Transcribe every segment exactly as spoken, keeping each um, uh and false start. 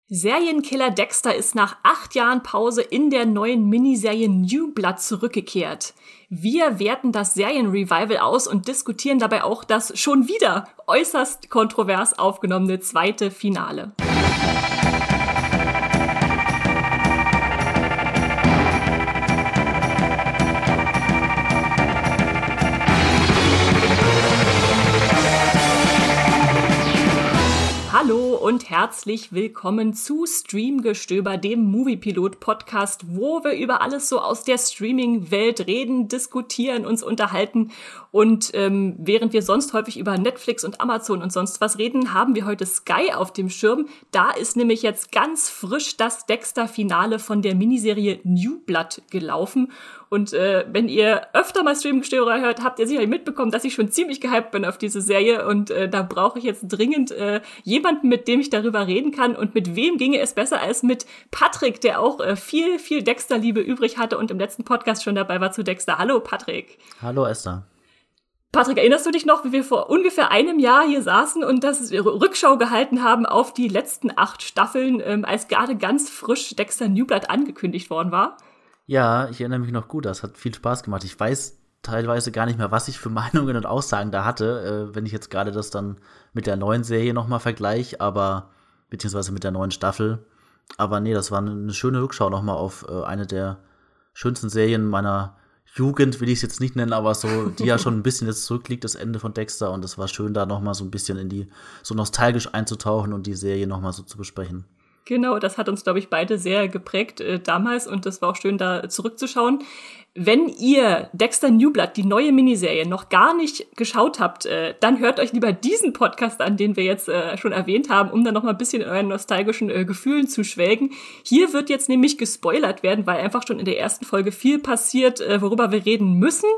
Serienkiller Dexter ist nach acht Jahren Pause in der neuen Miniserie New Blood zurückgekehrt. Wir werten das Serienrevival aus und diskutieren dabei auch das schon wieder äußerst kontrovers aufgenommene zweite Finale. Hallo und herzlich willkommen zu Streamgestöber, dem Moviepilot-Podcast, wo wir über alles so aus der Streaming-Welt reden, diskutieren, uns unterhalten. Und ähm, während wir sonst häufig über Netflix und Amazon und sonst was reden, haben wir heute Sky auf dem Schirm. Da ist nämlich jetzt ganz frisch das Dexter-Finale von der Miniserie New Blood gelaufen. Und äh, wenn ihr öfter mal Streamgestöber hört, habt ihr sicherlich mitbekommen, dass ich schon ziemlich gehypt bin auf diese Serie. Und äh, da brauche ich jetzt dringend äh, jemanden, mit dem ich darüber reden kann. Und mit wem ginge es besser als mit Patrick, der auch äh, viel, viel Dexter-Liebe übrig hatte und im letzten Podcast schon dabei war zu Dexter. Hallo, Patrick. Hallo, Esther. Patrick, erinnerst du dich noch, wie wir vor ungefähr einem Jahr hier saßen und das Rückschau gehalten haben auf die letzten acht Staffeln, ähm, als gerade ganz frisch Dexter New Blood angekündigt worden war? Ja, ich erinnere mich noch gut, das hat viel Spaß gemacht. Ich weiß teilweise gar nicht mehr, was ich für Meinungen und Aussagen da hatte, äh, wenn ich jetzt gerade das dann mit der neuen Serie nochmal vergleiche, aber beziehungsweise mit der neuen Staffel. Aber nee, das war eine schöne Rückschau nochmal auf äh, eine der schönsten Serien meiner Jugend, will ich es jetzt nicht nennen, aber so, die ja schon ein bisschen jetzt zurückliegt, das Ende von Dexter. Und es war schön, da nochmal so ein bisschen in die, so nostalgisch einzutauchen und die Serie nochmal so zu besprechen. Genau, das hat uns, glaube ich, beide sehr geprägt äh, damals und das war auch schön, da zurückzuschauen. Wenn ihr Dexter New Blood, die neue Miniserie, noch gar nicht geschaut habt, äh, dann hört euch lieber diesen Podcast an, den wir jetzt äh, schon erwähnt haben, um dann noch mal ein bisschen in euren nostalgischen äh, Gefühlen zu schwelgen. Hier wird jetzt nämlich gespoilert werden, weil einfach schon in der ersten Folge viel passiert, äh, worüber wir reden müssen.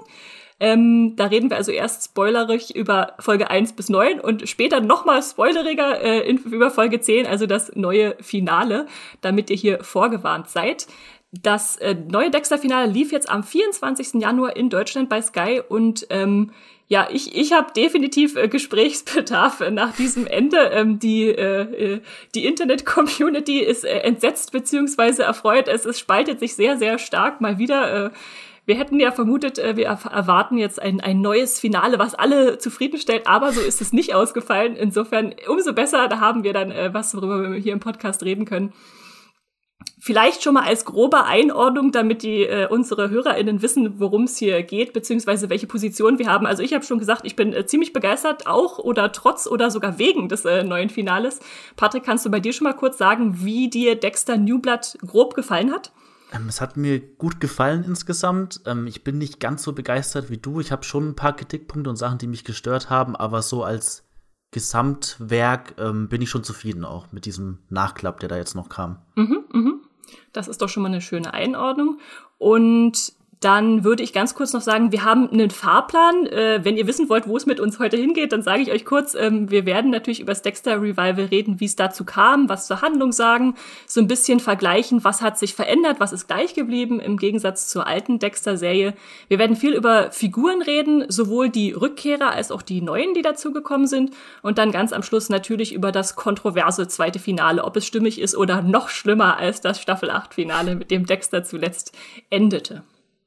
Ähm, da reden wir also erst spoilerig über Folge eins bis neun und später nochmal spoileriger äh, in, über Folge zehn, also das neue Finale, damit ihr hier vorgewarnt seid. Das äh, neue Dexter-Finale lief jetzt am vierundzwanzigsten Januar in Deutschland bei Sky und ähm, ja, ich ich habe definitiv äh, Gesprächsbedarf äh, nach diesem Ende. Ähm, die äh, die Internet-Community ist äh, entsetzt beziehungsweise erfreut. Es, es spaltet sich sehr, sehr stark mal wieder. Äh, Wir hätten ja vermutet, wir erwarten jetzt ein, ein neues Finale, was alle zufriedenstellt, aber so ist es nicht ausgefallen. Insofern umso besser, da haben wir dann äh, was, worüber wir hier im Podcast reden können. Vielleicht schon mal als grobe Einordnung, damit die äh, unsere HörerInnen wissen, worum es hier geht, beziehungsweise welche Position wir haben. Also ich habe schon gesagt, ich bin äh, ziemlich begeistert, auch oder trotz oder sogar wegen des äh, neuen Finales. Patrick, kannst du bei dir schon mal kurz sagen, wie dir Dexter New Blood grob gefallen hat? Es hat mir gut gefallen insgesamt. Ich bin nicht ganz so begeistert wie du. Ich habe schon ein paar Kritikpunkte und Sachen, die mich gestört haben, aber so als Gesamtwerk ähm, bin ich schon zufrieden auch mit diesem Nachklapp, der da jetzt noch kam. Mhm, mhm. Das ist doch schon mal eine schöne Einordnung. Und dann würde ich ganz kurz noch sagen, wir haben einen Fahrplan. Äh, wenn ihr wissen wollt, wo es mit uns heute hingeht, dann sage ich euch kurz, ähm, wir werden natürlich über das Dexter-Revival reden, wie es dazu kam, was zur Handlung sagen, so ein bisschen vergleichen, was hat sich verändert, was ist gleich geblieben im Gegensatz zur alten Dexter-Serie. Wir werden viel über Figuren reden, sowohl die Rückkehrer als auch die neuen, die dazugekommen sind. Und dann ganz am Schluss natürlich über das kontroverse zweite Finale, ob es stimmig ist oder noch schlimmer als das Staffel acht Finale, mit dem Dexter zuletzt endete.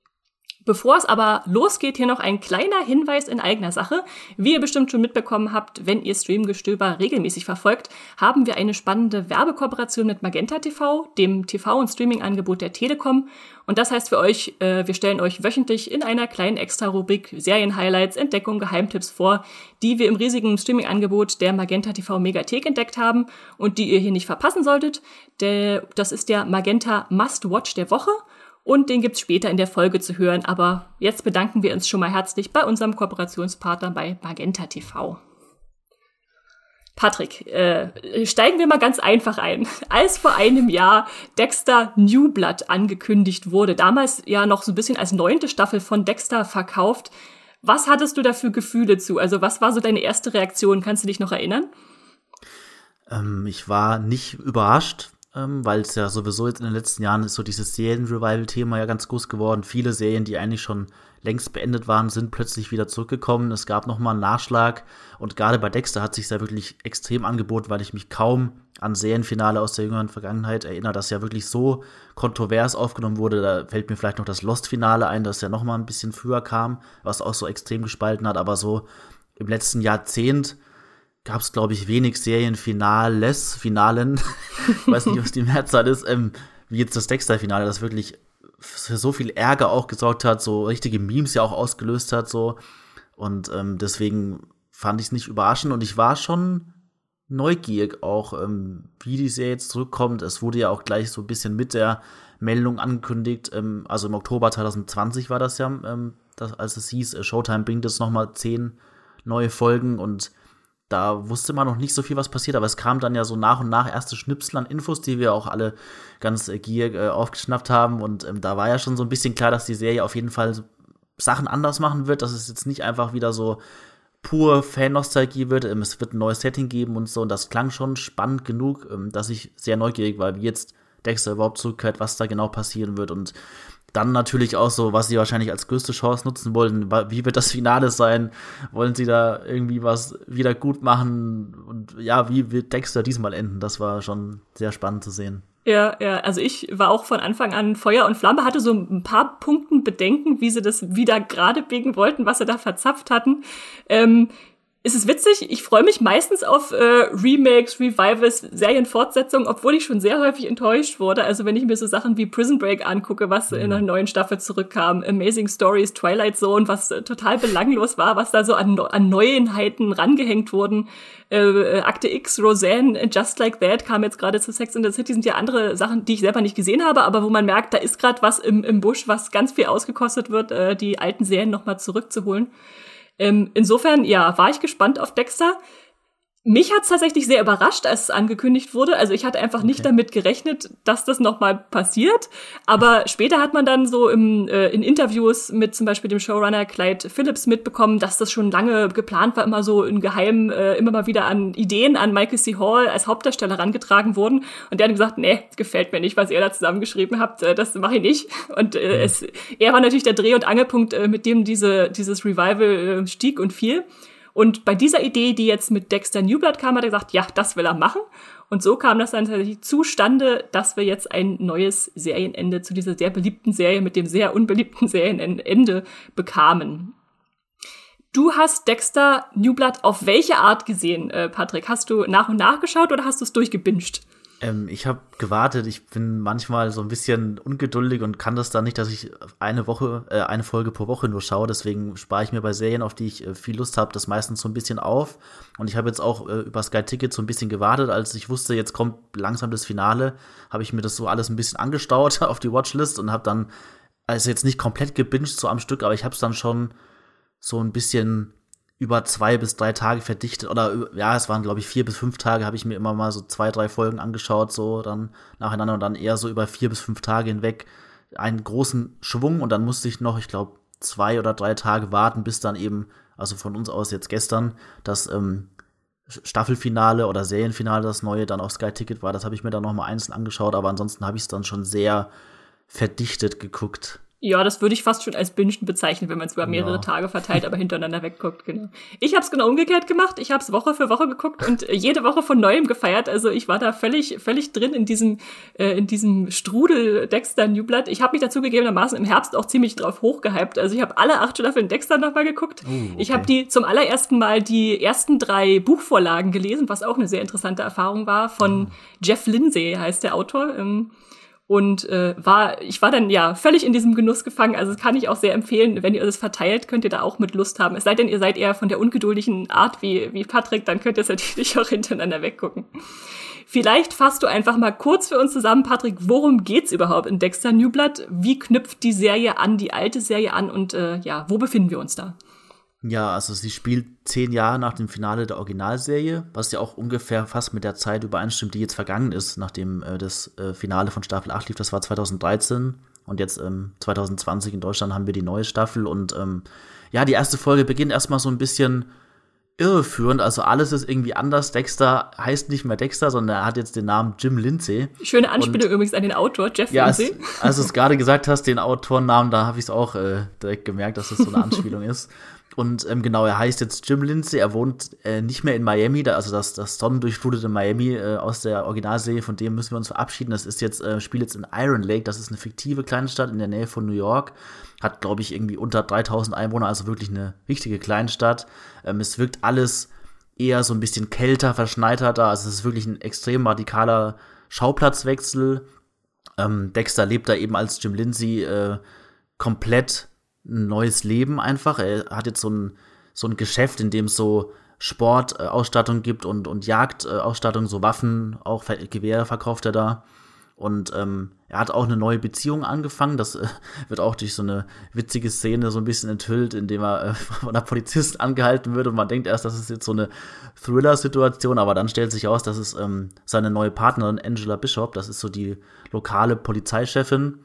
Bevor es aber losgeht, hier noch ein kleiner Hinweis in eigener Sache. Wie ihr bestimmt schon mitbekommen habt, wenn ihr Streamgestöber regelmäßig verfolgt, haben wir eine spannende Werbekooperation mit Magenta T V, dem T V- und Streaming-Angebot der Telekom. Und das heißt für euch, äh, wir stellen euch wöchentlich in einer kleinen Extra-Rubrik Serien-Highlights, Entdeckungen, Geheimtipps vor, die wir im riesigen Streaming-Angebot der Magenta T V Megathek entdeckt haben und die ihr hier nicht verpassen solltet. Der, das ist der Magenta Must-Watch der Woche. Und den gibt's später in der Folge zu hören. Aber jetzt bedanken wir uns schon mal herzlich bei unserem Kooperationspartner bei Magenta T V. Patrick, äh, steigen wir mal ganz einfach ein. Als vor einem Jahr Dexter New Blood angekündigt wurde, damals ja noch so ein bisschen als neunte Staffel von Dexter verkauft, was hattest du da für Gefühle zu? Also was war so deine erste Reaktion? Kannst du dich noch erinnern? Ähm, ich war nicht überrascht. ähm, weil es ja sowieso jetzt in den letzten Jahren ist so dieses Serien-Revival-Thema ja ganz groß geworden. Viele Serien, die eigentlich schon längst beendet waren, sind plötzlich wieder zurückgekommen. Es gab nochmal einen Nachschlag und gerade bei Dexter hat sich ja wirklich extrem angeboten, weil ich mich kaum an Serienfinale aus der jüngeren Vergangenheit erinnere, das ja wirklich so kontrovers aufgenommen wurde. Da fällt mir vielleicht noch das Lost-Finale ein, das ja noch mal ein bisschen früher kam, was auch so extrem gespalten hat. Aber so im letzten Jahrzehnt gab es, glaube ich, wenig Serienfinales, Finalen, ich weiß nicht, was die Mehrzahl ist, ähm, wie jetzt das Dexter-Finale, das wirklich für so viel Ärger auch gesorgt hat, so richtige Memes ja auch ausgelöst hat, so. Und ähm, deswegen fand ich es nicht überraschend und ich war schon neugierig auch, ähm, wie die Serie jetzt zurückkommt. Es wurde ja auch gleich so ein bisschen mit der Meldung angekündigt, ähm, also im Oktober zwanzig zwanzig war das ja, ähm, das, als es hieß, äh, Showtime bringt jetzt noch mal zehn neue Folgen und da wusste man noch nicht so viel, was passiert, aber es kam dann ja so nach und nach erste Schnipsel an Infos, die wir auch alle ganz äh, gierig äh, aufgeschnappt haben und ähm, da war ja schon so ein bisschen klar, dass die Serie auf jeden Fall so Sachen anders machen wird, dass es jetzt nicht einfach wieder so pur Fan-Nostalgie wird. Es wird ein neues Setting geben und so. Und das klang schon spannend genug, dass ich sehr neugierig war, wie jetzt Dexter überhaupt zurückkehrt, was da genau passieren wird. Und dann natürlich auch so, was sie wahrscheinlich als größte Chance nutzen wollen. Wie wird das Finale sein? Wollen sie da irgendwie was wieder gut machen? Und ja, wie wird Dexter diesmal enden? Das war schon sehr spannend zu sehen. Ja, ja, also ich war auch von Anfang an Feuer und Flamme, hatte so ein paar Punkten Bedenken, wie sie das wieder gerade biegen wollten, was sie da verzapft hatten. Ähm, es ist witzig, ich freue mich meistens auf äh, Remakes, Revivals, Serienfortsetzungen, obwohl ich schon sehr häufig enttäuscht wurde. Also wenn ich mir so Sachen wie Prison Break angucke, was mhm. in einer neuen Staffel zurückkam, Amazing Stories, Twilight Zone, was äh, total belanglos war, was da so an, an Neuheiten rangehängt wurden. Äh, Akte X, Roseanne, Just Like That kam jetzt gerade zu Sex and the City, sind ja andere Sachen, die ich selber nicht gesehen habe, aber wo man merkt, da ist gerade was im, im Busch, was ganz viel ausgekostet wird, äh, die alten Serien nochmal zurückzuholen. Ähm, insofern, ja, war ich gespannt auf Dexter. Mich hat's tatsächlich sehr überrascht, als es angekündigt wurde. Also ich hatte einfach okay. nicht damit gerechnet, dass das nochmal passiert. Aber später hat man dann so im, äh, in Interviews mit zum Beispiel dem Showrunner Clyde Phillips mitbekommen, dass das schon lange geplant war, immer so in Geheim äh, immer mal wieder an Ideen an Michael C. Hall als Hauptdarsteller herangetragen wurden. Und der hat gesagt, nee, gefällt mir nicht, was ihr da zusammengeschrieben habt. Äh, das mache ich nicht. Und äh, mhm. es, er war natürlich der Dreh- und Angelpunkt, äh, mit dem diese dieses Revival äh, stieg und fiel. Und bei dieser Idee, die jetzt mit Dexter New Blood kam, hat er gesagt, ja, das will er machen. Und so kam das dann tatsächlich zustande, dass wir jetzt ein neues Serienende zu dieser sehr beliebten Serie mit dem sehr unbeliebten Serienende bekamen. Du hast Dexter New Blood auf welche Art gesehen, äh, Patrick? Hast du nach und nach geschaut oder hast du es durchgebinged? Ähm, ich habe gewartet. Ich bin manchmal so ein bisschen ungeduldig und kann das dann nicht, dass ich eine Woche, äh, eine Folge pro Woche nur schaue. Deswegen spare ich mir bei Serien, auf die ich äh, viel Lust habe, das meistens so ein bisschen auf. Und ich habe jetzt auch äh, über Sky Ticket so ein bisschen gewartet, als ich wusste, jetzt kommt langsam das Finale, habe ich mir das so alles ein bisschen angestaut auf die Watchlist und habe dann, also jetzt nicht komplett gebinged so am Stück, aber ich habe es dann schon so ein bisschen über zwei bis drei Tage verdichtet, oder ja, es waren, glaube ich, vier bis fünf Tage, habe ich mir immer mal so zwei, drei Folgen angeschaut, so dann nacheinander und dann eher so über vier bis fünf Tage hinweg einen großen Schwung und dann musste ich noch, ich glaube, zwei oder drei Tage warten, bis dann eben, also von uns aus jetzt gestern, das ähm, Staffelfinale oder Serienfinale, das neue, dann auf Sky Ticket war, das habe ich mir dann noch mal einzeln angeschaut, aber ansonsten habe ich es dann schon sehr verdichtet geguckt. Ja, das würde ich fast schon als Bingen bezeichnen, wenn man es über mehrere ja. Tage verteilt, aber hintereinander wegguckt, genau. Ich habe es genau umgekehrt gemacht. Ich habe es Woche für Woche geguckt und jede Woche von Neuem gefeiert. Also ich war da völlig völlig drin in diesem äh, in diesem Strudel Dexter New Blood. Ich habe mich dazu gegebenermaßen im Herbst auch ziemlich drauf hochgehypt. Also ich habe alle acht Staffeln Dexter nochmal geguckt. Oh, okay. Ich habe die zum allerersten Mal die ersten drei Buchvorlagen gelesen, was auch eine sehr interessante Erfahrung war, von oh. Jeff Lindsay heißt der Autor. Ähm, Und äh, war, ich war dann ja völlig in diesem Genuss gefangen. Also das kann ich auch sehr empfehlen. Wenn ihr das verteilt, könnt ihr da auch mit Lust haben. Es sei denn, ihr seid eher von der ungeduldigen Art wie wie Patrick, dann könnt ihr es natürlich auch hintereinander weggucken. Vielleicht fasst du einfach mal kurz für uns zusammen, Patrick, worum geht's überhaupt in Dexter New Blood? Wie knüpft die Serie an die alte Serie an und äh, ja, wo befinden wir uns da? Ja, also sie spielt zehn Jahre nach dem Finale der Originalserie, was ja auch ungefähr fast mit der Zeit übereinstimmt, die jetzt vergangen ist, nachdem äh, das äh, Finale von Staffel acht lief. Das war zwanzig dreizehn und jetzt ähm, zwanzig zwanzig in Deutschland haben wir die neue Staffel. Und ähm, ja, die erste Folge beginnt erstmal so ein bisschen irreführend. Also alles ist irgendwie anders. Dexter heißt nicht mehr Dexter, sondern er hat jetzt den Namen Jim Lindsay. Schöne Anspielung und, übrigens an den Autor, Jeff ja, Lindsay. Als, als du es gerade gesagt hast, den Autorennamen, da habe ich es auch äh, direkt gemerkt, dass es das so eine Anspielung ist. Und ähm, genau, er heißt jetzt Jim Lindsay, er wohnt äh, nicht mehr in Miami, da, also das, das sonnendurchflutete Miami äh, aus der Originalserie, von dem müssen wir uns verabschieden. Das ist jetzt, äh, spielt jetzt in Iron Lake, das ist eine fiktive Kleinstadt in der Nähe von New York. Hat, glaube ich, irgendwie unter dreitausend Einwohner, also wirklich eine richtige Kleinstadt. Ähm, es wirkt alles eher so ein bisschen kälter, verschneiter da, also es ist wirklich ein extrem radikaler Schauplatzwechsel. Ähm, Dexter lebt da eben als Jim Lindsay äh, komplett ein neues Leben einfach. Er hat jetzt so ein, so ein Geschäft, in dem es so Sportausstattung äh, gibt und, und Jagdausstattung, äh, so Waffen, auch Gewehre verkauft er da. Und ähm, er hat auch eine neue Beziehung angefangen. Das äh, wird auch durch so eine witzige Szene so ein bisschen enthüllt, indem er äh, von einer Polizistin angehalten wird und man denkt erst, das ist jetzt so eine Thriller-Situation, aber dann stellt sich aus, das ist ähm, seine neue Partnerin Angela Bishop. Das ist so die lokale Polizeichefin.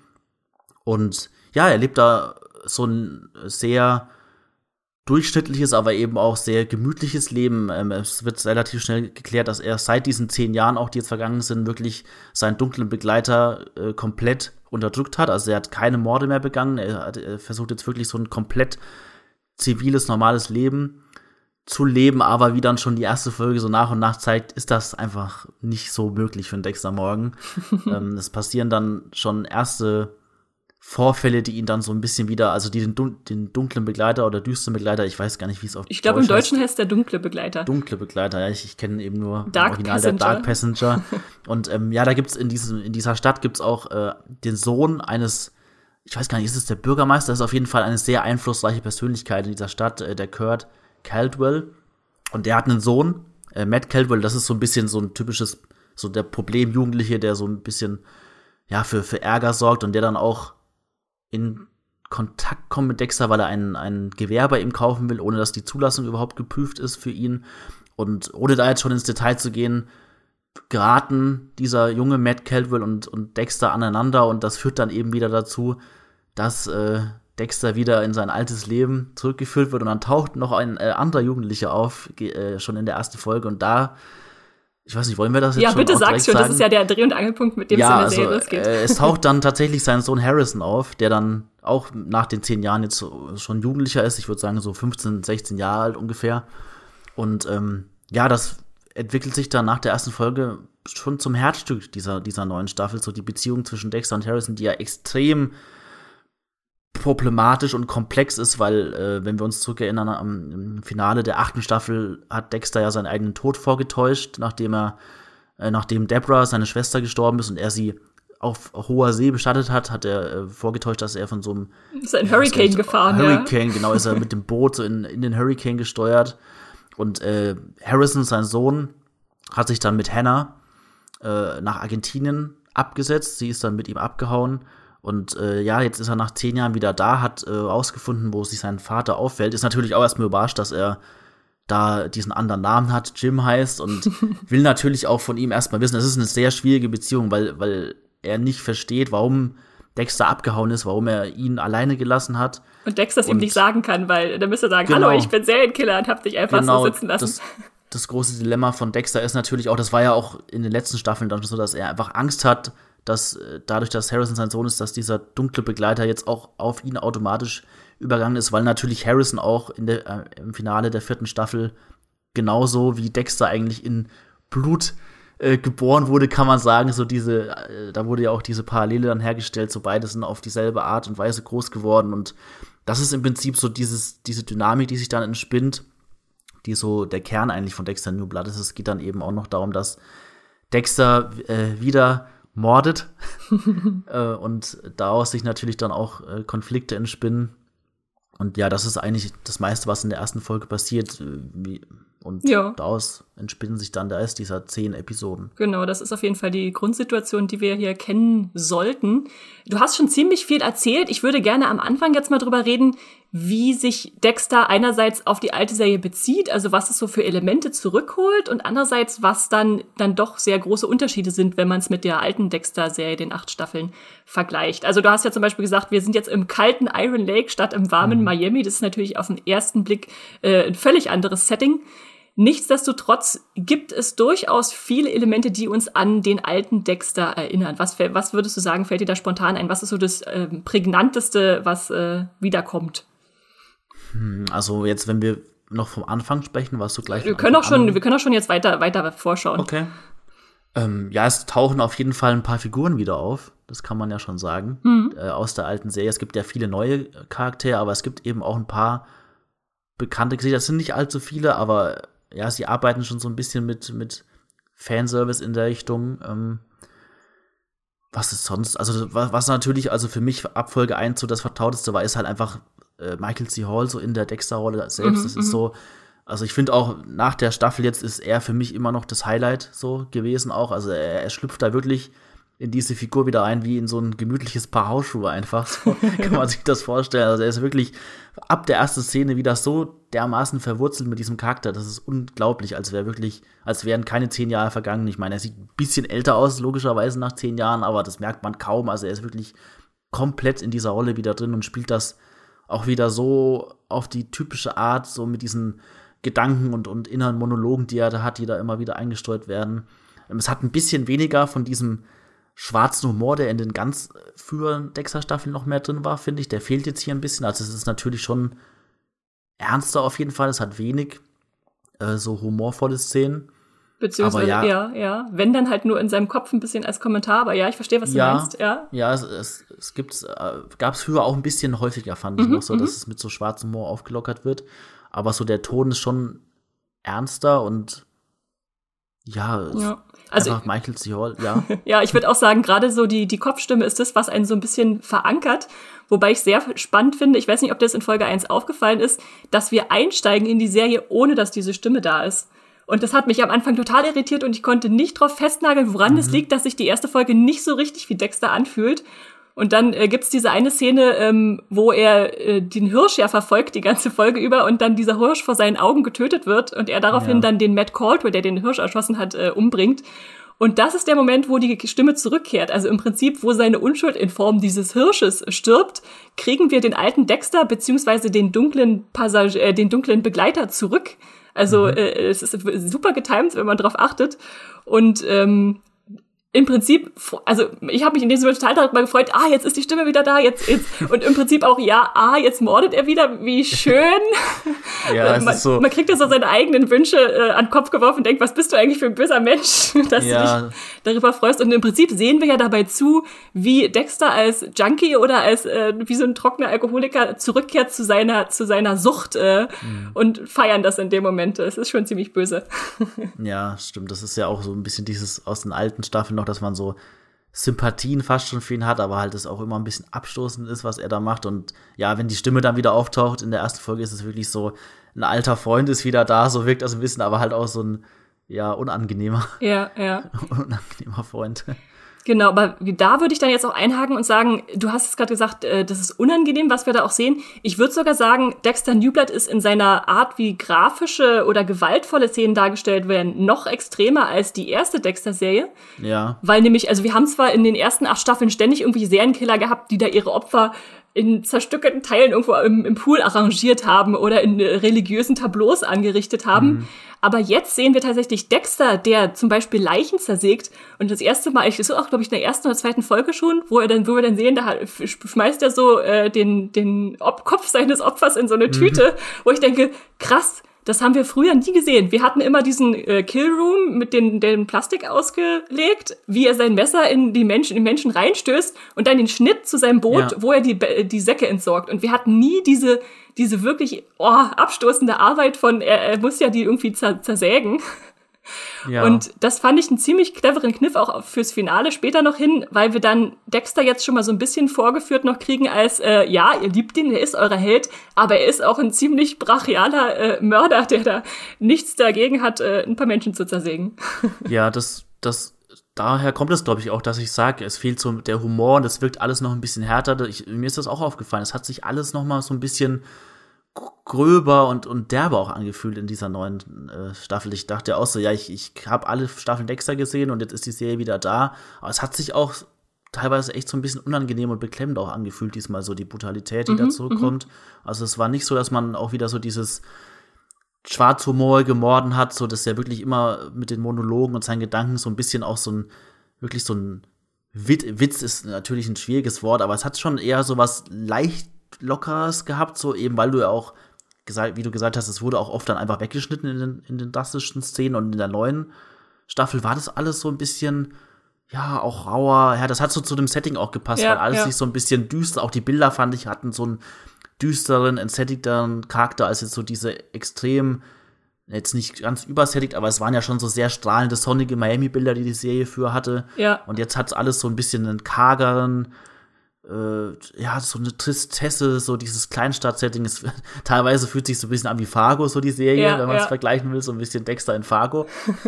Und ja, er lebt da so ein sehr durchschnittliches, aber eben auch sehr gemütliches Leben. Ähm, es wird relativ schnell geklärt, dass er seit diesen zehn Jahren, auch die jetzt vergangen sind, wirklich seinen dunklen Begleiter äh, komplett unterdrückt hat. Also er hat keine Morde mehr begangen. Er, hat, er versucht jetzt wirklich so ein komplett ziviles, normales Leben zu leben, aber wie dann schon die erste Folge so nach und nach zeigt, ist das einfach nicht so möglich für einen Dexter Morgan. ähm, es passieren dann schon erste Vorfälle, die ihn dann so ein bisschen wieder, also die den, dun- den dunklen Begleiter oder düsteren Begleiter, ich weiß gar nicht, wie es auf Ich glaube, im Deutschen heißt der dunkle Begleiter. Dunkle Begleiter, ja, ich, ich kenne eben nur Dark Original Passenger. der Dark Passenger. Und ähm, ja, da gibt's in diesem, in dieser Stadt gibt's auch äh, den Sohn eines, ich weiß gar nicht, ist es der Bürgermeister? Das ist auf jeden Fall eine sehr einflussreiche Persönlichkeit in dieser Stadt, äh, der Kurt Caldwell. Und der hat einen Sohn, äh, Matt Caldwell, das ist so ein bisschen so ein typisches, so der Problemjugendliche, der so ein bisschen, ja, für, für Ärger sorgt und der dann auch in Kontakt kommt mit Dexter, weil er ein, ein Gewehr bei ihm kaufen will, ohne dass die Zulassung überhaupt geprüft ist für ihn. Und ohne da jetzt schon ins Detail zu gehen, geraten dieser junge Matt Caldwell und, und Dexter aneinander und das führt dann eben wieder dazu, dass äh, Dexter wieder in sein altes Leben zurückgeführt wird und dann taucht noch ein äh, anderer Jugendlicher auf, äh, schon in der ersten Folge und da ich weiß nicht, wollen wir das jetzt ja, schon bitte auch sag's schon, sagen? Das ist ja der Dreh- und Angelpunkt, mit dem ja, es in der also, Serie losgeht. Äh, es taucht dann tatsächlich sein Sohn Harrison auf, der dann auch nach den zehn Jahren jetzt so, schon Jugendlicher ist. Ich würde sagen, so fünfzehn, sechzehn Jahre alt ungefähr. Und ähm, ja, das entwickelt sich dann nach der ersten Folge schon zum Herzstück dieser, dieser neuen Staffel. So die Beziehung zwischen Dexter und Harrison, die ja extrem problematisch und komplex ist, weil, äh, wenn wir uns zurückerinnern, am im Finale der achten Staffel hat Dexter ja seinen eigenen Tod vorgetäuscht, nachdem er äh, nachdem Deborah, seine Schwester, gestorben ist und er sie auf hoher See bestattet hat, hat er äh, vorgetäuscht, dass er von so einem ist ein Hurricane ja, gefahren, Hurricane, ja. genau, ist er mit dem Boot so in, in den Hurricane gesteuert. Und äh, Harrison, sein Sohn, hat sich dann mit Hannah äh, nach Argentinien abgesetzt. Sie ist dann mit ihm abgehauen. Und äh, ja, jetzt ist er nach zehn Jahren wieder da, hat äh, rausgefunden, wo sich sein Vater auffällt. Ist natürlich auch erstmal überrascht, dass er da diesen anderen Namen hat, Jim heißt, und will natürlich auch von ihm erstmal wissen. Es ist eine sehr schwierige Beziehung, weil, weil er nicht versteht, warum Dexter abgehauen ist, warum er ihn alleine gelassen hat. Und Dexter es ihm nicht sagen kann, weil dann müsste er sagen, genau, hallo, ich bin Serienkiller und hab dich einfach genau, so sitzen lassen. Das, das große Dilemma von Dexter ist natürlich auch, das war ja auch in den letzten Staffeln dann so, dass er einfach Angst hat, dass dadurch, dass Harrison sein Sohn ist, dass dieser dunkle Begleiter jetzt auch auf ihn automatisch übergangen ist, weil natürlich Harrison auch in der, äh, im Finale der vierten Staffel genauso wie Dexter eigentlich in Blut äh, geboren wurde, kann man sagen. So diese, äh, da wurde ja auch diese Parallele dann hergestellt, so beide sind auf dieselbe Art und Weise groß geworden und das ist im Prinzip so dieses, diese Dynamik, die sich dann entspinnt, die so der Kern eigentlich von Dexter New Blood ist. Es geht dann eben auch noch darum, dass Dexter äh, wieder mordet äh, und daraus sich natürlich dann auch äh, Konflikte entspinnen. Und ja, das ist eigentlich das meiste, was in der ersten Folge passiert. Wie, und ja. Daraus entspinnen sich dann der Rest dieser zehn Episoden. Genau, das ist auf jeden Fall die Grundsituation, die wir hier kennen sollten. Du hast schon ziemlich viel erzählt. Ich würde gerne am Anfang jetzt mal drüber reden, wie sich Dexter einerseits auf die alte Serie bezieht, also was es so für Elemente zurückholt und andererseits, was dann dann doch sehr große Unterschiede sind, wenn man es mit der alten Dexter-Serie, den acht Staffeln, vergleicht. Also du hast ja zum Beispiel gesagt, wir sind jetzt im kalten Iron Lake statt im warmen mhm. Miami. Das ist natürlich auf den ersten Blick äh, ein völlig anderes Setting. Nichtsdestotrotz gibt es durchaus viele Elemente, die uns an den alten Dexter erinnern. Was, was würdest du sagen, fällt dir da spontan ein? Was ist so das äh, Prägnanteste, was äh, wiederkommt? Also jetzt, wenn wir noch vom Anfang sprechen, was du gleich. Wir können auch schon, wir können auch schon jetzt weiter, weiter vorschauen. Okay. Ähm, ja, es tauchen auf jeden Fall ein paar Figuren wieder auf. Das kann man ja schon sagen. Mhm. Äh, aus der alten Serie. Es gibt ja viele neue Charaktere, aber es gibt eben auch ein paar bekannte Gesichter. Das sind nicht allzu viele, aber ja, sie arbeiten schon so ein bisschen mit, mit Fanservice in der Richtung. Ähm, was ist sonst? Also, was, was natürlich, also für mich ab Folge eins so das Vertrauteste war, ist halt einfach Michael C. Hall so in der Dexter-Rolle selbst. Mhm, das ist so, also ich finde auch nach der Staffel jetzt ist er für mich immer noch das Highlight so gewesen auch. Also er, er schlüpft da wirklich in diese Figur wieder ein, wie in so ein gemütliches Paar Hausschuhe einfach. So kann man sich das vorstellen. Also er ist wirklich ab der ersten Szene wieder so dermaßen verwurzelt mit diesem Charakter. Das ist unglaublich, als wäre wirklich, als wären keine zehn Jahre vergangen. Ich meine, er sieht ein bisschen älter aus, logischerweise nach zehn Jahren, aber das merkt man kaum. Also er ist wirklich komplett in dieser Rolle wieder drin und spielt das auch wieder so auf die typische Art, so mit diesen Gedanken und, und inneren Monologen, die er da hat, die da immer wieder eingestreut werden. Es hat ein bisschen weniger von diesem schwarzen Humor, der in den ganz früheren Dexter-Staffeln noch mehr drin war, finde ich. Der fehlt jetzt hier ein bisschen. Also es ist natürlich schon ernster auf jeden Fall. Es hat wenig äh, so humorvolle Szenen. Beziehungsweise, ja, ja, ja, wenn dann halt nur in seinem Kopf ein bisschen als Kommentar, aber ja, ich verstehe, was du ja, meinst, ja. Ja, es, es, es gibt's, äh, gab's früher auch ein bisschen häufiger, fand ich Mhm, noch so, dass mhm. es mit so schwarzem Humor aufgelockert wird. Aber so der Ton ist schon ernster und ja, Ja. Also, einfach Michael C. Hall, ja. ja, ich würde auch sagen, gerade so die, die Kopfstimme ist das, was einen so ein bisschen verankert. Wobei ich sehr spannend finde, ich weiß nicht, ob das in Folge eins aufgefallen ist, dass wir einsteigen in die Serie, ohne dass diese Stimme da ist. Und das hat mich am Anfang total irritiert und ich konnte nicht drauf festnageln, woran es Mhm. liegt, dass sich die erste Folge nicht so richtig wie Dexter anfühlt. Und dann äh, gibt's diese eine Szene, ähm, wo er äh, den Hirsch ja verfolgt, die ganze Folge über, und dann dieser Hirsch vor seinen Augen getötet wird und er daraufhin Ja. dann den Matt Caldwell, der den Hirsch erschossen hat, äh, umbringt. Und das ist der Moment, wo die Stimme zurückkehrt. Also im Prinzip, wo seine Unschuld in Form dieses Hirsches stirbt, kriegen wir den alten Dexter beziehungsweise den dunklen Passagier, äh, den dunklen Begleiter zurück. Also Mhm. äh, es ist super getimed, wenn man drauf achtet. Und ähm, im Prinzip, also ich habe mich in diesem Moment total darüber gefreut, ah, jetzt ist die Stimme wieder da, jetzt, jetzt. Und im Prinzip auch, ja, ah, jetzt mordet er wieder, wie schön. Ja, es man, ist so. man kriegt ja so seine eigenen Wünsche äh, an den Kopf geworfen und denkt, was bist du eigentlich für ein böser Mensch, dass Ja. du dich darüber freust. Und im Prinzip sehen wir ja dabei zu, wie Dexter als Junkie oder als äh, wie so ein trockener Alkoholiker zurückkehrt zu seiner zu seiner Sucht äh, Mhm. und feiern das in dem Moment. Es ist schon ziemlich böse. Ja, stimmt. Das ist ja auch so ein bisschen dieses aus den alten Staffeln noch, dass man so Sympathien fast schon für ihn hat, aber halt es auch immer ein bisschen abstoßend ist, was er da macht. Und ja, wenn die Stimme dann wieder auftaucht, in der ersten Folge ist es wirklich so, ein alter Freund ist wieder da, so wirkt das ein bisschen, aber halt auch so ein, ja, unangenehmer, Ja, ja. unangenehmer Freund. Genau, aber da würde ich dann jetzt auch einhaken und sagen, du hast es gerade gesagt, äh, das ist unangenehm, was wir da auch sehen. Ich würde sogar sagen, Dexter New Blood ist in seiner Art, wie grafische oder gewaltvolle Szenen dargestellt werden, noch extremer als die erste Dexter-Serie. Ja. Weil nämlich, also wir haben zwar in den ersten acht Staffeln ständig irgendwie Serienkiller gehabt, die da ihre Opfer in zerstückelten Teilen irgendwo im, im Pool arrangiert haben oder in äh, religiösen Tableaus angerichtet haben. Mhm. Aber jetzt sehen wir tatsächlich Dexter, der zum Beispiel Leichen zersägt. Und das erste Mal, ich ist auch, glaube ich, in der ersten oder zweiten Folge schon, wo er dann, wo wir dann sehen, da hat, schmeißt er so äh, den, den Op- Kopf seines Opfers in so eine Tüte, mhm. wo ich denke, krass, das haben wir früher nie gesehen. Wir hatten immer diesen äh, Killroom mit den, den Plastik ausgelegt, wie er sein Messer in die Menschen, in die Menschen reinstößt und dann den Schnitt zu seinem Boot, ja. wo er die, die Säcke entsorgt. Und wir hatten nie diese, diese wirklich oh, abstoßende Arbeit von, er, er muss ja die irgendwie zer- zersägen. Ja. Und das fand ich einen ziemlich cleveren Kniff auch fürs Finale später noch hin, weil wir dann Dexter jetzt schon mal so ein bisschen vorgeführt noch kriegen als, äh, ja, ihr liebt ihn, er ist euer Held, aber er ist auch ein ziemlich brachialer äh, Mörder, der da nichts dagegen hat, äh, ein paar Menschen zu zersägen. Ja, das, das daher kommt es, glaube ich, auch, dass ich sage, es fehlt so der Humor und es wirkt alles noch ein bisschen härter. Ich, mir ist das auch aufgefallen. Es hat sich alles noch mal so ein bisschen gröber und, und derber auch angefühlt in dieser neuen äh, Staffel. Ich dachte auch so, ja, ich, ich habe alle Staffeln Dexter gesehen und jetzt ist die Serie wieder da. Aber es hat sich auch teilweise echt so ein bisschen unangenehm und beklemmend auch angefühlt, diesmal so die Brutalität, die mhm, da zurückkommt. Mhm. Also es war nicht so, dass man auch wieder so dieses Schwarzhumor gemorden hat, so dass er wirklich immer mit den Monologen und seinen Gedanken so ein bisschen auch so ein, wirklich so ein Wit- Witz ist natürlich ein schwieriges Wort, aber es hat schon eher so was leicht Lockeres gehabt, so eben, weil du ja auch gesagt, wie du gesagt hast, es wurde auch oft dann einfach weggeschnitten in den, in den drastischen Szenen und in der neuen Staffel war das alles so ein bisschen, ja, auch rauer, ja, das hat so zu dem Setting auch gepasst, ja, weil alles ja. sich so ein bisschen düster, auch die Bilder fand ich, hatten so einen düsteren, entsättigteren Charakter als jetzt so diese extrem, jetzt nicht ganz übersättigt, aber es waren ja schon so sehr strahlende, sonnige Miami-Bilder, die die Serie für hatte. Ja. Und jetzt hat alles so ein bisschen einen kargeren, äh, ja, so eine Tristesse, so dieses Kleinstadt-Setting. Es, teilweise fühlt sich so ein bisschen an wie Fargo, so die Serie, ja, wenn man es ja. vergleichen will, so ein bisschen Dexter in Fargo.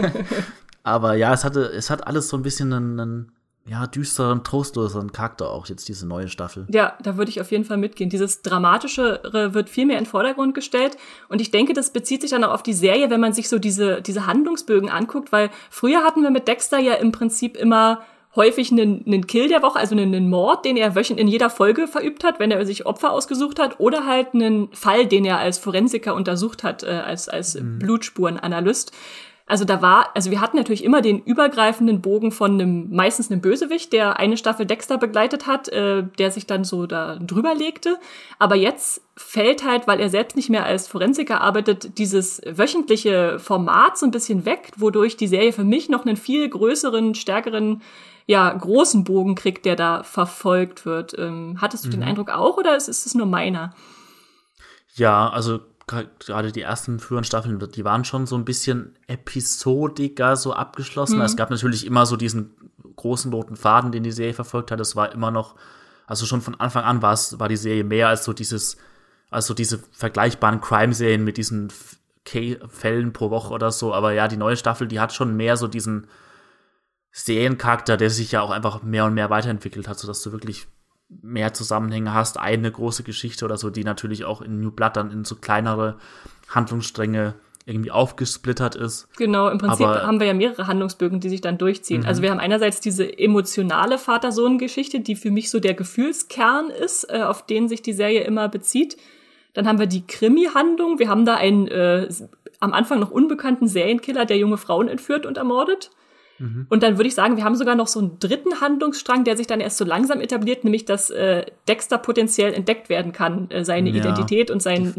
Aber ja, es hatte, es hat alles so ein bisschen einen, einen ja, düsteren, trostloseren Charakter auch, jetzt diese neue Staffel. Ja, da würde ich auf jeden Fall mitgehen. Dieses Dramatischere wird viel mehr in den Vordergrund gestellt. Und ich denke, das bezieht sich dann auch auf die Serie, wenn man sich so diese, diese Handlungsbögen anguckt, weil früher hatten wir mit Dexter ja im Prinzip immer häufig einen, einen Kill der Woche, also einen, einen Mord, den er wöchentlich in jeder Folge verübt hat, wenn er sich Opfer ausgesucht hat, oder halt einen Fall, den er als Forensiker untersucht hat, äh, als, als mhm. Blutspurenanalyst. Also da war, also wir hatten natürlich immer den übergreifenden Bogen von einem, meistens einem Bösewicht, der eine Staffel Dexter begleitet hat, äh, der sich dann so da drüber legte. Aber jetzt fällt halt, weil er selbst nicht mehr als Forensiker arbeitet, dieses wöchentliche Format so ein bisschen weg, wodurch die Serie für mich noch einen viel größeren, stärkeren, ja, großen Bogen kriegt, der da verfolgt wird. Ähm, hattest du mhm. den Eindruck auch, oder ist, ist es nur meiner? Ja, also gerade die ersten früheren Staffeln, die waren schon so ein bisschen episodiger so abgeschlossen. Mhm. Es gab natürlich immer so diesen großen roten Faden, den die Serie verfolgt hat. Es war immer noch, also schon von Anfang an war es, war die Serie mehr als so dieses, also diese vergleichbaren Crime-Serien mit diesen K- Fällen pro Woche oder so. Aber ja, die neue Staffel, die hat schon mehr so diesen Seriencharakter, der sich ja auch einfach mehr und mehr weiterentwickelt hat, sodass du wirklich mehr Zusammenhänge hast, eine große Geschichte oder so, die natürlich auch in New Blood dann in so kleinere Handlungsstränge irgendwie aufgesplittert ist. Genau, im Prinzip Aber, haben wir ja mehrere Handlungsbögen, die sich dann durchziehen. Mhm. Also wir haben einerseits diese emotionale Vater-Sohn-Geschichte, die für mich so der Gefühlskern ist, äh, auf den sich die Serie immer bezieht. Dann haben wir die Krimi-Handlung. Wir haben da einen äh, am Anfang noch unbekannten Serienkiller, der junge Frauen entführt und ermordet. Und dann würde ich sagen, wir haben sogar noch so einen dritten Handlungsstrang, der sich dann erst so langsam etabliert, nämlich, dass äh, Dexter potenziell entdeckt werden kann, äh, seine ja, Identität und seine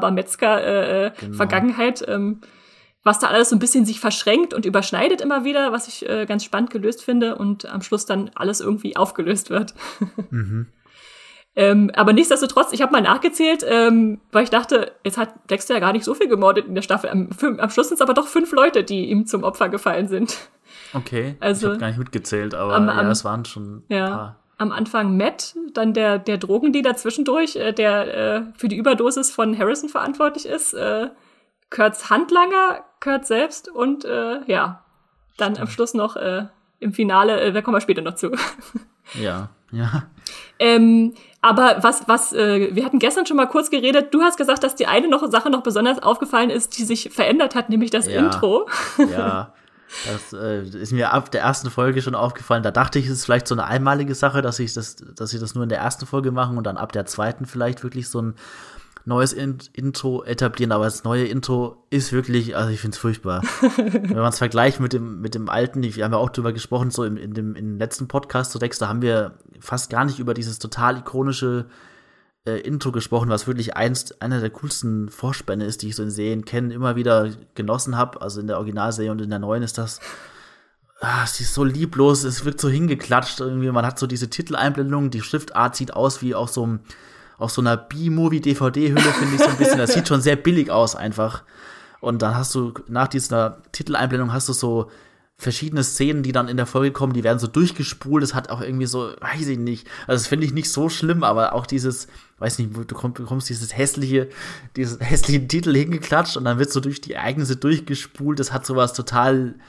Bayhaber-Metzger-Vergangenheit, äh, ähm, was da alles so ein bisschen sich verschränkt und überschneidet immer wieder, was ich äh, ganz spannend gelöst finde und am Schluss dann alles irgendwie aufgelöst wird. Mhm. Ähm, aber nichtsdestotrotz, ich habe mal nachgezählt, ähm, weil ich dachte, jetzt hat Dexter ja gar nicht so viel gemordet in der Staffel. Am, am Schluss sind es aber doch fünf Leute, die ihm zum Opfer gefallen sind. Okay, also, ich habe gar nicht mitgezählt, aber am, ja, am, es waren schon ein ja, paar. Am Anfang Matt, dann der, der Drogendealer zwischendurch, äh, der äh, für die Überdosis von Harrison verantwortlich ist, äh, Kurt's Handlanger, Kurt selbst und äh, ja, dann Stimmt. am Schluss noch äh, im Finale, äh, da kommen wir später noch zu. Ja, ja. Ähm, aber was, was, äh, wir hatten gestern schon mal kurz geredet, du hast gesagt, dass die eine noch Sache noch besonders aufgefallen ist, die sich verändert hat, nämlich das ja, Intro. Ja, das äh, ist mir ab der ersten Folge schon aufgefallen. Da dachte ich, es ist vielleicht so eine einmalige Sache, dass ich das, dass sie das nur in der ersten Folge machen und dann ab der zweiten vielleicht wirklich so ein neues in- Intro etablieren, aber das neue Intro ist wirklich, also ich finde es furchtbar. Wenn man es vergleicht mit dem, mit dem alten, wir haben ja auch drüber gesprochen, so im, in dem, im letzten Podcast zu Dexter haben wir fast gar nicht über dieses total ikonische äh, Intro gesprochen, was wirklich einst einer der coolsten Vorspänne ist, die ich so in Serien kenne, immer wieder genossen habe. Also in der Originalserie und in der neuen ist das, ah, es ist so lieblos, es wirkt so hingeklatscht irgendwie. Man hat so diese Titeleinblendung, die Schriftart sieht aus wie auf so einem auf so einer B-Movie-D V D-Hülle, finde ich so ein bisschen. Das sieht schon sehr billig aus einfach. Und dann hast du, nach dieser Titeleinblendung hast du so verschiedene Szenen, die dann in der Folge kommen, die werden so durchgespult. Das hat auch irgendwie so, weiß ich nicht, also das finde ich nicht so schlimm, aber auch dieses, weiß nicht, du bekommst dieses hässliche, dieses hässlichen Titel hingeklatscht und dann wird so durch die Ereignisse durchgespult. Das hat sowas total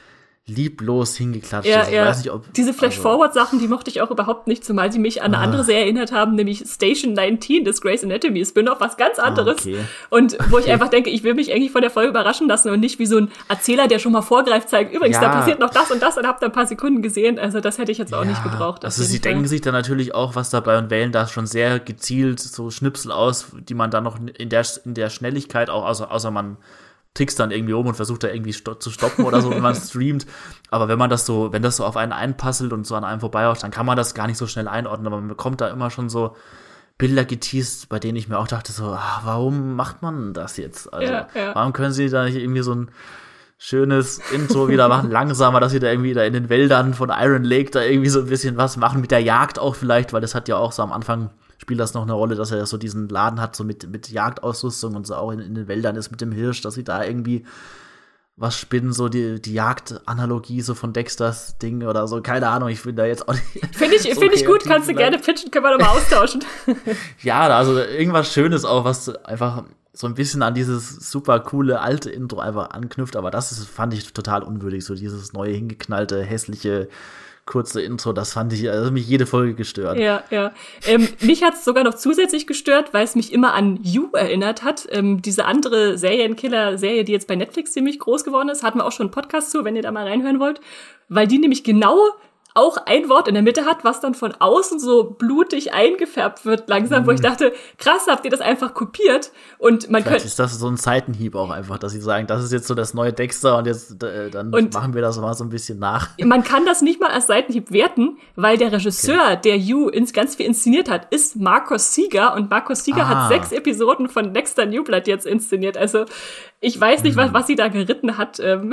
lieblos hingeklatscht ja, ist. Ich ja. weiß nicht, ob, Diese Flash-Forward-Sachen, die mochte ich auch überhaupt nicht, zumal sie mich an eine ah. andere Serie erinnert haben, nämlich Station neunzehn des Grey's Anatomy Spin-off, was ganz anderes. Ah, okay. Und wo ich okay. einfach denke, ich will mich eigentlich von der Folge überraschen lassen und nicht wie so ein Erzähler, der schon mal vorgreift, zeigt, übrigens, ja. da passiert noch das und das und hab da ein paar Sekunden gesehen. Also das hätte ich jetzt auch ja. nicht gebraucht. Also sie Fall. denken sich dann natürlich auch was dabei und wählen da schon sehr gezielt so Schnipsel aus, die man dann noch in der, in der Schnelligkeit auch, außer, außer man trickst dann irgendwie um und versucht da irgendwie sto- zu stoppen oder so, wenn man streamt. Aber wenn man das so, wenn das so auf einen einpasselt und so an einem vorbeihaut, dann kann man das gar nicht so schnell einordnen. Aber man bekommt da immer schon so Bilder geteased, bei denen ich mir auch dachte so, ach, warum macht man das jetzt? Also, ja, ja. warum können sie da nicht irgendwie so ein schönes Intro wieder machen, langsamer, dass sie da irgendwie da in den Wäldern von Iron Lake da irgendwie so ein bisschen was machen, mit der Jagd auch vielleicht, weil das hat ja auch so am Anfang spielt das noch eine Rolle, dass er so diesen Laden hat, so mit, mit Jagdausrüstung und so auch in, in den Wäldern ist mit dem Hirsch, dass sie da irgendwie was spinnen, so die, die Jagdanalogie so von Dexters Ding oder so, keine Ahnung, ich bin da jetzt auch nicht. Finde ich, find ich gut, kannst du gerne pitchen, können wir nochmal austauschen. Ja, also irgendwas Schönes auch, was einfach so ein bisschen an dieses super coole alte Intro einfach anknüpft, aber das ist, fand ich total unwürdig, so dieses neue, hingeknallte, hässliche kurze Intro, das fand ich, also mich jede Folge gestört. Ja, ja. Ähm, mich hat es sogar noch zusätzlich gestört, weil es mich immer an You erinnert hat. Ähm, diese andere Serienkiller-Serie, die jetzt bei Netflix ziemlich groß geworden ist, hatten wir auch schon einen Podcast zu, wenn ihr da mal reinhören wollt, weil die nämlich genau auch ein Wort in der Mitte hat, was dann von außen so blutig eingefärbt wird langsam, mhm. wo ich dachte, krass, habt ihr das einfach kopiert? Und man Vielleicht ist das so ein Seitenhieb auch einfach, dass sie sagen, das ist jetzt so das neue Dexter und jetzt äh, dann und machen wir das mal so ein bisschen nach. Man kann das nicht mal als Seitenhieb werten, weil der Regisseur, okay. der You ins ganz viel inszeniert hat, ist Marcos Seeger und Marcos Seeger ah. hat sechs Episoden von Dexter New Blood jetzt inszeniert. Also ich weiß nicht, mhm. was, was sie da geritten hat. Ähm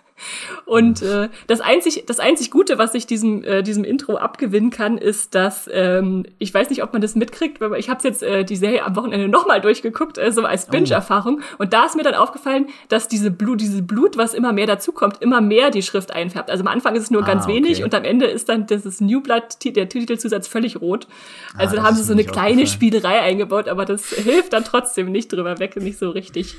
Und äh, das einzig das einzig Gute, was ich diesem äh, diesem Intro abgewinnen kann, ist, dass ähm, ich weiß nicht, ob man das mitkriegt, weil ich habe jetzt äh, die Serie am Wochenende nochmal durchgeguckt, äh, so als Binge-Erfahrung. Und da ist mir dann aufgefallen, dass diese Blut, diese Blut, was immer mehr dazukommt, immer mehr die Schrift einfärbt. Also am Anfang ist es nur ah, ganz wenig okay. und am Ende ist dann dieses New Blood, der Titelzusatz völlig rot. Also ah, da haben sie so eine kleine Spielerei eingebaut, aber das hilft dann trotzdem nicht drüber weg, nicht so richtig.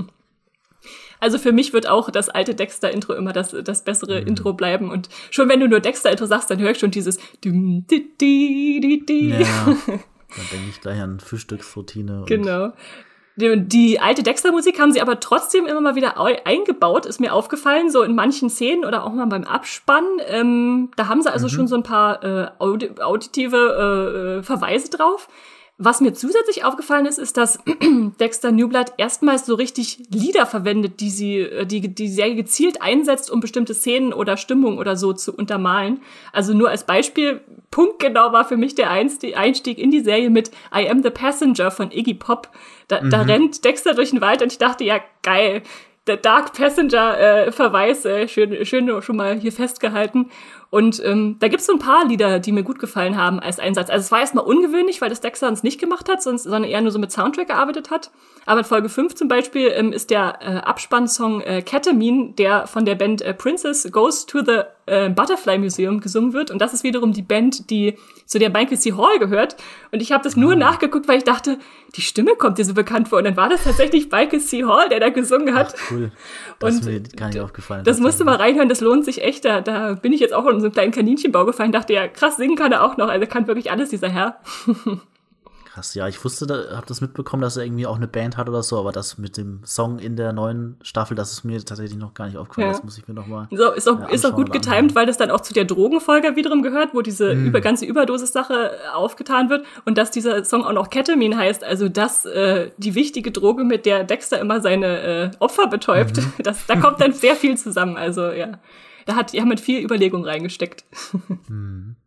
Also für mich wird auch das alte Dexter-Intro immer das, das bessere mhm. Intro bleiben. Und schon wenn du nur Dexter-Intro sagst, dann höre ich schon dieses dum, di, di, di, di. Ja, dann denke ich gleich an Frühstücksroutine. Genau. Die, die alte Dexter-Musik haben sie aber trotzdem immer mal wieder eingebaut, ist mir aufgefallen, so in manchen Szenen oder auch mal beim Abspann. Ähm, da haben sie also mhm. schon so ein paar äh, audi- auditive äh, Verweise drauf. Was mir zusätzlich aufgefallen ist, ist, dass Dexter New Blood erstmals so richtig Lieder verwendet, die sie, die, die Serie gezielt einsetzt, um bestimmte Szenen oder Stimmung oder so zu untermalen. Also nur als Beispiel, punktgenau war für mich der Einstieg in die Serie mit I Am the Passenger von Iggy Pop. Da, mhm. da rennt Dexter durch den Wald und ich dachte, ja, geil. Der Dark Passenger äh, Verweis, äh, schön, schön schon mal hier festgehalten. Und ähm, da gibt's so ein paar Lieder, die mir gut gefallen haben als Einsatz. Also es war erstmal ungewöhnlich, weil das Dexter uns nicht gemacht hat, sonst, sondern eher nur so mit Soundtrack gearbeitet hat. Aber in Folge fünf zum Beispiel ähm, ist der äh, Abspannsong äh, Ketamine, der von der Band äh, Princess Goes to the äh, Butterfly Museum gesungen wird. Und das ist wiederum die Band, die zu der Michael C. Hall gehört. Und ich habe das nur oh. nachgeguckt, weil ich dachte, die Stimme kommt dir so bekannt vor. Und dann war das tatsächlich Michael C. Hall, der da gesungen hat. Ach, cool. Das und ist mir gar nicht aufgefallen. Das musst du mal reinhören, das lohnt sich echt. Da, da bin ich jetzt auch in so einen kleinen Kaninchenbau gefallen. Dachte, ja, krass, singen kann er auch noch. Also kann wirklich alles, dieser Herr. Krass, ja, ich wusste, da, hab das mitbekommen, dass er irgendwie auch eine Band hat oder so, aber das mit dem Song in der neuen Staffel, das ist mir tatsächlich noch gar nicht aufgefallen. Ja. Das muss ich mir noch mal so, ist auch, ja, ist auch gut getimt, weil das dann auch zu der Drogenfolge wiederum gehört, wo diese mm. über, ganze Überdosis-Sache aufgetan wird und dass dieser Song auch noch Ketamine heißt, also das, äh, die wichtige Droge, mit der Dexter immer seine äh, Opfer betäubt. Mhm. Das, da kommt dann sehr viel zusammen, also ja. Da hat, die haben mit viel Überlegung reingesteckt. Mhm.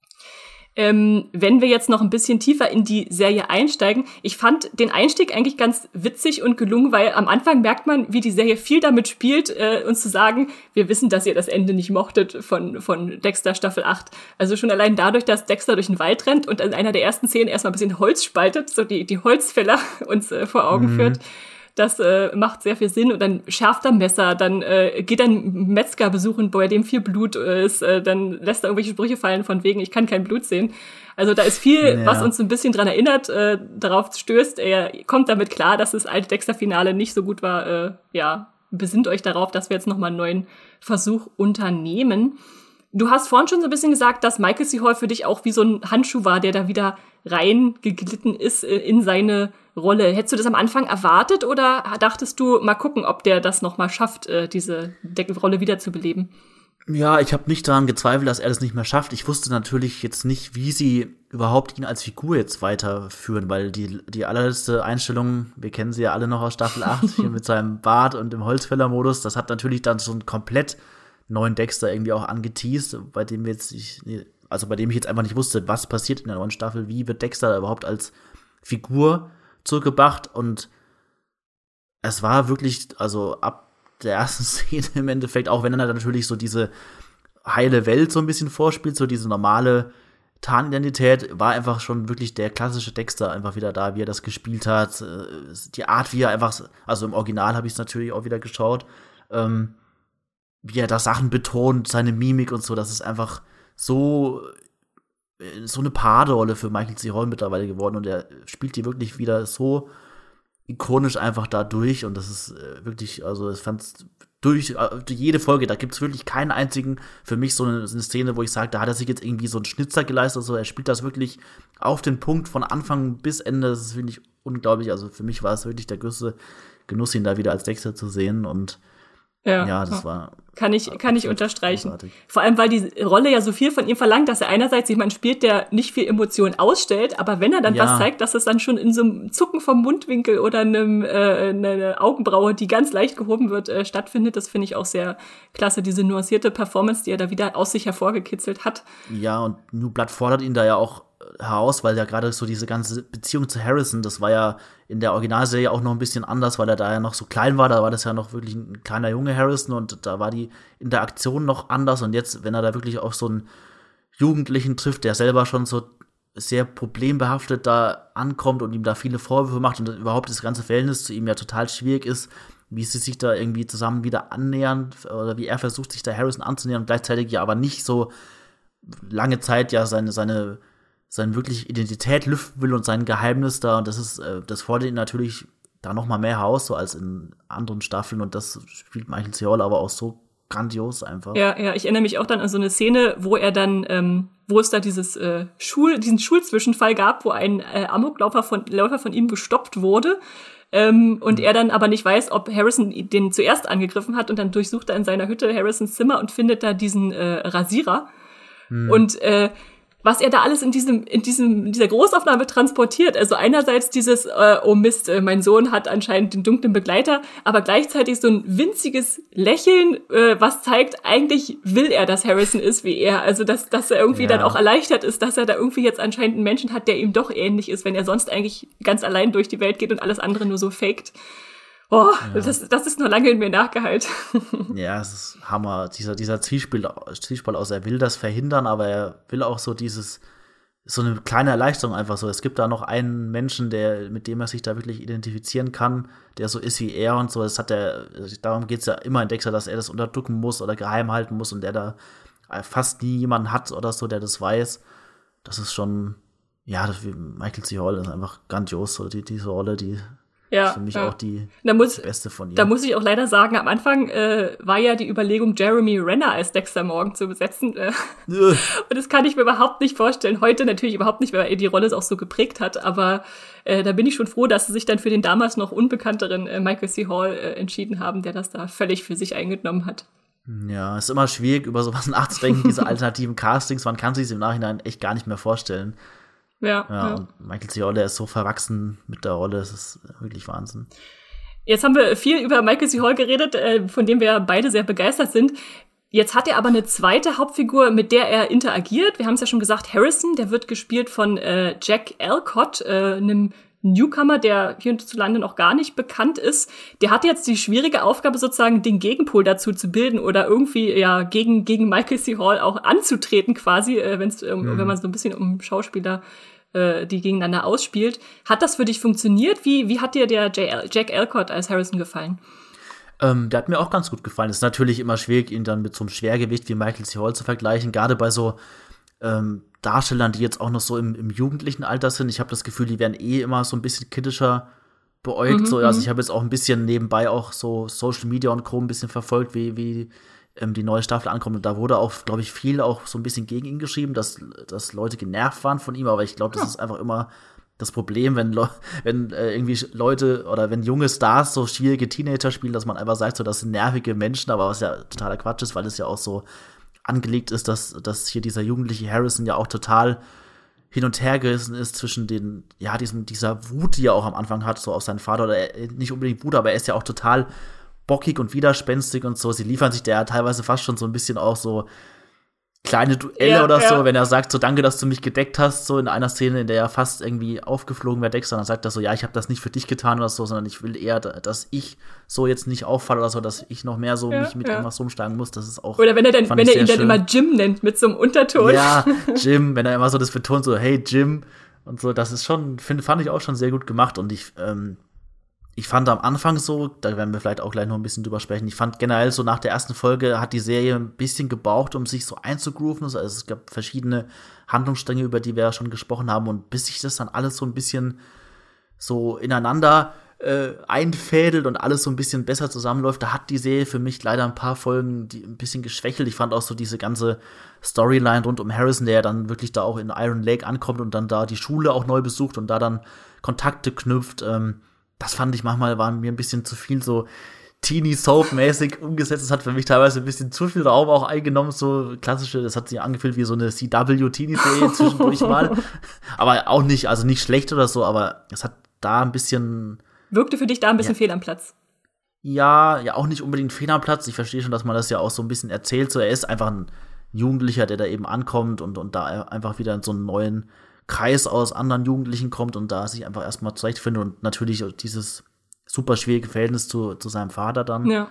Ähm, wenn wir jetzt noch ein bisschen tiefer in die Serie einsteigen, ich fand den Einstieg eigentlich ganz witzig und gelungen, weil am Anfang merkt man, wie die Serie viel damit spielt, äh, uns zu sagen, wir wissen, dass ihr das Ende nicht mochtet von, von Dexter Staffel acht. Also schon allein dadurch, dass Dexter durch den Wald rennt und in einer der ersten Szenen erstmal ein bisschen Holz spaltet, so die, die Holzfäller uns äh, vor Augen mhm. führt. Das äh, macht sehr viel Sinn. Und dann schärft er Messer, dann äh, geht er einen Metzger besuchen, bei dem viel Blut ist, äh, dann lässt er irgendwelche Sprüche fallen von wegen, ich kann kein Blut sehen. Also da ist viel, ja. was uns ein bisschen dran erinnert, äh, darauf stößt. Er kommt damit klar, dass das alte Dexter-Finale nicht so gut war, äh, ja, besinnt euch darauf, dass wir jetzt nochmal einen neuen Versuch unternehmen. Du hast vorhin schon so ein bisschen gesagt, dass Michael C. Hall für dich auch wie so ein Handschuh war, der da wieder reingeglitten ist in seine Rolle. Hättest du das am Anfang erwartet oder dachtest du, mal gucken, ob der das nochmal schafft, diese Rolle wiederzubeleben? Ja, ich habe nicht daran gezweifelt, dass er das nicht mehr schafft. Ich wusste natürlich jetzt nicht, wie sie überhaupt ihn als Figur jetzt weiterführen, weil die die allerletzte Einstellung, wir kennen sie ja alle noch aus Staffel acht, hier mit seinem Bart und im Holzfäller-Modus, das hat natürlich dann so einen komplett neuen Dexter irgendwie auch angeteased, bei dem wir jetzt, ich, also bei dem ich jetzt einfach nicht wusste, was passiert in der neuen Staffel, wie wird Dexter überhaupt als Figur zurückgebracht, und es war wirklich, also ab der ersten Szene im Endeffekt, auch wenn er dann natürlich so diese heile Welt so ein bisschen vorspielt, so diese normale Tarnidentität, war einfach schon wirklich der klassische Dexter einfach wieder da, wie er das gespielt hat, die Art, wie er einfach, also im Original habe ich es natürlich auch wieder geschaut, ähm, wie er da Sachen betont, seine Mimik und so, das ist einfach so so eine Paraderolle für Michael C. Hall mittlerweile geworden, und er spielt die wirklich wieder so ikonisch einfach da durch, und das ist äh, wirklich, also ich fand's durch äh, jede Folge, da gibt's wirklich keinen einzigen, für mich so eine, so eine Szene, wo ich sage, da hat er sich jetzt irgendwie so einen Schnitzer geleistet, so, er spielt das wirklich auf den Punkt von Anfang bis Ende, das ist wirklich unglaublich, also für mich war es wirklich der größte Genuss, ihn da wieder als Dexter zu sehen, und ja, ja das war Kann ich, kann ich unterstreichen. Großartig. Vor allem, weil die Rolle ja so viel von ihm verlangt, dass er einerseits jemanden spielt, der nicht viel Emotion ausstellt, aber wenn er dann ja. was zeigt, dass es dann schon in so einem Zucken vom Mundwinkel oder einem äh, eine Augenbraue, die ganz leicht gehoben wird, äh, stattfindet. Das finde ich auch sehr klasse, diese nuancierte Performance, die er da wieder aus sich hervorgekitzelt hat. Ja, und New Blood fordert ihn da ja auch heraus, weil ja gerade so diese ganze Beziehung zu Harrison, das war ja in der Originalserie auch noch ein bisschen anders, weil er da ja noch so klein war, da war das ja noch wirklich ein kleiner Junge Harrison, und da war die Interaktion noch anders, und jetzt, wenn er da wirklich auf so einen Jugendlichen trifft, der selber schon so sehr problembehaftet da ankommt und ihm da viele Vorwürfe macht und überhaupt das ganze Verhältnis zu ihm ja total schwierig ist, wie sie sich da irgendwie zusammen wieder annähern, oder wie er versucht, sich da Harrison anzunähern und gleichzeitig ja aber nicht so lange Zeit ja seine, seine seine wirklich Identität lüften will und sein Geheimnis da, und das ist, äh, das fordert ihn natürlich da noch mal mehr heraus, so als in anderen Staffeln, und das spielt Michael C. Hall aber auch so grandios einfach. Ja, ja, ich erinnere mich auch dann an so eine Szene, wo er dann, ähm, wo es da dieses äh, Schul, diesen Schulzwischenfall gab, wo ein äh, Amokläufer von, Läufer von ihm gestoppt wurde, ähm, und mhm. er dann aber nicht weiß, ob Harrison den zuerst angegriffen hat, und dann durchsucht er in seiner Hütte Harrisons Zimmer und findet da diesen äh, Rasierer. Mhm. Und äh, was er da alles in diesem, in diesem, in dieser Großaufnahme transportiert. Also einerseits dieses, äh, oh Mist, äh, mein Sohn hat anscheinend den dunklen Begleiter, aber gleichzeitig so ein winziges Lächeln, äh, was zeigt, eigentlich will er, dass Harrison ist wie er. Also, dass, dass er irgendwie ja. dann auch erleichtert ist, dass er da irgendwie jetzt anscheinend einen Menschen hat, der ihm doch ähnlich ist, wenn er sonst eigentlich ganz allein durch die Welt geht und alles andere nur so faked. Oh, ja. das, das ist noch lange in mir nachgeheilt. Ja, es ist Hammer. Dieser, dieser Zwiespalt, Zwiespalt aus, er will das verhindern, aber er will auch so dieses, so eine kleine Erleichterung einfach so. Es gibt da noch einen Menschen, der, mit dem er sich da wirklich identifizieren kann, der so ist wie er und so. Das hat er, darum geht's ja immer in Dexter, dass er das unterdrücken muss oder geheim halten muss, und der da fast nie jemanden hat oder so, der das weiß. Das ist schon, ja, das wie Michael C. Hall ist einfach grandios, so die, diese Rolle, die Ja, ist für mich ja. auch die, muss, die beste von ihm. Da muss ich auch leider sagen, am Anfang äh, war ja die Überlegung, Jeremy Renner als Dexter Morgan zu besetzen. Äh. Und das kann ich mir überhaupt nicht vorstellen. Heute natürlich überhaupt nicht, weil er die Rolle auch so geprägt hat. Aber äh, da bin ich schon froh, dass sie sich dann für den damals noch unbekannteren äh, Michael C. Hall äh, entschieden haben, der das da völlig für sich eingenommen hat. Ja, ist immer schwierig, über sowas nachzudenken, diese alternativen Castings. Man kann sich es im Nachhinein echt gar nicht mehr vorstellen. Ja, ja, ja. Und Michael C. Hall, der ist so verwachsen mit der Rolle, das ist wirklich Wahnsinn. Jetzt haben wir viel über Michael C. Hall geredet, äh, von dem wir beide sehr begeistert sind. Jetzt hat er aber eine zweite Hauptfigur, mit der er interagiert. Wir haben es ja schon gesagt, Harrison, der wird gespielt von äh, Jack Alcott, äh, einem Newcomer, der hierzulande noch gar nicht bekannt ist. Der hat jetzt die schwierige Aufgabe, sozusagen den Gegenpol dazu zu bilden oder irgendwie ja gegen gegen Michael C. Hall auch anzutreten quasi, äh, wenn's, ähm, mhm. wenn man so ein bisschen um Schauspieler äh, die gegeneinander ausspielt. Hat das für dich funktioniert? Wie wie hat dir der J- Jack Alcott als Harrison gefallen? Ähm, der hat mir auch ganz gut gefallen. Es ist natürlich immer schwierig, ihn dann mit so einem Schwergewicht wie Michael C. Hall zu vergleichen, gerade bei so ähm, Darstellern, die jetzt auch noch so im, im jugendlichen Alter sind. Ich habe das Gefühl, die werden eh immer so ein bisschen kritischer beäugt. Mhm, so, also mhm. ich habe jetzt auch ein bisschen nebenbei auch so Social Media und Co. ein bisschen verfolgt, wie, wie ähm, die neue Staffel ankommt. Und da wurde auch, glaube ich, viel auch so ein bisschen gegen ihn geschrieben, dass, dass Leute genervt waren von ihm. Aber ich glaube, das Ja. ist einfach immer das Problem, wenn, Le- wenn äh, irgendwie Leute oder wenn junge Stars so schwierige Teenager spielen, dass man einfach sagt, so, das sind nervige Menschen, aber was ja totaler Quatsch ist, weil es ja auch so angelegt ist, dass, dass hier dieser jugendliche Harrison ja auch total hin und her gerissen ist zwischen den, ja, diesem, dieser Wut, die er auch am Anfang hat, so auf seinen Vater, oder er, nicht unbedingt Wut, aber er ist ja auch total bockig und widerspenstig und so. Sie liefern sich da teilweise fast schon so ein bisschen auch so kleine Duelle Ja, oder ja. so, wenn er sagt, so danke, dass du mich gedeckt hast, so in einer Szene, in der er fast irgendwie aufgeflogen wäre, Dexter, dann sagt er so, ja, ich habe das nicht für dich getan oder so, sondern ich will eher, dass ich so jetzt nicht auffalle oder so, dass ich noch mehr so Ja, mich mit ja. irgendwas rumschlagen muss, das ist auch, Oder wenn er, dann, fand wenn ich er ihn sehr dann schön. immer Jim nennt, mit so einem Unterton. Ja, Jim, wenn er immer so das betont, so, hey, Jim, und so, das ist schon, find, fand ich auch schon sehr gut gemacht und ich, ähm, ich fand am Anfang so, da werden wir vielleicht auch gleich noch ein bisschen drüber sprechen, ich fand generell so nach der ersten Folge hat die Serie ein bisschen gebraucht, um sich so einzugrooven. Also es gab verschiedene Handlungsstränge, über die wir ja schon gesprochen haben. Und bis sich das dann alles so ein bisschen so ineinander äh, einfädelt und alles so ein bisschen besser zusammenläuft, da hat die Serie für mich leider ein paar Folgen die ein bisschen geschwächelt. Ich fand auch so diese ganze Storyline rund um Harrison, der ja dann wirklich da auch in Iron Lake ankommt und dann da die Schule auch neu besucht und da dann Kontakte knüpft, ähm, das fand ich manchmal, war mir ein bisschen zu viel so Teenie-Soap-mäßig umgesetzt. Das hat für mich teilweise ein bisschen zu viel Raum auch eingenommen, so klassische, das hat sich angefühlt wie so eine C W-Teenie-Serie zwischendurch mal. Aber auch nicht, also nicht schlecht oder so, aber es hat da ein bisschen Wirkte für dich da ein bisschen Ja. fehl am Platz. Ja, ja auch nicht unbedingt fehl am Platz. Ich verstehe schon, dass man das ja auch so ein bisschen erzählt. So, er ist einfach ein Jugendlicher, der da eben ankommt und, und da einfach wieder in so einen neuen Kreis aus anderen Jugendlichen kommt und da sich einfach erstmal zurechtfindet und natürlich dieses super schwierige Verhältnis zu, zu seinem Vater dann. Ja.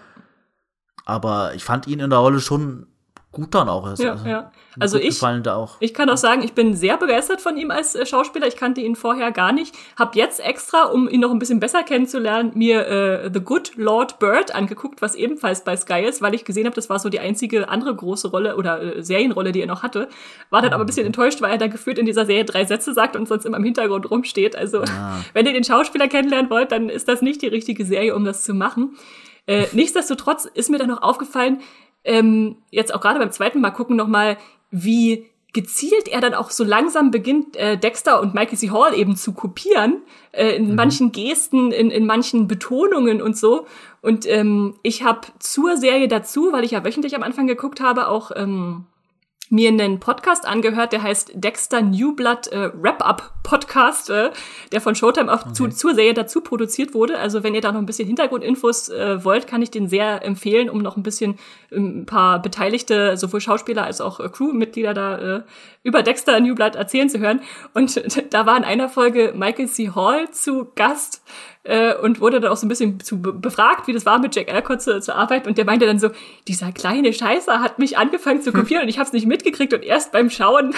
Aber ich fand ihn in der Rolle schon gut dann auch. Ja, also, ja. mir Also gut ich- gefallen da auch. Ich kann auch sagen, ich bin sehr begeistert von ihm als äh, Schauspieler. Ich kannte ihn vorher gar nicht. Hab jetzt extra, um ihn noch ein bisschen besser kennenzulernen, mir äh, The Good Lord Bird angeguckt, was ebenfalls bei Sky ist, weil ich gesehen habe, das war so die einzige andere große Rolle oder äh, Serienrolle, die er noch hatte. War dann aber ein bisschen enttäuscht, weil er dann gefühlt in dieser Serie drei Sätze sagt und sonst immer im Hintergrund rumsteht. Also Ah. wenn ihr den Schauspieler kennenlernen wollt, dann ist das nicht die richtige Serie, um das zu machen. Äh, nichtsdestotrotz ist mir dann noch aufgefallen, ähm, jetzt auch gerade beim zweiten Mal gucken noch mal, wie gezielt er dann auch so langsam beginnt, äh, Dexter und Michael C. Hall eben zu kopieren, äh, in Mhm. manchen Gesten, in, in manchen Betonungen und so. Und ähm, ich habe zur Serie dazu, weil ich ja wöchentlich am Anfang geguckt habe, auch ähm, mir einen Podcast angehört, der heißt Dexter New Blood äh, Wrap-Up-Podcast, äh, der von Showtime auch zu, zur Serie dazu produziert wurde. Also wenn ihr da noch ein bisschen Hintergrundinfos äh, wollt, kann ich den sehr empfehlen, um noch ein bisschen ähm, ein paar beteiligte, sowohl Schauspieler als auch äh, Crewmitglieder da äh, über Dexter New Blood erzählen zu hören. Und da war in einer Folge Michael C. Hall zu Gast äh, und wurde dann auch so ein bisschen zu be- befragt, wie das war, mit Jack Alcott zu, zu arbeiten. Und der meinte dann so, dieser kleine Scheißer hat mich angefangen zu kopieren und ich habe es nicht mitgekriegt und erst beim Schauen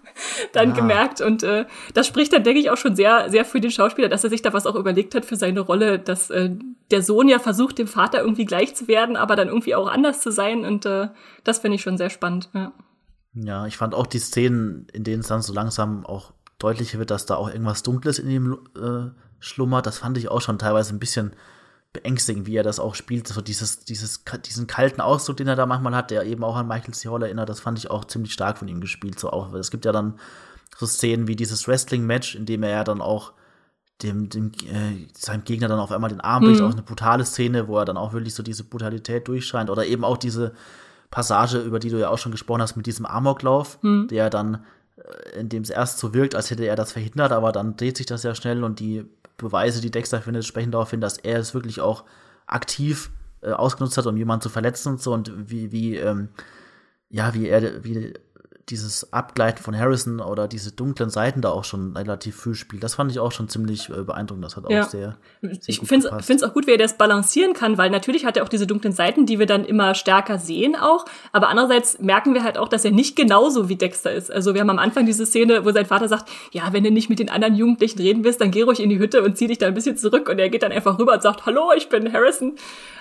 dann Ah. gemerkt. Und äh, das spricht dann, denke ich, auch schon sehr, sehr für den Schauspieler, dass er sich da was auch überlegt hat für seine Rolle, dass äh, der Sohn ja versucht, dem Vater irgendwie gleich zu werden, aber dann irgendwie auch anders zu sein. Und äh, das finde ich schon sehr spannend. Ja. Ja, ich fand auch die Szenen, in denen es dann so langsam auch deutlicher wird, dass da auch irgendwas Dunkles in ihm äh, schlummert, das fand ich auch schon teilweise ein bisschen beängstigend, wie er das auch spielt. So dieses, dieses, diesen kalten Ausdruck, den er da manchmal hat, der eben auch an Michael C. Hall erinnert, das fand ich auch ziemlich stark von ihm gespielt. So auch, weil es gibt ja dann so Szenen wie dieses Wrestling-Match, in dem er ja dann auch dem, dem äh, seinem Gegner dann auf einmal den Arm bricht, Mhm. auch eine brutale Szene, wo er dann auch wirklich so diese Brutalität durchscheint. Oder eben auch diese Passage, über die du ja auch schon gesprochen hast, mit diesem Amoklauf, Mhm. der dann, äh, in dem es erst so wirkt, als hätte er das verhindert, aber dann dreht sich das ja schnell und die Beweise, die Dexter findet, sprechen darauf hin, dass er es wirklich auch aktiv äh, ausgenutzt hat, um jemanden zu verletzen und so und wie, wie, ähm, ja, wie er, wie dieses Abgleiten von Harrison oder diese dunklen Seiten da auch schon relativ früh spielt. Das fand ich auch schon ziemlich äh, beeindruckend. Das hat Ja. auch sehr, sehr Ich gut finde gepasst. es auch gut, wie er das balancieren kann, weil natürlich hat er auch diese dunklen Seiten, die wir dann immer stärker sehen auch. Aber andererseits merken wir halt auch, dass er nicht genauso wie Dexter ist. Also wir haben am Anfang diese Szene, wo sein Vater sagt, ja, wenn du nicht mit den anderen Jugendlichen reden willst, dann geh ruhig in die Hütte und zieh dich da ein bisschen zurück. Und er geht dann einfach rüber und sagt, hallo, ich bin Harrison.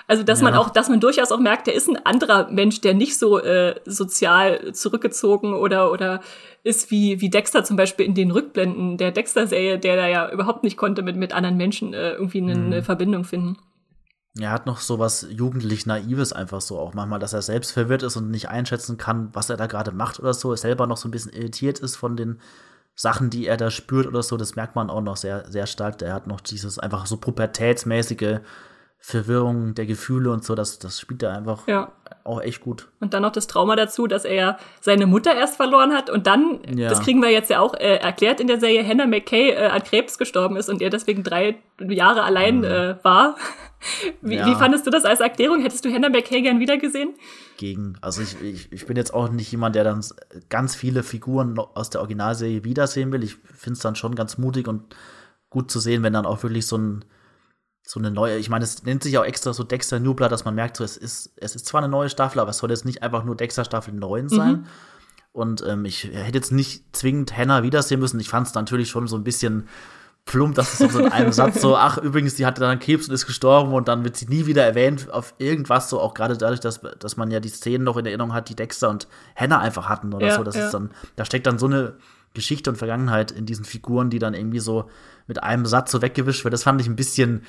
Also, dass ja. man auch, dass man durchaus auch merkt, der ist ein anderer Mensch, der nicht so äh, sozial zurückgezogen oder oder ist wie wie Dexter zum Beispiel in den Rückblenden der Dexter-Serie, der da ja überhaupt nicht konnte mit mit anderen Menschen äh, irgendwie eine, mhm. eine Verbindung finden. Er hat noch so was jugendlich Naives einfach so auch manchmal, dass er selbst verwirrt ist und nicht einschätzen kann, was er da gerade macht oder so, selber noch so ein bisschen irritiert ist von den Sachen, die er da spürt oder so, das merkt man auch noch sehr, sehr stark. Der hat noch dieses einfach so pubertätsmäßige Verwirrung der Gefühle und so, das, das spielt er einfach ja. auch echt gut. Und dann noch das Trauma dazu, dass er seine Mutter erst verloren hat und dann, ja. das kriegen wir jetzt ja auch äh, erklärt in der Serie, Hannah McKay äh, an Krebs gestorben ist und er deswegen drei Jahre allein mhm. äh, war. Wie, ja. wie fandest du das als Erklärung? Hättest du Hannah McKay gern wiedergesehen? Gegen, also ich, ich, ich bin jetzt auch nicht jemand, der dann ganz viele Figuren aus der Originalserie wiedersehen will. Ich finde es dann schon ganz mutig und gut zu sehen, wenn dann auch wirklich so ein so eine neue, ich meine, es nennt sich auch extra so Dexter New Blood, dass man merkt, so es ist, es ist zwar eine neue Staffel, aber es soll jetzt nicht einfach nur Dexter Staffel neun sein. Mhm. Und ähm, ich hätte jetzt nicht zwingend Hannah wiedersehen müssen. Ich fand es natürlich schon so ein bisschen plump, dass es so in einem Satz so, ach, übrigens, die hatte dann Krebs und ist gestorben und dann wird sie nie wieder erwähnt auf irgendwas, so auch gerade dadurch, dass, dass man ja die Szenen noch in Erinnerung hat, die Dexter und Hannah einfach hatten oder ja, so. Das ja. ist dann, da steckt dann so eine Geschichte und Vergangenheit in diesen Figuren, die dann irgendwie so mit einem Satz so weggewischt wird. Das fand ich ein bisschen.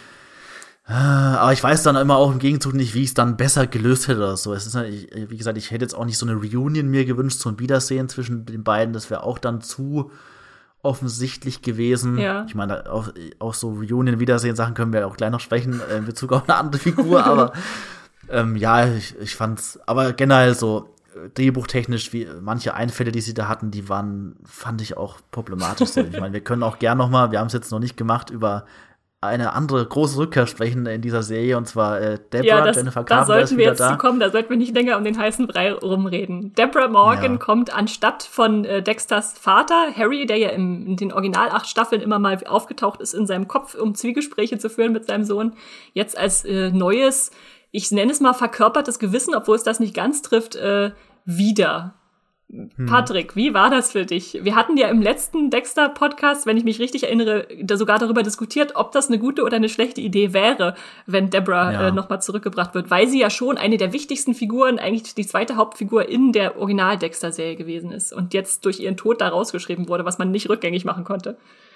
Aber ich weiß dann immer auch im Gegenzug nicht, wie ich es dann besser gelöst hätte oder so. Es ist, wie gesagt, ich hätte jetzt auch nicht so eine Reunion mir gewünscht, so ein Wiedersehen zwischen den beiden. Das wäre auch dann zu offensichtlich gewesen. Ja. Ich meine, auch, auch so Reunion-Wiedersehen-Sachen können wir auch gleich noch sprechen in Bezug auf eine andere Figur. aber ähm, ja, ich, ich fand's, aber generell so drehbuchtechnisch, wie manche Einfälle, die sie da hatten, die waren, fand ich auch problematisch. So. Ich meine, wir können auch gern noch mal, wir haben es jetzt noch nicht gemacht, über eine andere große Rückkehr sprechen in dieser Serie, und zwar äh, Deborah, ja, das, Jennifer Carpenter. Da sollten wir jetzt da. zu kommen, da sollten wir nicht länger um den heißen Brei rumreden. Deborah Morgan ja. kommt anstatt von äh, Dexters Vater, Harry, der ja im, in den Original acht Staffeln immer mal aufgetaucht ist in seinem Kopf, um Zwiegespräche zu führen mit seinem Sohn, jetzt als äh, neues, ich nenne es mal verkörpertes Gewissen, obwohl es das nicht ganz trifft, äh, wieder. Hm. Patrick, wie war das für dich? Wir hatten ja im letzten Dexter-Podcast, wenn ich mich richtig erinnere, da sogar darüber diskutiert, ob das eine gute oder eine schlechte Idee wäre, wenn Deborah ja. äh, nochmal zurückgebracht wird, weil sie ja schon eine der wichtigsten Figuren, eigentlich die zweite Hauptfigur in der Original-Dexter-Serie gewesen ist und jetzt durch ihren Tod da rausgeschrieben wurde, was man nicht rückgängig machen konnte.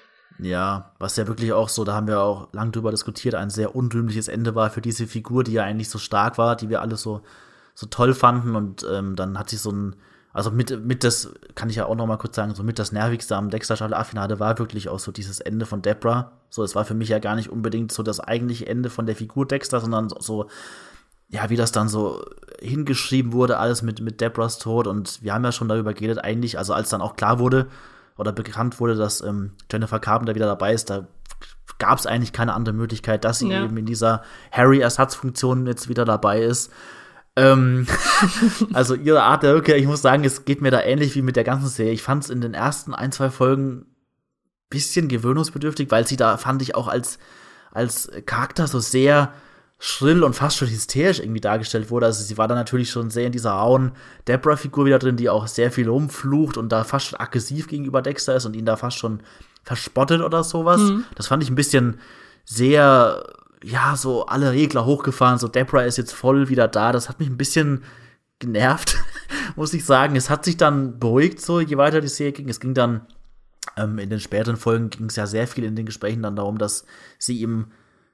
Ja, was ja wirklich auch so, da haben wir auch lang drüber diskutiert, ein sehr unrühmliches Ende war für diese Figur, die ja eigentlich so stark war, die wir alle so, so toll fanden, und ähm, dann hat sich so ein Also mit, mit das, kann ich ja auch noch mal kurz sagen, so mit das Nervigste am Dexter-Staffel-Finale war wirklich auch so dieses Ende von Deborah. So, es war für mich ja gar nicht unbedingt so das eigentliche Ende von der Figur Dexter, sondern so, ja, wie das dann so hingeschrieben wurde, alles mit, mit Deborahs Tod. Und wir haben ja schon darüber geredet, eigentlich, also als dann auch klar wurde oder bekannt wurde, dass ähm, Jennifer Carpenter wieder dabei ist, da gab es eigentlich keine andere Möglichkeit, dass sie ja. eben in dieser Harry-Ersatzfunktion jetzt wieder dabei ist. Ähm, also ihre Art der Rückkehr, ich muss sagen, es geht mir da ähnlich wie mit der ganzen Serie. Ich fand es in den ersten ein, zwei Folgen ein bisschen gewöhnungsbedürftig, weil sie da, fand ich, auch als, als Charakter so sehr schrill und fast schon hysterisch irgendwie dargestellt wurde. Also sie war da natürlich schon sehr in dieser rauen Deborah-Figur wieder drin, die auch sehr viel rumflucht und da fast schon aggressiv gegenüber Dexter ist und ihn da fast schon verspottet oder sowas. Mhm. Das fand ich ein bisschen sehr, ja, so alle Regler hochgefahren, so Deborah ist jetzt voll wieder da. Das hat mich ein bisschen genervt, muss ich sagen. Es hat sich dann beruhigt, so je weiter die Serie ging. Es ging dann, ähm, in den späteren Folgen ging es ja sehr viel in den Gesprächen dann darum, dass sie ihm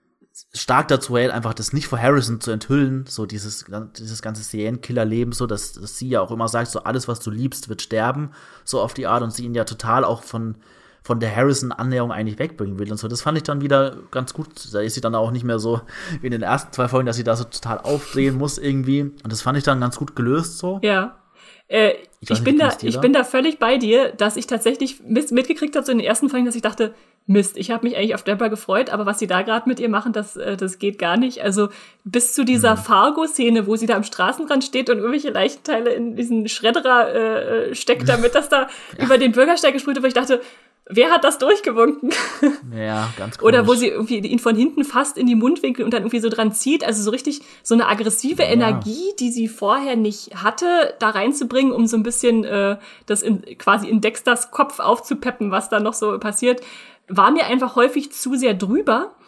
stark dazu hält, einfach das nicht vor Harrison zu enthüllen, so dieses, dieses ganze Serienkiller-Leben, so, dass, dass sie ja auch immer sagt, so alles, was du liebst, wird sterben, so auf die Art, und sie ihn ja total auch von von der Harrison-Annäherung eigentlich wegbringen will und so. Das fand ich dann wieder ganz gut. Da ist sie dann auch nicht mehr so wie in den ersten zwei Folgen, dass sie da so total aufdrehen muss irgendwie. Und das fand ich dann ganz gut gelöst so. Ja. Äh, ich, ich, bin da, ich da? bin da völlig bei dir, dass ich tatsächlich mitgekriegt habe, so in den ersten Folgen, dass ich dachte, Mist, ich habe mich eigentlich auf Deborah gefreut, aber was sie da gerade mit ihr machen, das, das geht gar nicht. Also bis zu dieser hm. Fargo-Szene, wo sie da am Straßenrand steht und irgendwelche Leichenteile in diesen Schredderer äh, steckt, damit das da ja. über den Bürgersteig gesprüht wird, wo ich dachte, wer hat das durchgewunken? Ja, ganz komisch. Oder wo sie irgendwie ihn von hinten fasst in die Mundwinkel und dann irgendwie so dran zieht. Also so richtig so eine aggressive ja. Energie, die sie vorher nicht hatte, da reinzubringen, um so ein bisschen äh, das in, quasi in Dexters Kopf aufzupeppen, was da noch so passiert, war mir einfach häufig zu sehr drüber.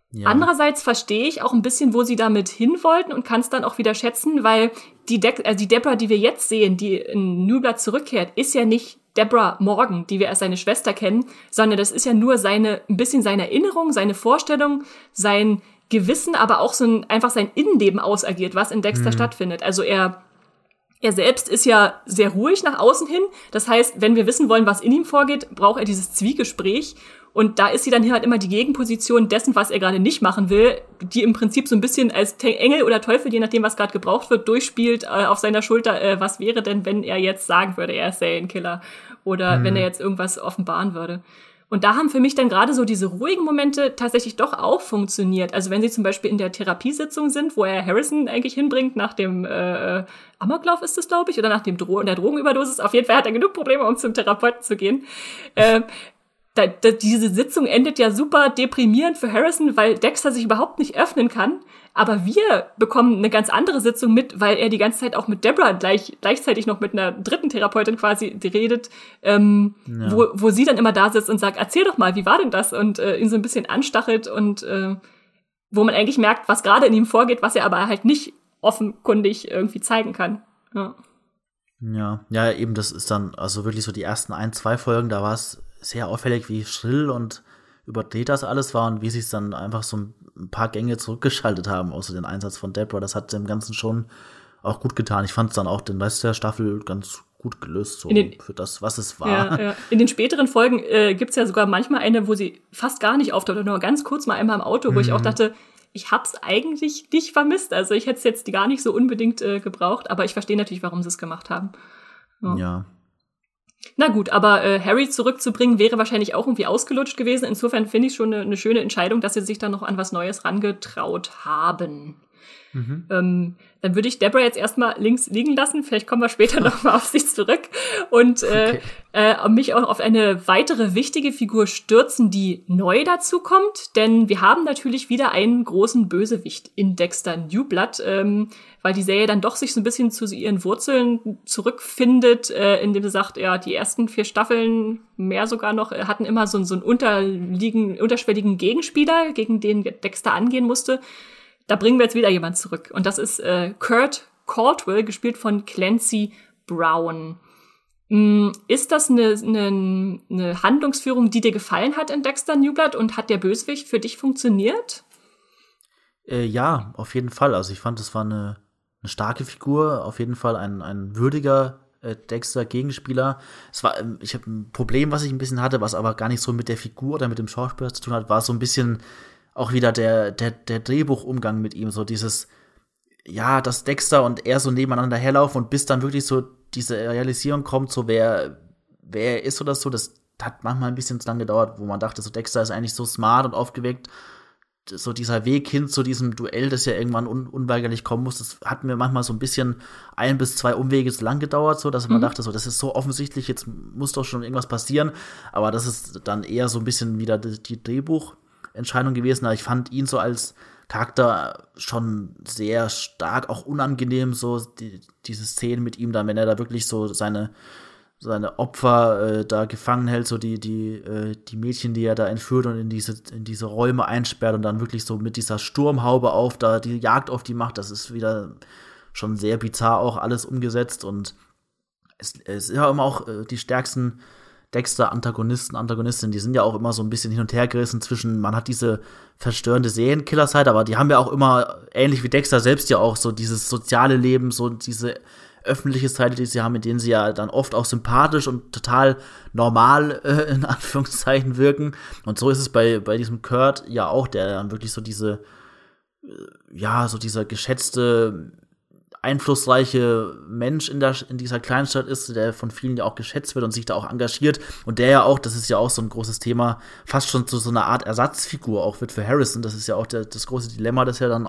Ja. Andererseits verstehe ich auch ein bisschen, wo sie damit hin wollten und kann es dann auch wieder schätzen, weil die, De- also die Deborah, die wir jetzt sehen, die in New Blood zurückkehrt, ist ja nicht Deborah Morgan, die wir als seine Schwester kennen, sondern das ist ja nur seine, ein bisschen seine Erinnerung, seine Vorstellung, sein Gewissen, aber auch so ein, einfach sein Innenleben ausagiert, was in Dexter mhm. stattfindet. Also er, er selbst ist ja sehr ruhig nach außen hin. Das heißt, wenn wir wissen wollen, was in ihm vorgeht, braucht er dieses Zwiegespräch. Und da ist sie dann halt immer die Gegenposition dessen, was er gerade nicht machen will, die im Prinzip so ein bisschen als Engel oder Teufel, je nachdem, was gerade gebraucht wird, durchspielt äh, auf seiner Schulter. Äh, was wäre denn, wenn er jetzt sagen würde, er ist Serienkiller? Oder mhm. wenn er jetzt irgendwas offenbaren würde? Und da haben für mich dann gerade so diese ruhigen Momente tatsächlich doch auch funktioniert. Also wenn sie zum Beispiel in der Therapiesitzung sind, wo er Harrison eigentlich hinbringt nach dem äh, Amoklauf ist es, glaube ich, oder nach dem Dro- der Drogenüberdosis. Auf jeden Fall hat er genug Probleme, um zum Therapeuten zu gehen. Äh, Da, da, diese Sitzung endet ja super deprimierend für Harrison, weil Dexter sich überhaupt nicht öffnen kann. Aber wir bekommen eine ganz andere Sitzung mit, weil er die ganze Zeit auch mit Deborah gleich, gleichzeitig noch mit einer dritten Therapeutin quasi redet, ähm, ja. wo, wo sie dann immer da sitzt und sagt, erzähl doch mal, wie war denn das? Und äh, ihn so ein bisschen anstachelt und äh, wo man eigentlich merkt, was gerade in ihm vorgeht, was er aber halt nicht offenkundig irgendwie zeigen kann. Ja. Ja, ja, eben, das ist dann also wirklich so die ersten ein, zwei Folgen, da war es sehr auffällig, wie schrill und überdreht das alles war und wie sie es dann einfach so ein paar Gänge zurückgeschaltet haben, außer den Einsatz von Deborah. Das hat dem Ganzen schon auch gut getan. Ich fand es dann auch den Rest der Staffel ganz gut gelöst, so den, für das, was es war. Ja, ja. In den späteren Folgen äh, gibt's ja sogar manchmal eine, wo sie fast gar nicht auftaucht, oder nur ganz kurz mal einmal im Auto, wo mhm. ich auch dachte, ich hab's eigentlich nicht vermisst. Also ich hätte es jetzt gar nicht so unbedingt äh, gebraucht, aber ich verstehe natürlich, warum sie es gemacht haben. Ja. ja. Na gut, aber äh, Harry zurückzubringen wäre wahrscheinlich auch irgendwie ausgelutscht gewesen. Insofern finde ich schon eine ne schöne Entscheidung, dass sie sich da noch an was Neues rangetraut haben. Mhm. Ähm, dann würde ich Deborah jetzt erstmal links liegen lassen. Vielleicht kommen wir später noch mal auf sie zurück. Und äh, okay. äh, mich auch auf eine weitere wichtige Figur stürzen, die neu dazu kommt. Denn wir haben natürlich wieder einen großen Bösewicht in Dexter New Blood, ähm, weil die Serie dann doch sich so ein bisschen zu ihren Wurzeln zurückfindet, äh, indem sie sagt, ja, die ersten vier Staffeln, mehr sogar noch, äh, hatten immer so, so einen unterliegen, unterschwelligen Gegenspieler, gegen den Dexter angehen musste. Da bringen wir jetzt wieder jemand zurück. Und das ist äh, Kurt Caldwell, gespielt von Clancy Brown. Mm, ist das eine, eine, eine Handlungsführung, die dir gefallen hat in Dexter New Blood? Und hat der Bösewicht für dich funktioniert? Äh, ja, auf jeden Fall. Also ich fand, es war eine, eine starke Figur. Auf jeden Fall ein, ein würdiger äh, Dexter-Gegenspieler. Es war, ähm, ich habe ein Problem, was ich ein bisschen hatte, was aber gar nicht so mit der Figur oder mit dem Schauspieler zu tun hat, war so ein bisschen auch wieder der, der, der Drehbuchumgang mit ihm, so dieses, ja, dass Dexter und er so nebeneinander herlaufen und bis dann wirklich so diese Realisierung kommt, so wer, wer er ist oder so, das hat manchmal ein bisschen zu lange gedauert, wo man dachte, so Dexter ist eigentlich so smart und aufgeweckt, so dieser Weg hin zu diesem Duell, das ja irgendwann un- unweigerlich kommen muss, das hat mir manchmal so ein bisschen ein bis zwei Umwege zu lang gedauert, so dass man mhm. dachte, so das ist so offensichtlich, jetzt muss doch schon irgendwas passieren, aber das ist dann eher so ein bisschen wieder die, die Drehbuch Entscheidung gewesen, aber ich fand ihn so als Charakter schon sehr stark, auch unangenehm, so die, diese Szenen mit ihm dann, wenn er da wirklich so seine, seine Opfer äh, da gefangen hält, so die, die, äh, die Mädchen, die er da entführt und in diese, in diese Räume einsperrt und dann wirklich so mit dieser Sturmhaube auf, da die Jagd auf die macht, das ist wieder schon sehr bizarr auch alles umgesetzt und es, es ist ja immer auch äh, die stärksten Dexter-Antagonisten, Antagonistinnen, die sind ja auch immer so ein bisschen hin und her gerissen zwischen, man hat diese verstörende Serienkiller-Seite, aber die haben ja auch immer, ähnlich wie Dexter selbst ja auch, so dieses soziale Leben, so diese öffentliche Seite, die sie haben, mit denen sie ja dann oft auch sympathisch und total normal, äh, in Anführungszeichen, wirken. Und so ist es bei, bei diesem Kurt ja auch, der dann wirklich so diese, äh, ja, so dieser geschätzte, einflussreiche Mensch in, der, in dieser Kleinstadt ist, der von vielen ja auch geschätzt wird und sich da auch engagiert und der ja auch, das ist ja auch so ein großes Thema, fast schon zu so einer Art Ersatzfigur auch wird für Harrison. Das ist ja auch der, das große Dilemma, das ja dann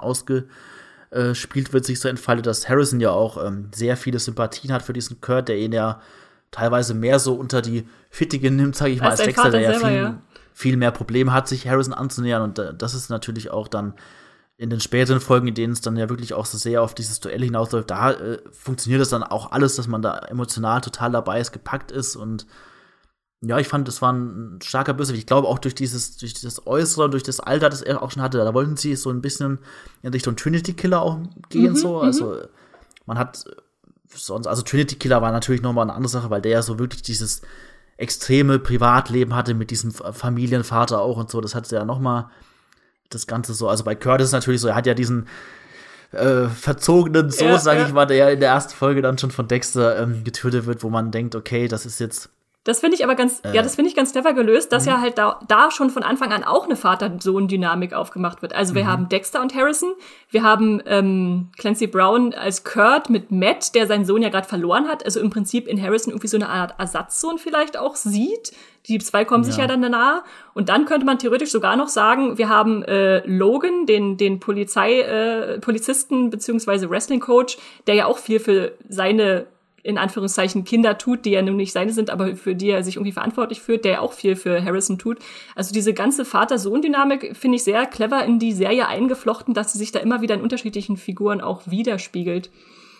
ausgespielt wird, sich so entfaltet, dass Harrison ja auch ähm, sehr viele Sympathien hat für diesen Kurt, der ihn ja teilweise mehr so unter die Fittige nimmt, sage ich mal, als, als Dexter, der ja viel, ja viel mehr Probleme hat, sich Harrison anzunähern und äh, das ist natürlich auch dann in den späteren Folgen, in denen es dann ja wirklich auch so sehr auf dieses Duell hinausläuft, da äh, funktioniert das dann auch alles, dass man da emotional total dabei ist, gepackt ist und Ja, ich fand, das war ein starker Bösewicht. Ich glaube auch durch dieses, durch das Äußere, durch das Alter, das er auch schon hatte, da wollten sie so ein bisschen in Richtung Trinity Killer auch gehen, mhm, so. Also, man hat sonst, also Trinity Killer war natürlich nochmal eine andere Sache, weil der ja so wirklich dieses extreme Privatleben hatte mit diesem Familienvater auch und so. Das hat ja nochmal das Ganze so. Also bei Curtis natürlich so, er hat ja diesen äh, verzogenen Sohn, ja, sag ja. ich mal, der ja in der ersten Folge dann schon von Dexter ähm, getötet wird, wo man denkt, okay, das ist jetzt Das finde ich aber ganz, äh. ja, das finde ich ganz clever gelöst, dass mhm. ja halt da, da schon von Anfang an auch eine Vater-Sohn-Dynamik aufgemacht wird. Also wir mhm. haben Dexter und Harrison, wir haben ähm, Clancy Brown als Kurt mit Matt, der seinen Sohn ja gerade verloren hat, also im Prinzip in Harrison irgendwie so eine Art Ersatzsohn vielleicht auch sieht. Die zwei kommen ja. sich ja dann nahe. Und dann könnte man theoretisch sogar noch sagen, wir haben äh, Logan, den den Polizei, äh, Polizisten beziehungsweise Wrestling-Coach, der ja auch viel für seine in Anführungszeichen Kinder tut, die ja nun nicht seine sind, aber für die er sich irgendwie verantwortlich fühlt, der ja auch viel für Harrison tut. Also diese ganze Vater-Sohn-Dynamik finde ich sehr clever in die Serie eingeflochten, dass sie sich da immer wieder in unterschiedlichen Figuren auch widerspiegelt.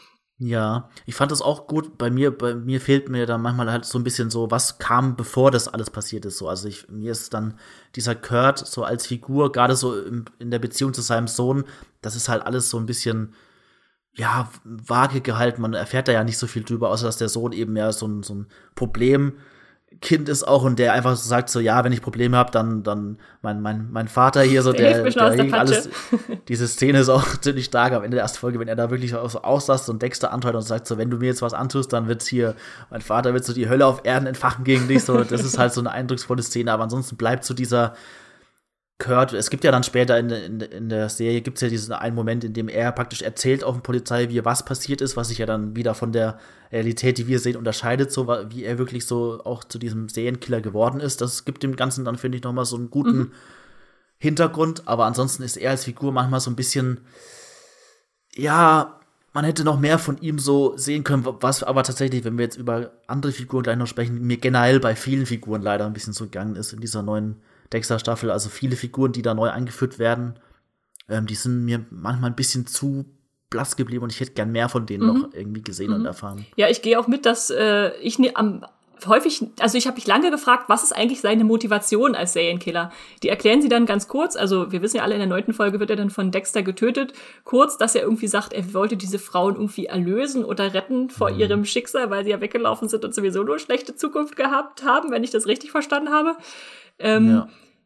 Ja, ich fand das auch gut. Bei mir, bei mir fehlt mir da manchmal halt so ein bisschen so, was kam, bevor das alles passiert ist. So, also ich, mir ist dann dieser Kurt so als Figur, gerade so in, in der Beziehung zu seinem Sohn, das ist halt alles so ein bisschen ja, vage gehalten. Man erfährt da ja nicht so viel drüber, außer dass der Sohn eben ja so ein, so ein Problemkind ist auch und der einfach so sagt so, ja, wenn ich Probleme habe, dann, dann mein, mein, mein Vater hier so, der, der, der, der alles, diese Szene ist auch ziemlich stark am Ende der ersten Folge, wenn er da wirklich so auslasst und Dexter antwortet und sagt so, wenn du mir jetzt was antust, dann wird's hier, mein Vater wird so die Hölle auf Erden entfachen gegen dich, so, das ist halt so eine eindrucksvolle Szene, aber ansonsten bleibt so dieser Kurt, es gibt ja dann später in, in, in der Serie gibt's ja diesen einen Moment, in dem er praktisch erzählt auf dem Polizeirevier, was passiert ist, was sich ja dann wieder von der Realität, die wir sehen, unterscheidet, so wie er wirklich so auch zu diesem Serienkiller geworden ist. Das gibt dem Ganzen dann, finde ich, noch mal so einen guten mhm. Hintergrund, aber ansonsten ist er als Figur manchmal so ein bisschen, ja, man hätte noch mehr von ihm so sehen können, was aber tatsächlich, wenn wir jetzt über andere Figuren gleich noch sprechen, mir generell bei vielen Figuren leider ein bisschen so gegangen ist in dieser neuen Dexter-Staffel, also viele Figuren, die da neu eingeführt werden, ähm, die sind mir manchmal ein bisschen zu blass geblieben und ich hätte gern mehr von denen mhm. noch irgendwie gesehen mhm. und erfahren. Ja, ich gehe auch mit, dass äh, ich ne, am häufig, also ich habe mich lange gefragt, was ist eigentlich seine Motivation als Serienkiller? Die erklären sie dann ganz kurz, also wir wissen ja alle, in der neunten Folge wird er dann von Dexter getötet, kurz, dass er irgendwie sagt, er wollte diese Frauen irgendwie erlösen oder retten vor mhm. ihrem Schicksal, weil sie ja weggelaufen sind und sowieso nur schlechte Zukunft gehabt haben, wenn ich das richtig verstanden habe. Ähm, ja.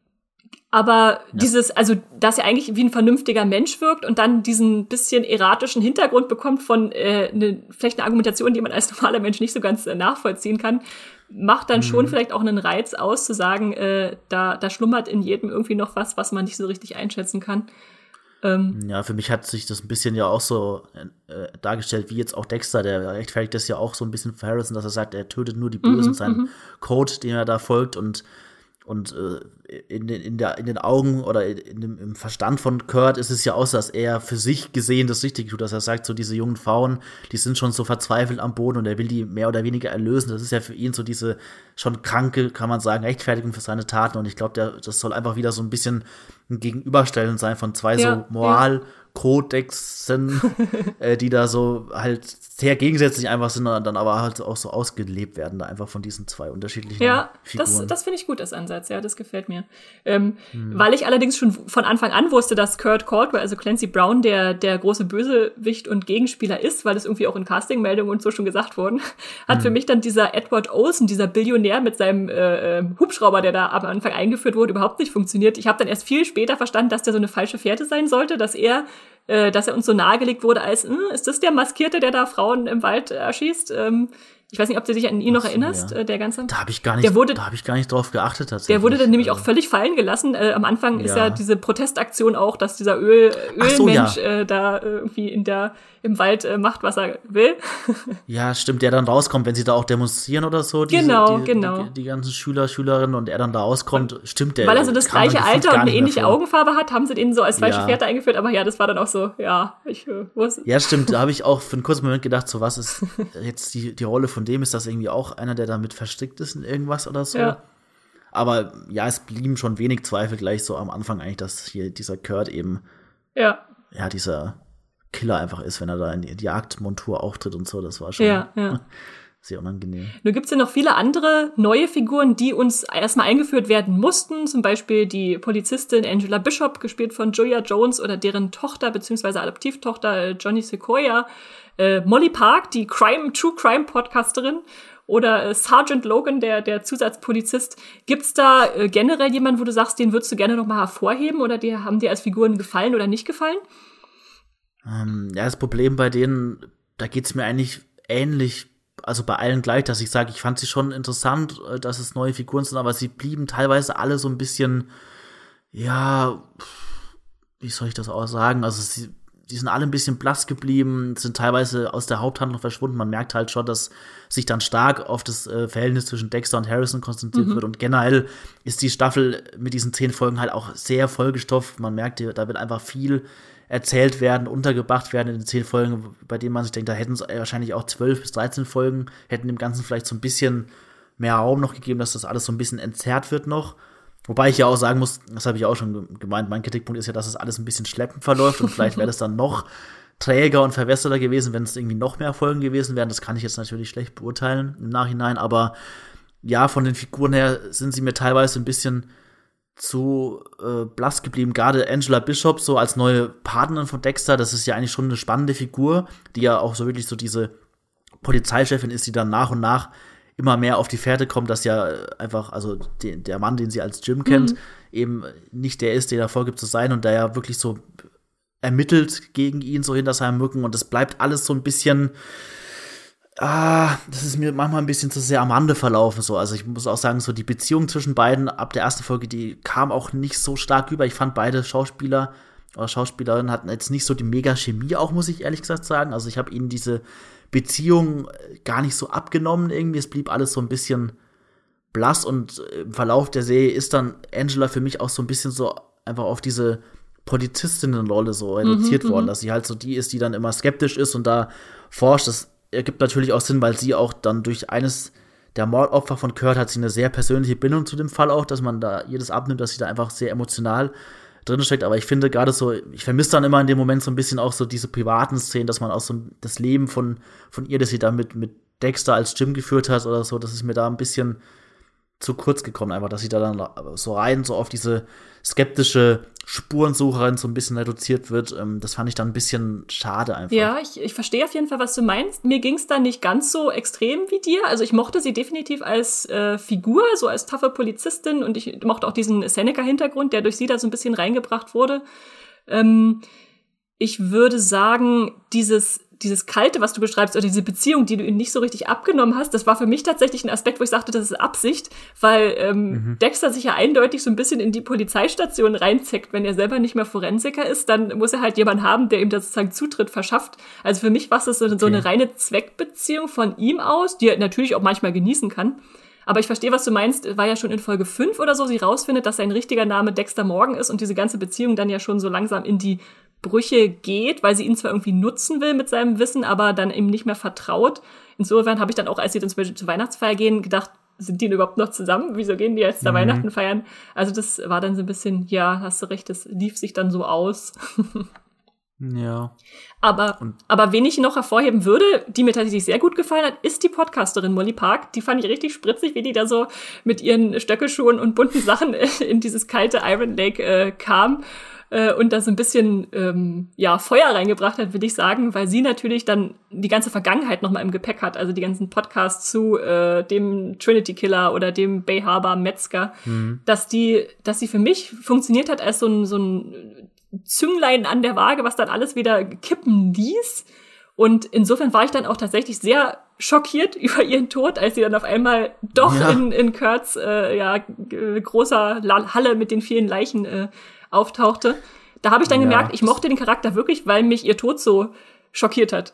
Aber ja. dieses, also, dass er eigentlich wie ein vernünftiger Mensch wirkt und dann diesen bisschen erratischen Hintergrund bekommt von äh, ne, vielleicht eine Argumentation, die man als normaler Mensch nicht so ganz äh, nachvollziehen kann, macht dann mhm. schon vielleicht auch einen Reiz aus, zu sagen, äh, da, da schlummert in jedem irgendwie noch was, was man nicht so richtig einschätzen kann. Ähm, ja, für mich hat sich das ein bisschen ja auch so äh, dargestellt, wie jetzt auch Dexter, der rechtfertigt das ja auch so ein bisschen für Harrison, dass er sagt, er tötet nur die Bösen, mhm, seinen Code, dem er da folgt und Und äh, in, den, in, der, in den Augen oder in dem, im Verstand von Kurt ist es ja auch so, dass er für sich gesehen das Richtige tut, dass er sagt, so diese jungen Frauen, die sind schon so verzweifelt am Boden und er will die mehr oder weniger erlösen. Das ist ja für ihn so diese schon kranke, kann man sagen, Rechtfertigung für seine Taten. Und ich glaube, das soll einfach wieder so ein bisschen ein Gegenüberstellen sein von zwei ja, so Moral- ja. Kodexen, äh, die da so halt sehr gegensätzlich einfach sind und dann aber halt auch so ausgelebt werden, da einfach von diesen zwei unterschiedlichen ja, Figuren. Ja, das, das finde ich gut, das Ansatz, ja, das gefällt mir. Ähm, hm. Weil ich allerdings schon von Anfang an wusste, dass Kurt Caldwell, also Clancy Brown, der der große Bösewicht und Gegenspieler ist, weil das irgendwie auch in Castingmeldungen und so schon gesagt worden, hat hm. für mich dann dieser Edward Olsen, dieser Billionär mit seinem äh, Hubschrauber, der da am Anfang eingeführt wurde, überhaupt nicht funktioniert. Ich habe dann erst viel später verstanden, dass der so eine falsche Fährte sein sollte, dass er Äh, dass er uns so nahegelegt wurde als, hm, ist das der Maskierte, der da Frauen im Wald erschießt? Ähm, ich weiß nicht, ob du dich an ihn noch so, erinnerst, ja. äh, der ganze. Da habe ich gar nicht, der wurde, da habe ich gar nicht drauf geachtet tatsächlich. Der wurde dann nämlich auch völlig fallen gelassen. Äh, am Anfang ja. ist ja diese Protestaktion auch, dass dieser Öl, Ölmensch so, ja. äh, da irgendwie in der im Wald äh, macht, was er will. Ja, stimmt, der dann rauskommt, wenn sie da auch demonstrieren oder so. Diese, genau, die, genau. Die, die ganzen Schüler, Schülerinnen und er dann da rauskommt, und, stimmt der. Weil er so das gleiche Alter und eine ähnliche Augenfarbe hat, haben sie den so als falsche ja. Fährte eingeführt. Aber ja, das war dann auch so, ja, ich äh, wusste. Ja, stimmt, da habe ich auch für einen kurzen Moment gedacht, so was ist jetzt die, die Rolle von dem, ist das irgendwie auch einer, der damit verstrickt ist in irgendwas oder so. Ja. Aber ja, es blieben schon wenig Zweifel gleich so am Anfang eigentlich, dass hier dieser Kurt eben ja, ja dieser Killer einfach ist, wenn er da in die Jagdmontur auftritt und so. Das war schon ja, ja. sehr unangenehm. Nun gibt's ja noch viele andere neue Figuren, die uns erstmal eingeführt werden mussten. Zum Beispiel die Polizistin Angela Bishop, gespielt von Julia Jones, oder deren Tochter bzw. Adoptivtochter Johnny Sequoia. Äh, Molly Park, die Crime, True Crime Podcasterin. Oder äh, Sergeant Logan, der, der Zusatzpolizist. Gibt's da äh, generell jemanden, wo du sagst, den würdest du gerne noch mal hervorheben? Oder die haben dir als Figuren gefallen oder nicht gefallen? Ähm, ja, das Problem bei denen, da geht's mir eigentlich ähnlich, also bei allen gleich, dass ich sage, ich fand sie schon interessant, dass es neue Figuren sind, aber sie blieben teilweise alle so ein bisschen, ja, wie soll ich das auch sagen, also sie, die sind alle ein bisschen blass geblieben, sind teilweise aus der Haupthandlung verschwunden. Man merkt halt schon, dass sich dann stark auf das äh, Verhältnis zwischen Dexter und Harrison konzentriert mhm. wird. Und generell ist die Staffel mit diesen zehn Folgen halt auch sehr vollgestopft. Man merkt, da wird einfach viel erzählt werden, untergebracht werden in den zehn Folgen, bei denen man sich denkt, da hätten es wahrscheinlich auch zwölf bis dreizehn Folgen, hätten dem Ganzen vielleicht so ein bisschen mehr Raum noch gegeben, dass das alles so ein bisschen entzerrt wird noch. Wobei ich ja auch sagen muss, das habe ich auch schon gemeint, mein Kritikpunkt ist ja, dass es alles ein bisschen schleppend verläuft und vielleicht wäre das dann noch träger und verwässerter gewesen, wenn es irgendwie noch mehr Folgen gewesen wären. Das kann ich jetzt natürlich schlecht beurteilen im Nachhinein, aber ja, von den Figuren her sind sie mir teilweise ein bisschen zu äh, blass geblieben. Gerade Angela Bishop so als neue Partnerin von Dexter, das ist ja eigentlich schon eine spannende Figur, die ja auch so wirklich so diese Polizeichefin ist, die dann nach und nach immer mehr auf die Fährte kommt, dass ja einfach, also de- der Mann, den sie als Jim kennt, mhm. eben nicht der ist, der da vorgibt zu sein und der ja wirklich so ermittelt gegen ihn, so hinter seinem Rücken, und das bleibt alles so ein bisschen Ah, das ist mir manchmal ein bisschen zu sehr am Rande verlaufen, so. Also ich muss auch sagen, so die Beziehung zwischen beiden ab der ersten Folge, die kam auch nicht so stark über. Ich fand beide Schauspieler oder Schauspielerinnen hatten jetzt nicht so die Mega-Chemie auch, muss ich ehrlich gesagt sagen. Also ich habe ihnen diese Beziehung gar nicht so abgenommen irgendwie. Es blieb alles so ein bisschen blass und im Verlauf der Serie ist dann Angela für mich auch so ein bisschen so einfach auf diese Polizistinnenrolle so reduziert mhm, worden, dass sie halt so die ist, die dann immer skeptisch ist und da forscht. Das ergibt natürlich auch Sinn, weil sie auch dann durch eines der Mordopfer von Kurt hat sie eine sehr persönliche Bindung zu dem Fall auch, dass man da jedes abnimmt, dass sie da einfach sehr emotional drin steckt. Aber ich finde gerade so, ich vermisse dann immer in dem Moment so ein bisschen auch so diese privaten Szenen, dass man auch so das Leben von, von ihr, das sie da mit, mit Dexter als Jim geführt hat oder so, das ist mir da ein bisschen zu kurz gekommen, einfach, dass sie da dann so rein so auf diese skeptische Spurensucherin so ein bisschen reduziert wird. Das fand ich dann ein bisschen schade einfach. Ja, ich, ich verstehe auf jeden Fall, was du meinst. Mir ging es da nicht ganz so extrem wie dir. Also ich mochte sie definitiv als äh, Figur, so als taffe Polizistin, und ich mochte auch diesen Seneca-Hintergrund, der durch sie da so ein bisschen reingebracht wurde. Ähm, ich würde sagen, dieses dieses Kalte, was du beschreibst, oder diese Beziehung, die du ihm nicht so richtig abgenommen hast, das war für mich tatsächlich ein Aspekt, wo ich sagte, das ist Absicht, weil ähm, mhm. Dexter sich ja eindeutig so ein bisschen in die Polizeistation reinzeckt. Wenn er selber nicht mehr Forensiker ist, dann muss er halt jemanden haben, der ihm das sozusagen Zutritt verschafft. Also für mich war es so, okay. so eine reine Zweckbeziehung von ihm aus, die er natürlich auch manchmal genießen kann. Aber ich verstehe, was du meinst, war ja schon in Folge fünf oder so, sie rausfindet, dass sein richtiger Name Dexter Morgan ist und diese ganze Beziehung dann ja schon so langsam in die Brüche geht, weil sie ihn zwar irgendwie nutzen will mit seinem Wissen, aber dann ihm nicht mehr vertraut. Insofern habe ich dann auch, als sie dann zum Beispiel zur Weihnachtsfeier gehen, gedacht, sind die denn überhaupt noch zusammen? Wieso gehen die jetzt da mhm. Weihnachten feiern? Also das war dann so ein bisschen, ja, hast du recht, das lief sich dann so aus. Ja. Aber, aber wen ich noch hervorheben würde, die mir tatsächlich sehr gut gefallen hat, ist die Podcasterin Molly Park. Die fand ich richtig spritzig, wie die da so mit ihren Stöckelschuhen und bunten Sachen in dieses kalte Iron Lake äh, kam. Und da so ein bisschen ähm, ja Feuer reingebracht hat, würde ich sagen, weil sie natürlich dann die ganze Vergangenheit noch mal im Gepäck hat, also die ganzen Podcasts zu äh, dem Trinity Killer oder dem Bay Harbor Metzger, mhm. dass die, dass sie für mich funktioniert hat als so ein so ein Zünglein an der Waage, was dann alles wieder kippen ließ. Und insofern war ich dann auch tatsächlich sehr schockiert über ihren Tod, als sie dann auf einmal doch ja. in in Kurt's äh, ja g- großer Halle mit den vielen Leichen äh, auftauchte. Da habe ich dann ja, gemerkt, ich mochte den Charakter wirklich, weil mich ihr Tod so schockiert hat.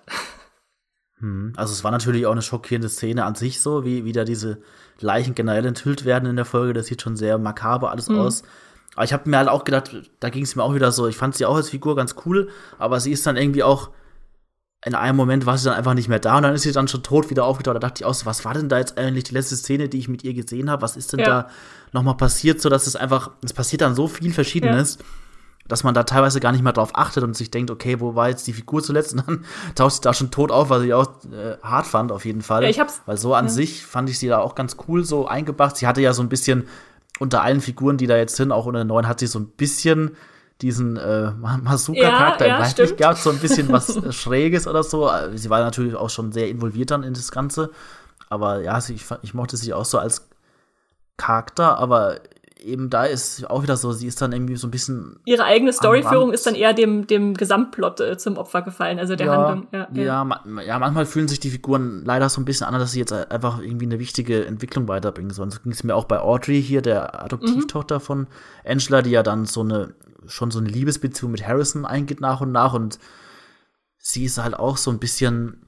Also es war natürlich auch eine schockierende Szene an sich so, wie, wie da diese Leichen generell enthüllt werden in der Folge. Das sieht schon sehr makaber alles mhm. aus. Aber ich habe mir halt auch gedacht, da ging es mir auch wieder so, ich fand sie auch als Figur ganz cool, aber sie ist dann irgendwie auch, in einem Moment war sie dann einfach nicht mehr da und dann ist sie dann schon tot wieder aufgetaucht. Da dachte ich auch so, was war denn da jetzt eigentlich die letzte Szene, die ich mit ihr gesehen habe? Was ist denn ja. da nochmal passiert, so dass es einfach, es passiert dann so viel Verschiedenes. Ja. dass man da teilweise gar nicht mehr drauf achtet und sich denkt, okay, wo war jetzt die Figur zuletzt? Und dann taucht sie da schon tot auf, was ich auch äh, hart fand, auf jeden Fall. Ja, ich hab's, Weil so an ja. sich fand ich sie da auch ganz cool so eingebracht. Sie hatte ja so ein bisschen, unter allen Figuren, die da jetzt sind, auch unter den neuen, hat sie so ein bisschen diesen äh, Masuka-Charakter ja, ja, im stimmt. Leiblich gehabt, so ein bisschen was äh, Schräges oder so. Sie war natürlich auch schon sehr involviert dann in das Ganze. Aber ja, sie, ich, ich mochte sie auch so als Charakter, aber eben da ist auch wieder so, sie ist dann irgendwie so ein bisschen Ihre eigene Storyführung Rand. ist dann eher dem, dem Gesamtplot äh, zum Opfer gefallen, also der ja, Handlung. Ja, ja. Ja, ma- ja, manchmal fühlen sich die Figuren leider so ein bisschen an, dass sie jetzt einfach irgendwie eine wichtige Entwicklung weiterbringen sollen. So ging es mir auch bei Audrey hier, der Adoptivtochter mhm. von Angela, die ja dann so eine schon so eine Liebesbeziehung mit Harrison eingeht nach und nach, und sie ist halt auch so ein bisschen,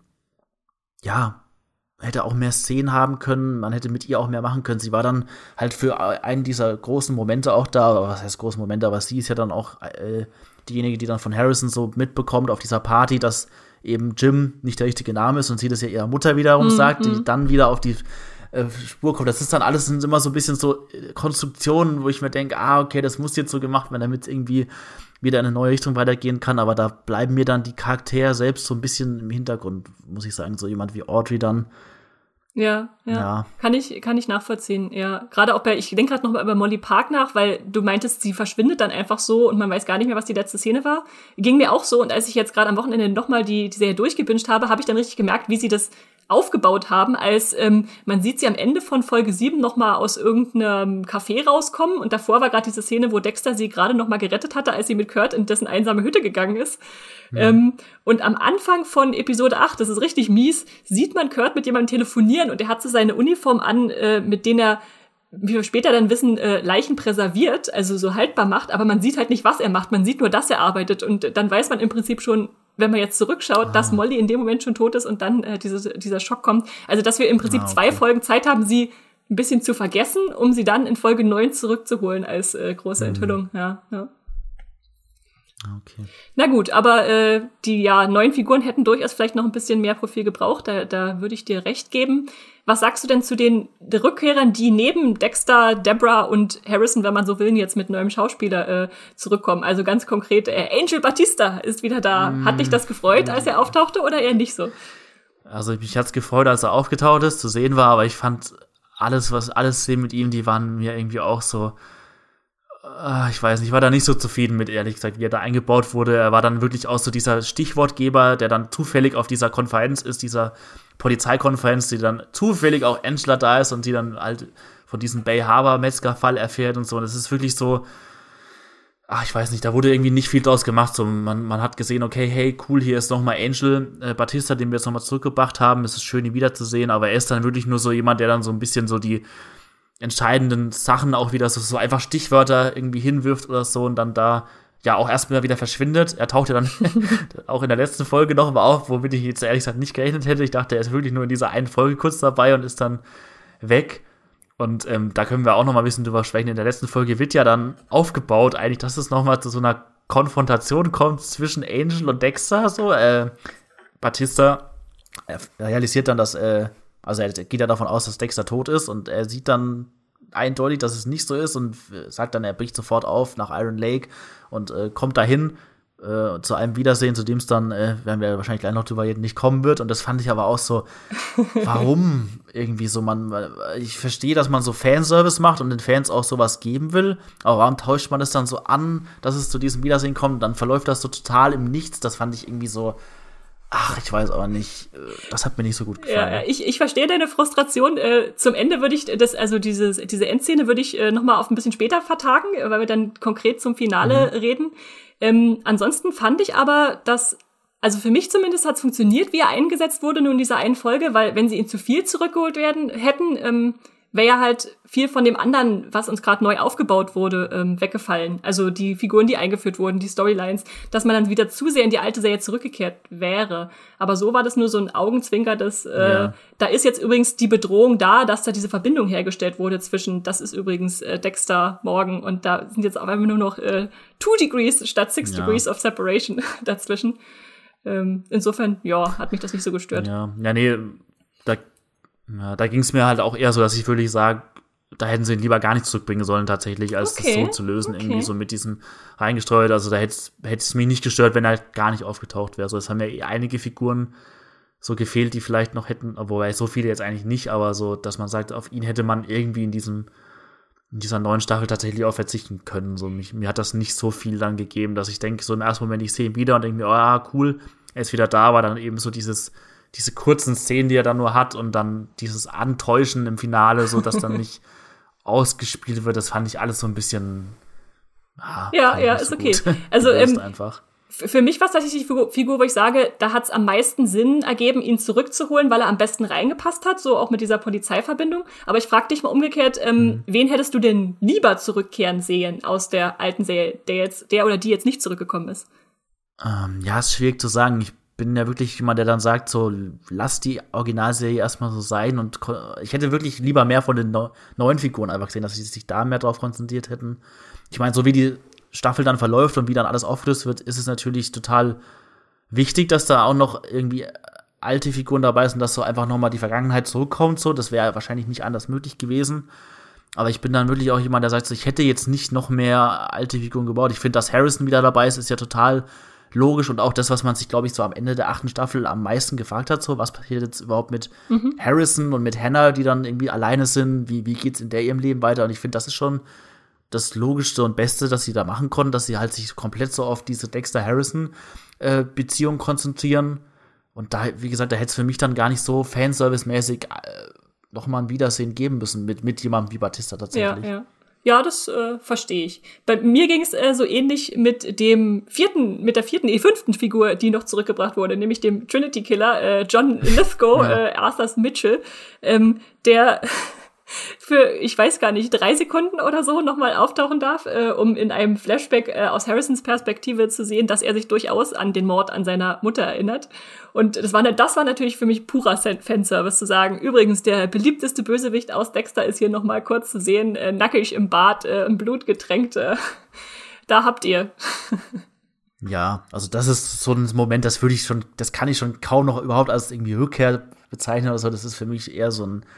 ja, hätte auch mehr Szenen haben können, man hätte mit ihr auch mehr machen können. Sie war dann halt für einen dieser großen Momente auch da, aber was heißt große Momente, aber sie ist ja dann auch äh, diejenige, die dann von Harrison so mitbekommt auf dieser Party, dass eben Jim nicht der richtige Name ist und sie das ja ihrer Mutter wiederum mhm. sagt, die dann wieder auf die äh, Spur kommt. Das ist dann alles sind immer so ein bisschen so äh, Konstruktionen, wo ich mir denke, ah, okay, das muss jetzt so gemacht werden, damit es irgendwie wieder in eine neue Richtung weitergehen kann, aber da bleiben mir dann die Charaktere selbst so ein bisschen im Hintergrund, muss ich sagen, so jemand wie Audrey dann. Ja, ja, ja. Kann ich, kann ich nachvollziehen, ja. Gerade auch bei, ich denke gerade noch mal über Molly Park nach, weil du meintest, sie verschwindet dann einfach so und man weiß gar nicht mehr, was die letzte Szene war. Ging mir auch so, und als ich jetzt gerade am Wochenende noch mal die, die Serie durchgebinged habe, habe ich dann richtig gemerkt, wie sie das aufgebaut haben, als ähm, man sieht sie am Ende von Folge sieben noch mal aus irgendeinem Café rauskommen, und davor war gerade diese Szene, wo Dexter sie gerade noch mal gerettet hatte, als sie mit Kurt in dessen einsame Hütte gegangen ist. Mhm. Ähm, und am Anfang von Episode acht, das ist richtig mies, sieht man Kurt mit jemandem telefonieren, und er hat so seine Uniform an, äh, mit denen er, wie wir später dann wissen, äh, Leichen präserviert, also so haltbar macht, aber man sieht halt nicht, was er macht, man sieht nur, dass er arbeitet, und dann weiß man im Prinzip schon, wenn man jetzt zurückschaut, ah. dass Molly in dem Moment schon tot ist und dann äh, diese, dieser Schock kommt. Also, dass wir im Prinzip ah, okay. zwei Folgen Zeit haben, sie ein bisschen zu vergessen, um sie dann in Folge neun zurückzuholen als äh, große mhm. Enthüllung. Ja, ja. Okay. Na gut, aber äh, die ja neuen Figuren hätten durchaus vielleicht noch ein bisschen mehr Profil gebraucht, da, da würde ich dir recht geben. Was sagst du denn zu den Rückkehrern, die neben Dexter, Deborah und Harrison, wenn man so will, jetzt mit neuem Schauspieler äh, zurückkommen? Also ganz konkret, äh, Angel Batista ist wieder da. Mm. Hat dich das gefreut, als er auftauchte, oder eher nicht so? Also mich hat's gefreut, als er aufgetaucht ist, zu sehen war, aber ich fand alles, was alles sehen mit ihm, die waren mir irgendwie auch so, ich weiß nicht, ich war da nicht so zufrieden mit, ehrlich gesagt, wie er da eingebaut wurde. Er war dann wirklich auch so dieser Stichwortgeber, der dann zufällig auf dieser Konferenz ist, dieser Polizeikonferenz, die dann zufällig auch Angela da ist und die dann halt von diesem Bay Harbor Metzger-Fall erfährt und so. Und das ist wirklich so, ach, ich weiß nicht, da wurde irgendwie nicht viel draus gemacht. So, man, man hat gesehen, okay, hey, cool, hier ist nochmal Angel äh, Batista, den wir jetzt nochmal zurückgebracht haben. Es ist schön, ihn wiederzusehen, aber er ist dann wirklich nur so jemand, der dann so ein bisschen so die entscheidenden Sachen auch wieder so, so einfach Stichwörter irgendwie hinwirft oder so und dann da ja auch erstmal wieder verschwindet. Er taucht ja dann auch in der letzten Folge noch mal auf, womit ich jetzt ehrlich gesagt nicht gerechnet hätte. Ich dachte, er ist wirklich nur in dieser einen Folge kurz dabei und ist dann weg. Und ähm, da können wir auch noch mal ein bisschen drüber sprechen. In der letzten Folge wird ja dann aufgebaut, eigentlich, dass es noch mal zu so einer Konfrontation kommt zwischen Angel und Dexter. So, äh, Batista er realisiert dann, dass äh, also er geht ja davon aus, dass Dexter tot ist, und er sieht dann eindeutig, dass es nicht so ist, und sagt dann, er bricht sofort auf nach Iron Lake und äh, kommt dahin äh, zu einem Wiedersehen, zu dem es dann, äh, werden wir wahrscheinlich gleich noch drüber reden, nicht kommen wird. Und das fand ich aber auch so, warum irgendwie so, man, ich verstehe, dass man so Fanservice macht und den Fans auch sowas geben will, aber warum tauscht man das dann so an, dass es zu diesem Wiedersehen kommt, dann verläuft das so total im Nichts. Das fand ich irgendwie so, ach, ich weiß aber nicht, das hat mir nicht so gut gefallen. Ja, ich, ich verstehe deine Frustration. Äh, zum Ende würde ich das, also dieses, diese Endszene würde ich äh, noch mal auf ein bisschen später vertagen, weil wir dann konkret zum Finale mhm. reden. Ähm, ansonsten fand ich aber, dass, also für mich zumindest hat es funktioniert, wie er eingesetzt wurde nur in dieser einen Folge, weil wenn sie ihn zu viel zurückgeholt werden hätten, ähm, wäre ja halt viel von dem anderen, was uns gerade neu aufgebaut wurde, ähm, weggefallen. Also die Figuren, die eingeführt wurden, die Storylines, dass man dann wieder zu sehr in die alte Serie zurückgekehrt wäre. Aber so war das nur so ein Augenzwinker, dass äh, ja. da ist jetzt übrigens die Bedrohung da, dass da diese Verbindung hergestellt wurde zwischen, das ist übrigens äh, Dexter Morgan, und da sind jetzt auf einmal nur noch äh, two degrees statt six ja. degrees of separation dazwischen. Ähm, insofern, ja, hat mich das nicht so gestört. Ja, ja nee, da Ja, da ging es mir halt auch eher so, dass ich wirklich sage, da hätten sie ihn lieber gar nicht zurückbringen sollen tatsächlich, als okay. das so zu lösen, okay. irgendwie so mit diesem reingestreut. Also da hätte es mich nicht gestört, wenn er halt gar nicht aufgetaucht wäre. So, es haben ja eh einige Figuren so gefehlt, die vielleicht noch hätten, wobei so viele jetzt eigentlich nicht, aber so, dass man sagt, auf ihn hätte man irgendwie in diesem in dieser neuen Staffel tatsächlich auch verzichten können. So, mich, mir hat das nicht so viel dann gegeben, dass ich denke, so im ersten Moment, ich sehe ihn wieder und denke mir, oh ja, cool, er ist wieder da, aber dann eben so dieses, diese kurzen Szenen, die er dann nur hat und dann dieses Antäuschen im Finale, so dass dann nicht ausgespielt wird, das fand ich alles so ein bisschen ah, ja, ja, ist so okay. Gut. Also ähm, einfach. Für mich war es tatsächlich die Figur, wo ich sage, da hat es am meisten Sinn ergeben, ihn zurückzuholen, weil er am besten reingepasst hat, so auch mit dieser Polizeiverbindung. Aber ich frage dich mal umgekehrt, ähm, mhm. wen hättest du denn lieber zurückkehren sehen aus der alten Serie, der jetzt, der oder die jetzt nicht zurückgekommen ist? Ähm, ja, ist schwierig zu sagen. Ich bin ja wirklich jemand, der dann sagt, so, lass die Originalserie erstmal so sein. Und ich hätte wirklich lieber mehr von den no- neuen Figuren einfach gesehen, dass sie sich da mehr drauf konzentriert hätten. Ich meine, so wie die Staffel dann verläuft und wie dann alles aufgelöst wird, ist es natürlich total wichtig, dass da auch noch irgendwie alte Figuren dabei sind, dass so einfach noch mal die Vergangenheit zurückkommt. So, das wäre wahrscheinlich nicht anders möglich gewesen. Aber ich bin dann wirklich auch jemand, der sagt, so, ich hätte jetzt nicht noch mehr alte Figuren gebaut. Ich finde, dass Harrison wieder dabei ist, ist ja total logisch und auch das, was man sich, glaube ich, so am Ende der achten Staffel am meisten gefragt hat, so, was passiert jetzt überhaupt mit mhm. Harrison und mit Hannah, die dann irgendwie alleine sind, wie, wie geht's in der ihrem Leben weiter? Und ich finde, das ist schon das Logischste und Beste, das sie da machen konnten, dass sie halt sich komplett so auf diese Dexter-Harrison-Beziehung äh, konzentrieren. Und da, wie gesagt, da hätte es für mich dann gar nicht so Fanservice-mäßig äh, noch mal ein Wiedersehen geben müssen mit, mit jemandem wie Batista tatsächlich. Ja, ja. Ja, das äh, verstehe ich. Bei mir ging es äh, so ähnlich mit dem vierten, mit der vierten, eh fünften Figur, die noch zurückgebracht wurde, nämlich dem Trinity-Killer, äh, John Lithgow, ja. äh, Arthur Mitchell, ähm, der für, ich weiß gar nicht, drei Sekunden oder so nochmal auftauchen darf, äh, um in einem Flashback äh, aus Harrisons Perspektive zu sehen, dass er sich durchaus an den Mord an seiner Mutter erinnert. Und das war, das war natürlich für mich purer Fanservice zu sagen, übrigens, der beliebteste Bösewicht aus Dexter ist hier nochmal kurz zu sehen, äh, nackig im Bad, äh, im Blut getränkt. Äh, da habt ihr. Ja, also das ist so ein Moment, das würde ich schon, das kann ich schon kaum noch überhaupt als irgendwie Rückkehr bezeichnen oder so. Das ist für mich eher so ein,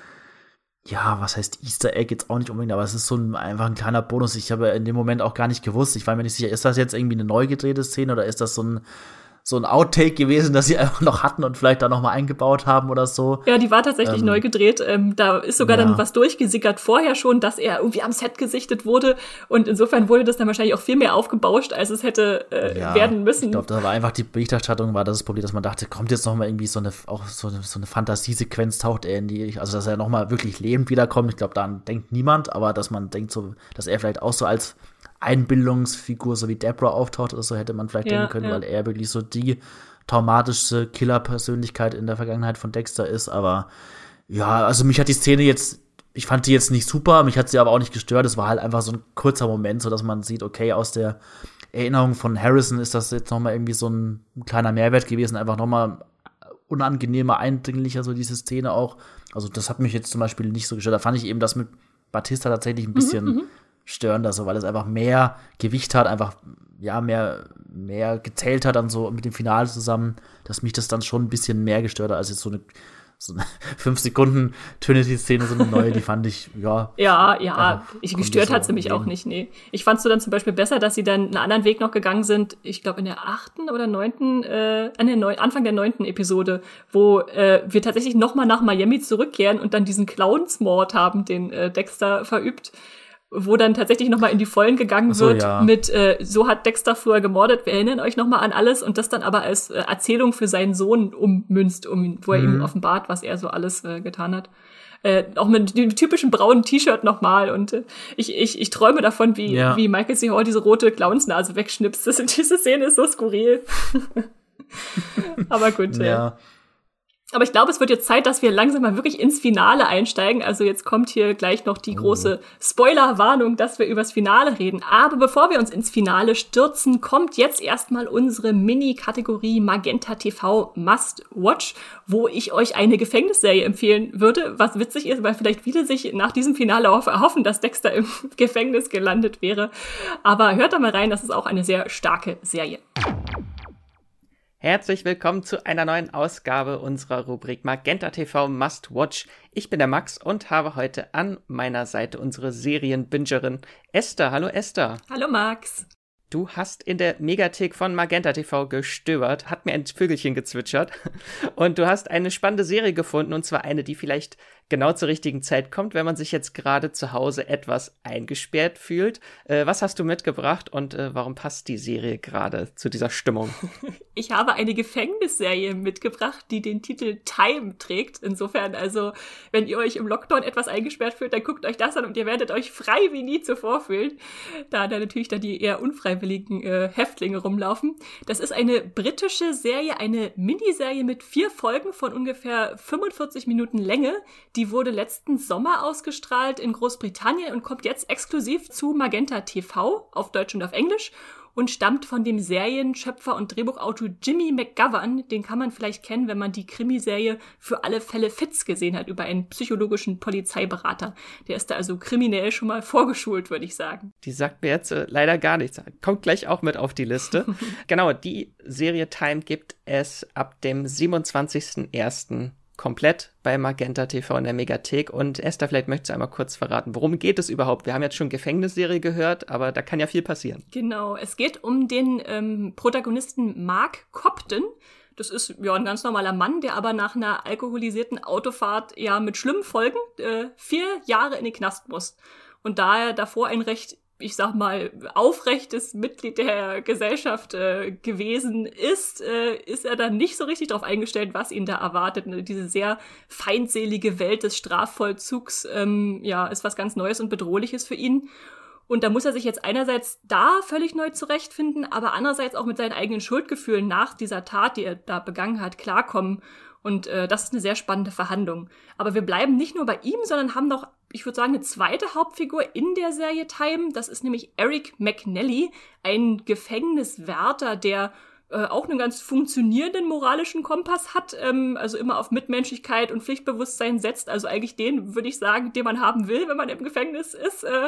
ja, was heißt Easter Egg jetzt auch nicht unbedingt, aber es ist so ein, einfach ein kleiner Bonus. Ich habe in dem Moment auch gar nicht gewusst. Ich war mir nicht sicher, ist das jetzt irgendwie eine neu gedrehte Szene oder ist das so ein so ein Outtake gewesen, das sie einfach noch hatten und vielleicht da noch mal eingebaut haben oder so. Ja, die war tatsächlich ähm, neu gedreht. Ähm, da ist sogar ja. dann was durchgesickert vorher schon, dass er irgendwie am Set gesichtet wurde. Und insofern wurde das dann wahrscheinlich auch viel mehr aufgebauscht, als es hätte äh, ja, werden müssen. Ich glaube, da war einfach die Berichterstattung, war das, das Problem, dass man dachte, kommt jetzt noch mal irgendwie so eine, auch so eine, so eine Fantasiesequenz, taucht er in die, also dass er noch mal wirklich lebend wiederkommt. Ich glaube, daran denkt niemand, aber dass man denkt so, dass er vielleicht auch so als Einbildungsfigur, so wie Deborah auftaucht oder so, hätte man vielleicht ja, denken können, ja. weil er wirklich so die traumatischste Killer-Persönlichkeit in der Vergangenheit von Dexter ist. Aber ja, also mich hat die Szene jetzt, ich fand die jetzt nicht super, mich hat sie aber auch nicht gestört. Es war halt einfach so ein kurzer Moment, so dass man sieht, okay, aus der Erinnerung von Harrison ist das jetzt noch mal irgendwie so ein kleiner Mehrwert gewesen, einfach noch mal unangenehmer, eindringlicher, so diese Szene auch. Also das hat mich jetzt zum Beispiel nicht so gestört. Da fand ich eben das mit Batista tatsächlich ein bisschen mhm, störender, so, weil es einfach mehr Gewicht hat, einfach ja mehr mehr gezählt hat dann so mit dem Finale zusammen, dass mich das dann schon ein bisschen mehr gestört hat als jetzt so eine so eine fünf Sekunden Trinity-Szene, so eine neue, die fand ich, ja. Ja, ja, ich gestört hat sie mich auch nicht, nee. Ich fand's so dann zum Beispiel besser, dass sie dann einen anderen Weg noch gegangen sind, ich glaube in der achten oder neunten, äh, an der neun, Anfang der neunten Episode, wo äh, wir tatsächlich noch mal nach Miami zurückkehren und dann diesen Clownsmord haben, den äh, Dexter verübt, wo dann tatsächlich noch mal in die Vollen gegangen so, wird ja. mit, äh, so hat Dexter früher gemordet, wir erinnern euch noch mal an alles und das dann aber als äh, Erzählung für seinen Sohn ummünzt, um, wo er mhm. ihm offenbart, was er so alles äh, getan hat. Äh, auch mit dem typischen braunen T-Shirt noch mal und äh, ich, ich, ich träume davon, wie, ja. wie Michael C. Hall diese rote Clownsnase wegschnipst. Das, diese Szene ist so skurril. Aber gut, ja. Äh, Aber ich glaube, es wird jetzt Zeit, dass wir langsam mal wirklich ins Finale einsteigen. Also jetzt kommt hier gleich noch die große Spoilerwarnung, dass wir übers Finale reden. Aber bevor wir uns ins Finale stürzen, kommt jetzt erstmal unsere Mini-Kategorie Magenta T V Must Watch, wo ich euch eine Gefängnisserie empfehlen würde, was witzig ist, weil vielleicht viele sich nach diesem Finale erhoffen, dass Dexter im Gefängnis gelandet wäre. Aber hört da mal rein, das ist auch eine sehr starke Serie. Herzlich willkommen zu einer neuen Ausgabe unserer Rubrik Magenta T V Must Watch. Ich bin der Max und habe heute an meiner Seite unsere Serienbingerin Esther. Hallo Esther. Hallo Max. Du hast in der Megathek von Magenta T V gestöbert, hat mir ein Vögelchen gezwitschert und du hast eine spannende Serie gefunden, und zwar eine, die vielleicht genau zur richtigen Zeit kommt, wenn man sich jetzt gerade zu Hause etwas eingesperrt fühlt. Äh, was hast du mitgebracht und äh, warum passt die Serie gerade zu dieser Stimmung? Ich habe eine Gefängnisserie mitgebracht, die den Titel Time trägt. Insofern also, wenn ihr euch im Lockdown etwas eingesperrt fühlt, dann guckt euch das an und ihr werdet euch frei wie nie zuvor fühlen, da da natürlich dann die eher unfreiwilligen äh, Häftlinge rumlaufen. Das ist eine britische Serie, eine Miniserie mit vier Folgen von ungefähr fünfundvierzig Minuten Länge. Die wurde letzten Sommer ausgestrahlt in Großbritannien und kommt jetzt exklusiv zu Magenta T V auf Deutsch und auf Englisch und stammt von dem Serienschöpfer und Drehbuchautor Jimmy McGovern. Den kann man vielleicht kennen, wenn man die Krimiserie Für alle Fälle Fitz gesehen hat, über einen psychologischen Polizeiberater. Der ist da also kriminell schon mal vorgeschult, würde ich sagen. Die sagt mir jetzt äh, leider gar nichts. Kommt gleich auch mit auf die Liste. Genau, die Serie Time gibt es ab dem siebenundzwanzigsten ersten komplett bei Magenta T V in der Megathek. Und Esther, vielleicht möchtest du einmal kurz verraten, worum geht es überhaupt? Wir haben jetzt schon Gefängnisserie gehört, aber da kann ja viel passieren. Genau, es geht um den ähm, Protagonisten Mark Cobden. Das ist ja ein ganz normaler Mann, der aber nach einer alkoholisierten Autofahrt ja mit schlimmen Folgen äh, vier Jahre in den Knast muss. Und da er davor ein recht, ich sag mal, aufrechtes Mitglied der Gesellschaft äh, gewesen ist, äh, ist er dann nicht so richtig darauf eingestellt, was ihn da erwartet. Diese sehr feindselige Welt des Strafvollzugs ähm, ja, ist was ganz Neues und Bedrohliches für ihn. Und da muss er sich jetzt einerseits da völlig neu zurechtfinden, aber andererseits auch mit seinen eigenen Schuldgefühlen nach dieser Tat, die er da begangen hat, klarkommen. Und äh, das ist eine sehr spannende Verhandlung. Aber wir bleiben nicht nur bei ihm, sondern haben noch, ich würde sagen, eine zweite Hauptfigur in der Serie Time. Das ist nämlich Eric McNally, ein Gefängniswärter, der äh, auch einen ganz funktionierenden moralischen Kompass hat, ähm, also immer auf Mitmenschlichkeit und Pflichtbewusstsein setzt. Also eigentlich den, würde ich sagen, den man haben will, wenn man im Gefängnis ist. Äh,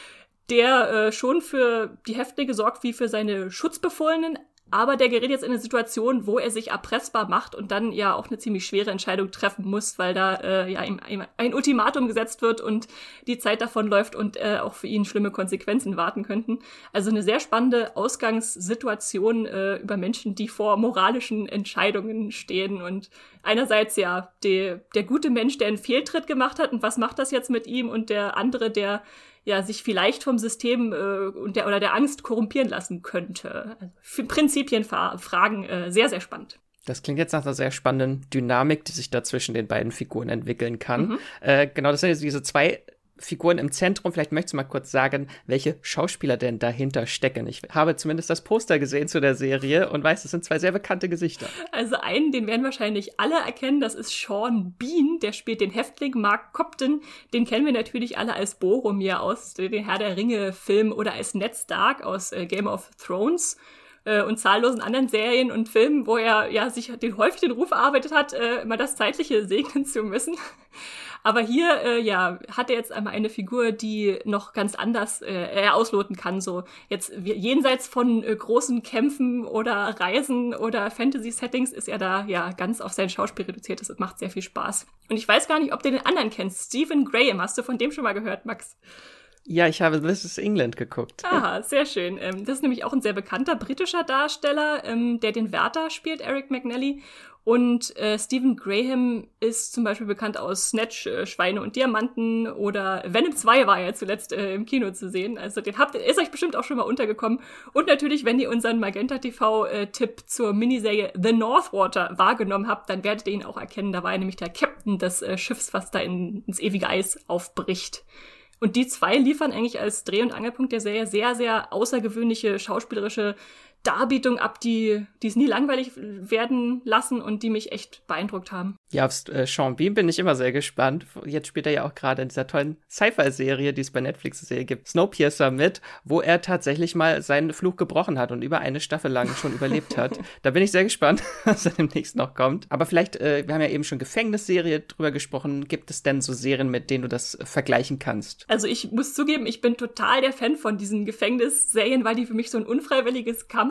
der äh, schon für die Häftlinge sorgt wie für seine Schutzbefohlenen, aber der gerät jetzt in eine Situation, wo er sich erpressbar macht und dann ja auch eine ziemlich schwere Entscheidung treffen muss, weil da äh, ja ihm, ihm ein Ultimatum gesetzt wird und die Zeit davon läuft und äh, auch für ihn schlimme Konsequenzen warten könnten. Also eine sehr spannende Ausgangssituation äh, über Menschen, die vor moralischen Entscheidungen stehen und einerseits ja die, der gute Mensch, der einen Fehltritt gemacht hat und was macht das jetzt mit ihm, und der andere, der ja sich vielleicht vom System äh, und der oder der Angst korrumpieren lassen könnte. Also für Prinzipienfragen äh, sehr, sehr spannend. Das klingt jetzt nach einer sehr spannenden Dynamik, die sich da zwischen den beiden Figuren entwickeln kann. Mhm. Äh, genau, das sind jetzt diese zwei Figuren im Zentrum. Vielleicht möchtest du mal kurz sagen, welche Schauspieler denn dahinter stecken. Ich habe zumindest das Poster gesehen zu der Serie und weiß, das sind zwei sehr bekannte Gesichter. Also einen, den werden wahrscheinlich alle erkennen, das ist Sean Bean, der spielt den Häftling Mark Cobden. Den kennen wir natürlich alle als Boromir aus den Herr der Ringe-Film oder als Ned Stark aus äh, Game of Thrones äh, und zahllosen anderen Serien und Filmen, wo er ja sich den häufig den Ruf erarbeitet hat, äh, immer das Zeitliche segnen zu müssen. Aber hier, äh, ja, hat er jetzt einmal eine Figur, die noch ganz anders äh, er ausloten kann. So jetzt jenseits von äh, großen Kämpfen oder Reisen oder Fantasy-Settings ist er da ja ganz auf sein Schauspiel reduziert. Das macht sehr viel Spaß. Und ich weiß gar nicht, ob du den anderen kennst. Stephen Graham, hast du von dem schon mal gehört, Max? Ja, ich habe This is England geguckt. Aha, sehr schön. Ähm, das ist nämlich auch ein sehr bekannter britischer Darsteller, ähm, der den Wärter spielt, Eric McNally. Und äh, Stephen Graham ist zum Beispiel bekannt aus Snatch, äh, Schweine und Diamanten, oder Venom zwei war ja zuletzt äh, im Kino zu sehen. Also den habt ihr, ist euch bestimmt auch schon mal untergekommen. Und natürlich, wenn ihr unseren Magenta T V-Tipp äh, zur Miniserie The Northwater wahrgenommen habt, dann werdet ihr ihn auch erkennen. Da war er nämlich der Captain des äh, Schiffs, was da in, ins ewige Eis aufbricht. Und die zwei liefern eigentlich als Dreh- und Angelpunkt der Serie sehr, sehr außergewöhnliche schauspielerische Darbietung ab, die die es nie langweilig werden lassen und die mich echt beeindruckt haben. Ja, auf äh, Sean Bean bin ich immer sehr gespannt. Jetzt spielt er ja auch gerade in dieser tollen Sci-Fi-Serie, die es bei Netflix zu sehen gibt, Snowpiercer, mit, wo er tatsächlich mal seinen Fluch gebrochen hat und über eine Staffel lang schon überlebt hat. Da bin ich sehr gespannt, was da demnächst noch kommt. Aber vielleicht, äh, wir haben ja eben schon Gefängnisserie drüber gesprochen. Gibt es denn so Serien, mit denen du das äh, vergleichen kannst? Also ich muss zugeben, ich bin total der Fan von diesen Gefängnisserien, weil die für mich so ein unfreiwilliges Kammer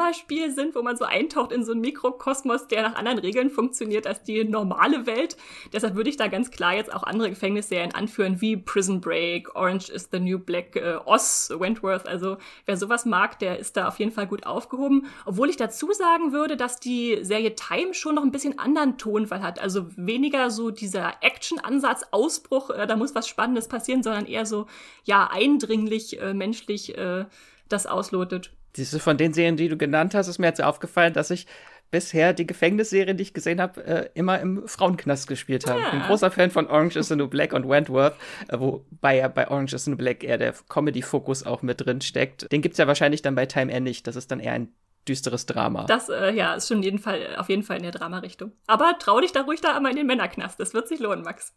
Kammerspiel sind, wo man so eintaucht in so einen Mikrokosmos, der nach anderen Regeln funktioniert als die normale Welt. Deshalb würde ich da ganz klar jetzt auch andere Gefängnisserien anführen, wie Prison Break, Orange is the New Black, äh, Oz, Wentworth. Also wer sowas mag, der ist da auf jeden Fall gut aufgehoben. Obwohl ich dazu sagen würde, dass die Serie Time schon noch ein bisschen anderen Tonfall hat. Also weniger so dieser Action-Ansatz, Ausbruch, äh, da muss was Spannendes passieren, sondern eher so, ja, eindringlich, äh, menschlich äh, das auslotet. Diese von den Serien, die du genannt hast, ist mir jetzt aufgefallen, dass ich bisher die Gefängnisserien, die ich gesehen habe, äh, immer im Frauenknast gespielt habe. Ja. Ich bin ein großer Fan von Orange is the New Black und Wentworth, äh, wobei ja bei Orange is the New Black eher der Comedy-Fokus auch mit drin steckt. Den gibt's ja wahrscheinlich dann bei Time eher nicht. Das ist dann eher ein düsteres Drama. Das, äh, ja, ist schon jeden Fall, auf jeden Fall in der Drama-Richtung. Aber trau dich da ruhig da einmal in den Männerknast. Das wird sich lohnen, Max.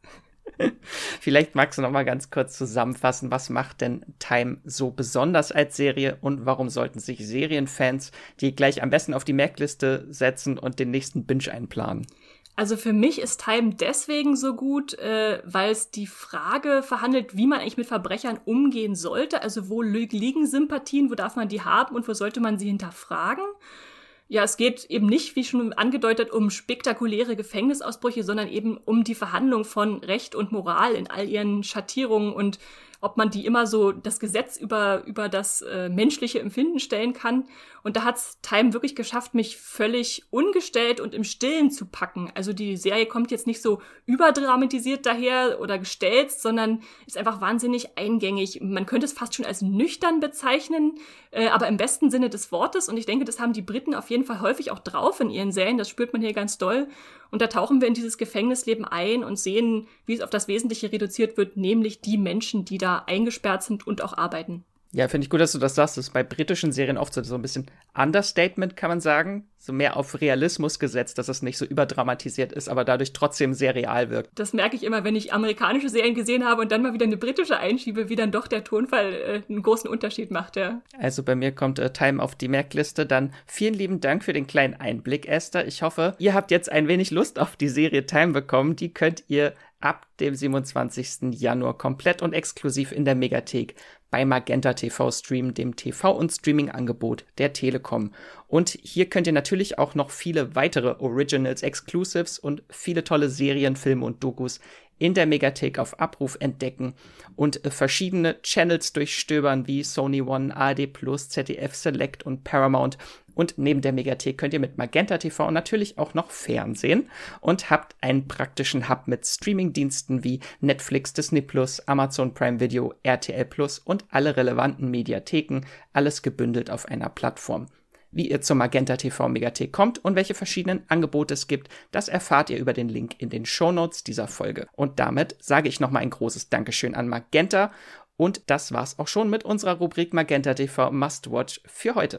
Vielleicht magst du noch mal ganz kurz zusammenfassen, was macht denn Time so besonders als Serie und warum sollten sich Serienfans die gleich am besten auf die Merkliste setzen und den nächsten Binge einplanen? Also für mich ist Time deswegen so gut, äh, weil es die Frage verhandelt, wie man eigentlich mit Verbrechern umgehen sollte. Also wo liegen Sympathien, wo darf man die haben und wo sollte man sie hinterfragen? Ja, es geht eben nicht, wie schon angedeutet, um spektakuläre Gefängnisausbrüche, sondern eben um die Verhandlung von Recht und Moral in all ihren Schattierungen und ob man die immer so das Gesetz über über das äh, menschliche Empfinden stellen kann. Und da hat's Time wirklich geschafft, mich völlig ungestellt und im Stillen zu packen. Also die Serie kommt jetzt nicht so überdramatisiert daher oder gestelzt, sondern ist einfach wahnsinnig eingängig. Man könnte es fast schon als nüchtern bezeichnen, äh, aber im besten Sinne des Wortes. Und ich denke, das haben die Briten auf jeden Fall häufig auch drauf in ihren Serien. Das spürt man hier ganz doll. Und da tauchen wir in dieses Gefängnisleben ein und sehen, wie es auf das Wesentliche reduziert wird, nämlich die Menschen, die da eingesperrt sind und auch arbeiten. Ja, finde ich gut, dass du das sagst. Das ist bei britischen Serien oft so, so ein bisschen Understatement, kann man sagen. So mehr auf Realismus gesetzt, dass es nicht so überdramatisiert ist, aber dadurch trotzdem sehr real wirkt. Das merke ich immer, wenn ich amerikanische Serien gesehen habe und dann mal wieder eine britische einschiebe, wie dann doch der Tonfall äh, einen großen Unterschied macht, ja. Also bei mir kommt äh, Time auf die Merkliste. Dann vielen lieben Dank für den kleinen Einblick, Esther. Ich hoffe, ihr habt jetzt ein wenig Lust auf die Serie Time bekommen. Die könnt ihr ab dem siebenundzwanzigsten Januar komplett und exklusiv in der Megathek bei Magenta T V streamen, dem T V- und Streaming-Angebot der Telekom. Und hier könnt ihr natürlich auch noch viele weitere Originals, Exclusives und viele tolle Serien, Filme und Dokus in der Megathek auf Abruf entdecken und äh, verschiedene Channels durchstöbern wie Sony One, A R D Plus, Z D F Select und Paramount. Und neben der Megathek könnt ihr mit Magenta T V natürlich auch noch Fernsehen und habt einen praktischen Hub mit Streamingdiensten wie Netflix, Disney Plus, Amazon Prime Video, R T L Plus und alle relevanten Mediatheken, alles gebündelt auf einer Plattform. Wie ihr zur Magenta T V Megathek kommt und welche verschiedenen Angebote es gibt, das erfahrt ihr über den Link in den Shownotes dieser Folge. Und damit sage ich nochmal ein großes Dankeschön an Magenta. Und das war's auch schon mit unserer Rubrik Magenta T V Must Watch für heute.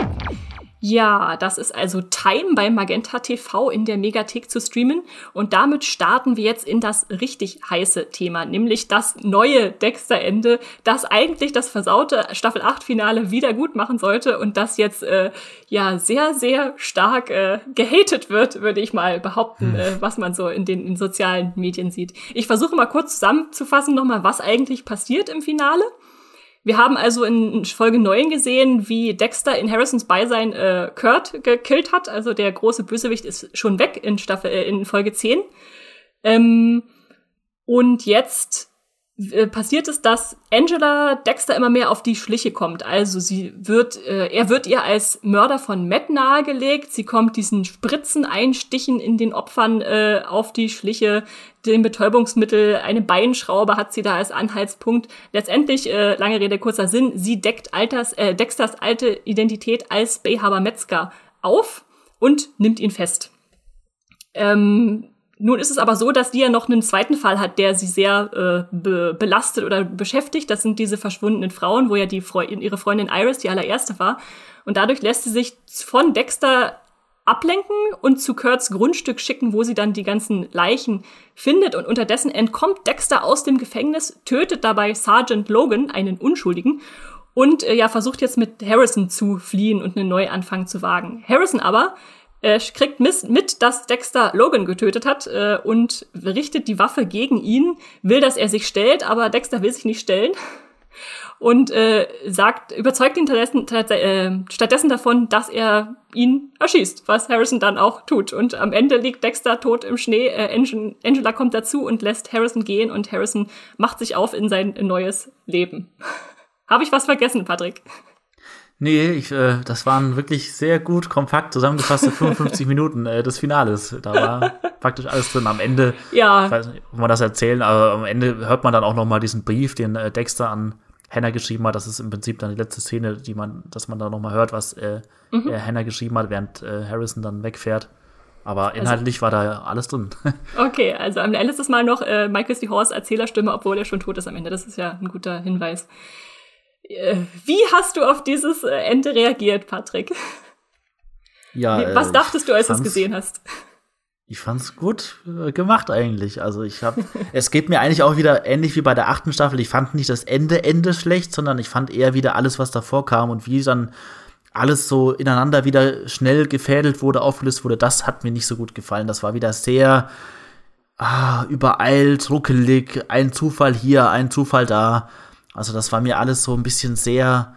Ja, das ist also Time bei Magenta T V in der Megathek zu streamen. Und damit starten wir jetzt in das richtig heiße Thema, nämlich das neue Dexter-Ende, das eigentlich das versaute Staffel acht Finale wieder gut machen sollte und das jetzt äh, ja sehr, sehr stark äh, gehatet wird, würde ich mal behaupten, hm. äh, was man so in den in sozialen Medien sieht. Ich versuche mal kurz zusammenzufassen nochmal, was eigentlich passiert im Finale. Wir haben also in Folge neun gesehen, wie Dexter in Harrisons Beisein äh, Kurt gekillt hat. Also der große Bösewicht ist schon weg in Staffel äh, in Folge zehn. Ähm, und jetzt äh, passiert es, dass Angela Dexter immer mehr auf die Schliche kommt. Also sie wird, äh, er wird ihr als Mörder von Matt nahegelegt. Sie kommt diesen Spritzen, Einstichen in den Opfern äh, auf die Schliche. Den Betäubungsmittel, eine Beinschraube hat sie da als Anhaltspunkt. Letztendlich, äh, lange Rede, kurzer Sinn, sie deckt Alters, äh, Dexters alte Identität als Bayhaber Metzger auf und nimmt ihn fest. Ähm, nun ist es aber so, dass die ja noch einen zweiten Fall hat, der sie sehr äh, be- belastet oder beschäftigt. Das sind diese verschwundenen Frauen, wo ja die Fre- ihre Freundin Iris die allererste war. Und dadurch lässt sie sich von Dexter ablenken und zu Kurts Grundstück schicken, wo sie dann die ganzen Leichen findet. Und unterdessen entkommt Dexter aus dem Gefängnis, tötet dabei Sergeant Logan, einen Unschuldigen, und äh, ja versucht jetzt mit Harrison zu fliehen und einen Neuanfang zu wagen. Harrison aber äh, kriegt mit, mit, dass Dexter Logan getötet hat äh, und richtet die Waffe gegen ihn, will, dass er sich stellt, aber Dexter will sich nicht stellen. und äh, sagt, überzeugt ihn stattdessen, äh, stattdessen davon, dass er ihn erschießt, was Harrison dann auch tut. Und am Ende liegt Dexter tot im Schnee. Äh, Angela kommt dazu und lässt Harrison gehen und Harrison macht sich auf in sein neues Leben. Habe ich was vergessen, Patrick? Nee, ich, äh, das waren wirklich sehr gut, kompakt zusammengefasste fünfundfünfzig Minuten äh, des Finales. Da war praktisch alles drin. Am Ende, ja. Ich weiß nicht, ob man das erzählen, aber am Ende hört man dann auch noch mal diesen Brief, den äh, Dexter an Hannah geschrieben hat. Das ist im Prinzip dann die letzte Szene, die man, dass man da noch mal hört, was äh, mhm. äh, Hannah geschrieben hat, während äh, Harrison dann wegfährt. Aber inhaltlich also, war da alles drin. Okay, also am Ende ist es mal noch äh, Michael C. Hall Erzählerstimme, obwohl er schon tot ist am Ende. Das ist ja ein guter Hinweis. Wie hast du auf dieses Ende reagiert, Patrick? Ja, was dachtest du, als du es gesehen hast? Ich fand's gut äh, gemacht eigentlich. Also ich habe, es geht mir eigentlich auch wieder ähnlich wie bei der achten Staffel. Ich fand nicht das Ende Ende schlecht, sondern ich fand eher wieder alles, was davor kam und wie dann alles so ineinander wieder schnell gefädelt wurde, aufgelöst wurde. Das hat mir nicht so gut gefallen. Das war wieder sehr ah, übereilt, ruckelig, ein Zufall hier, ein Zufall da. Also das war mir alles so ein bisschen sehr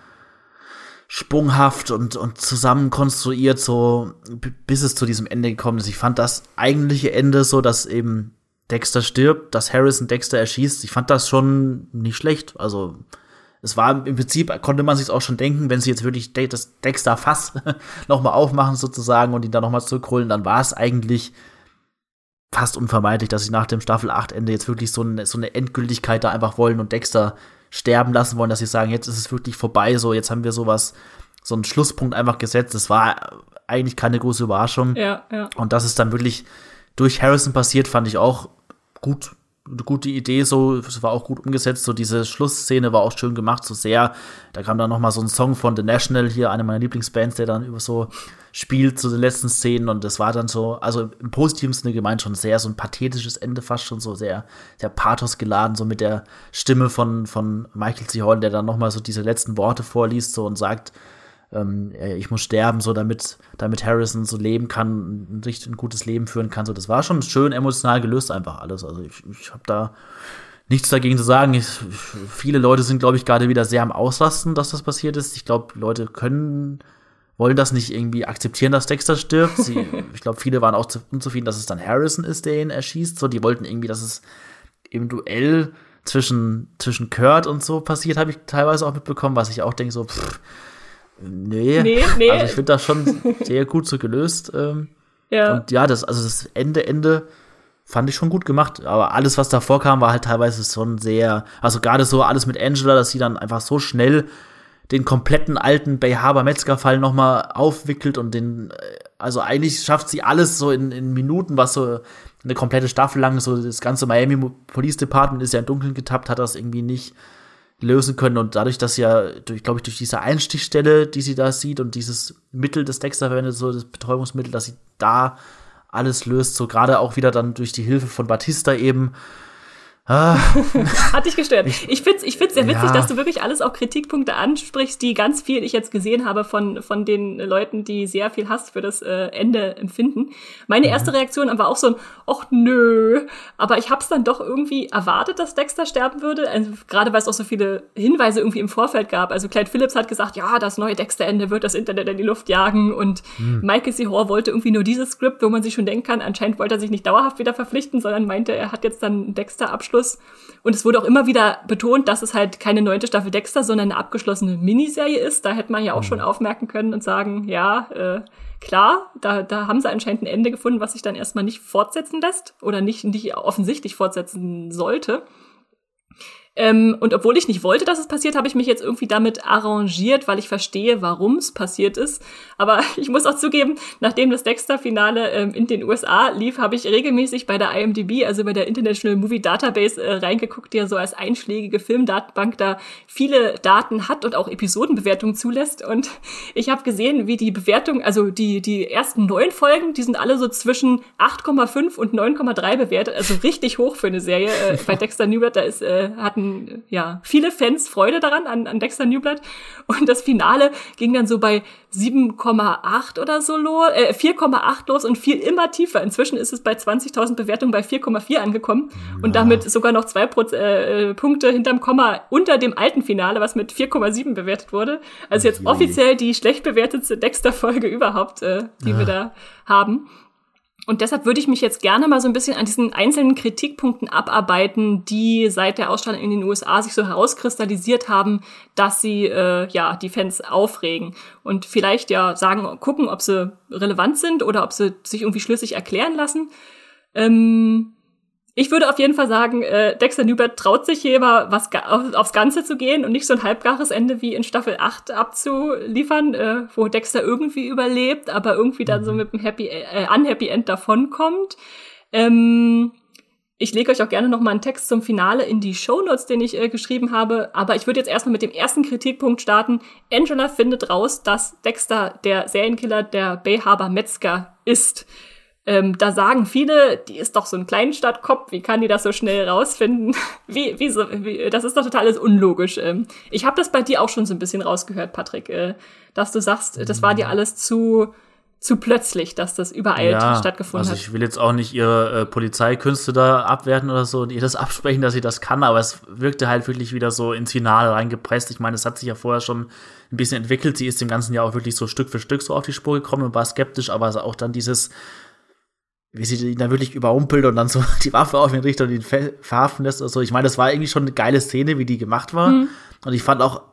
sprunghaft und, und zusammenkonstruiert, so b- bis es zu diesem Ende gekommen ist. Ich fand das eigentliche Ende so, dass eben Dexter stirbt, dass Harrison Dexter erschießt. Ich fand das schon nicht schlecht. Also es war im Prinzip, konnte man sich auch schon denken, wenn sie jetzt wirklich De- das Dexter-Fass noch mal aufmachen sozusagen und ihn dann noch mal zurückholen, dann war es eigentlich fast unvermeidlich, dass sie nach dem Staffel acht Ende jetzt wirklich so eine, so eine Endgültigkeit da einfach wollen und Dexter sterben lassen wollen, dass sie sagen, jetzt ist es wirklich vorbei, so jetzt haben wir sowas, so einen Schlusspunkt einfach gesetzt. Das war eigentlich keine große Überraschung. Ja, ja. Und dass es dann wirklich durch Harrison passiert, fand ich auch gut, eine gute Idee, so, es war auch gut umgesetzt, so diese Schlussszene war auch schön gemacht, so sehr, da kam dann noch mal so ein Song von The National, hier eine meiner Lieblingsbands, der dann über so spielt zu den letzten Szenen und das war dann so, also im positiven Sinne gemeint schon sehr so ein pathetisches Ende, fast schon so sehr, sehr pathos geladen, so mit der Stimme von, von Michael C. Hall, der dann noch mal so diese letzten Worte vorliest so und sagt, ähm, ich muss sterben, so damit, damit Harrison so leben kann, ein richtig ein gutes Leben führen kann, so, das war schon schön emotional gelöst einfach alles, also ich, ich habe da nichts dagegen zu sagen. Ich, viele Leute sind, glaube ich, gerade wieder sehr am Ausrasten, dass das passiert ist. Ich glaube, Leute können wollen das nicht irgendwie akzeptieren, dass Dexter stirbt. Sie, ich glaube, viele waren auch zu, unzufrieden, dass es dann Harrison ist, der ihn erschießt. So, die wollten irgendwie, dass es im Duell zwischen, zwischen Kurt und so passiert, habe ich teilweise auch mitbekommen, was ich auch denke, so, pff, nee. nee, nee. Also ich finde das schon sehr gut so gelöst. Ähm, ja. Und ja, das, also das Ende, Ende fand ich schon gut gemacht. Aber alles, was davor kam, war halt teilweise schon sehr, also gerade so alles mit Angela, dass sie dann einfach so schnell den kompletten alten Bay Harbor Metzger-Fall noch mal aufwickelt und den, also eigentlich schafft sie alles so in, in Minuten, was so eine komplette Staffel lang, so das ganze Miami Police Department ist ja im Dunkeln getappt, hat das irgendwie nicht lösen können und dadurch, dass ja, durch, glaube ich, durch diese Einstichstelle, die sie da sieht und dieses Mittel, das Dexter verwendet, so das Betäubungsmittel, dass sie da alles löst, so gerade auch wieder dann durch die Hilfe von Batista eben. Ah. Hat dich gestört. Ich find's, ich find's sehr witzig, ja. dass du wirklich alles auch Kritikpunkte ansprichst, die ganz viel ich jetzt gesehen habe von, von den Leuten, die sehr viel Hass für das äh, Ende empfinden. Meine erste Reaktion war auch so ein, ach nö, aber ich hab's dann doch irgendwie erwartet, dass Dexter sterben würde, also, gerade weil es auch so viele Hinweise irgendwie im Vorfeld gab. Also Clyde Phillips hat gesagt, ja, das neue Dexter-Ende wird das Internet in die Luft jagen und hm. Michael C. Hall wollte irgendwie nur dieses Skript, wo man sich schon denken kann, anscheinend wollte er sich nicht dauerhaft wieder verpflichten, sondern meinte, er hat jetzt dann einen Dexter-Abschluss. Und es wurde auch immer wieder betont, dass es halt keine neunte Staffel Dexter, sondern eine abgeschlossene Miniserie ist. Da hätte man ja auch schon aufmerken können und sagen, ja, äh, klar, da, da haben sie anscheinend ein Ende gefunden, was sich dann erstmal nicht fortsetzen lässt oder nicht, nicht offensichtlich fortsetzen sollte. Ähm, und obwohl ich nicht wollte, dass es passiert, habe ich mich jetzt irgendwie damit arrangiert, weil ich verstehe, warum es passiert ist. Aber ich muss auch zugeben, nachdem das Dexter-Finale ähm, in den U S A lief, habe ich regelmäßig bei der I M D B, also bei der International Movie Database, äh, reingeguckt, die ja so als einschlägige Filmdatenbank da viele Daten hat und auch Episodenbewertungen zulässt. Und ich habe gesehen, wie die Bewertung, also die die ersten neun Folgen, die sind alle so zwischen acht Komma fünf und neun Komma drei bewertet, also richtig hoch für eine Serie. Äh, bei Dexter New Blood, da ist, äh, hatten hatten ja viele Fans Freude daran, an, an Dexter New Blood. Und das Finale ging dann so bei sieben Komma acht oder so los, äh, vier Komma acht los und fiel immer tiefer. Inzwischen ist es bei zwanzigtausend Bewertungen bei vier Komma vier angekommen ja. und damit sogar noch zwei Proz- äh, Punkte hinterm Komma unter dem alten Finale, was mit vier Komma sieben bewertet wurde. Also jetzt offiziell die schlecht bewertetste Dexter-Folge überhaupt, äh, die ja. wir da haben. Und deshalb würde ich mich jetzt gerne mal so ein bisschen an diesen einzelnen Kritikpunkten abarbeiten, die seit der Ausstrahlung in den U S A sich so herauskristallisiert haben, dass sie äh, ja die Fans aufregen. Und vielleicht ja sagen, gucken, ob sie relevant sind oder ob sie sich irgendwie schlüssig erklären lassen. Ähm, ich würde auf jeden Fall sagen, äh, Dexter New Blood traut sich hier mal was ga- auf, aufs Ganze zu gehen und nicht so ein halbgares Ende wie in Staffel acht abzuliefern, äh, wo Dexter irgendwie überlebt, aber irgendwie dann so mit einem Happy, äh, Unhappy End davonkommt. Ähm, ich lege euch auch gerne noch mal einen Text zum Finale in die Shownotes, den ich äh, geschrieben habe, aber ich würde jetzt erstmal mit dem ersten Kritikpunkt starten. Angela findet raus, dass Dexter der Serienkiller der Bay Harbor Metzger ist. Ähm, da sagen viele, die ist doch so ein Kleinstadtkopf, wie kann die das so schnell rausfinden? wie, wie so, wie, das ist doch total alles unlogisch. Ähm, ich habe das bei dir auch schon so ein bisschen rausgehört, Patrick, äh, dass du sagst, das war dir alles zu zu plötzlich, dass das übereilt ja, stattgefunden also hat. Ich will jetzt auch nicht ihre äh, Polizeikünste da abwerten oder so und ihr das absprechen, dass sie das kann, aber es wirkte halt wirklich wieder so ins Finale reingepresst. Ich meine, es hat sich ja vorher schon ein bisschen entwickelt. Sie ist dem ganzen Jahr auch wirklich so Stück für Stück so auf die Spur gekommen und war skeptisch, aber auch dann dieses wie sie ihn dann wirklich überrumpelt und dann so die Waffe auf ihn richtet und ihn ver- verhaften lässt oder so. Ich meine, das war irgendwie schon eine geile Szene, wie die gemacht war. Mhm. Und ich fand auch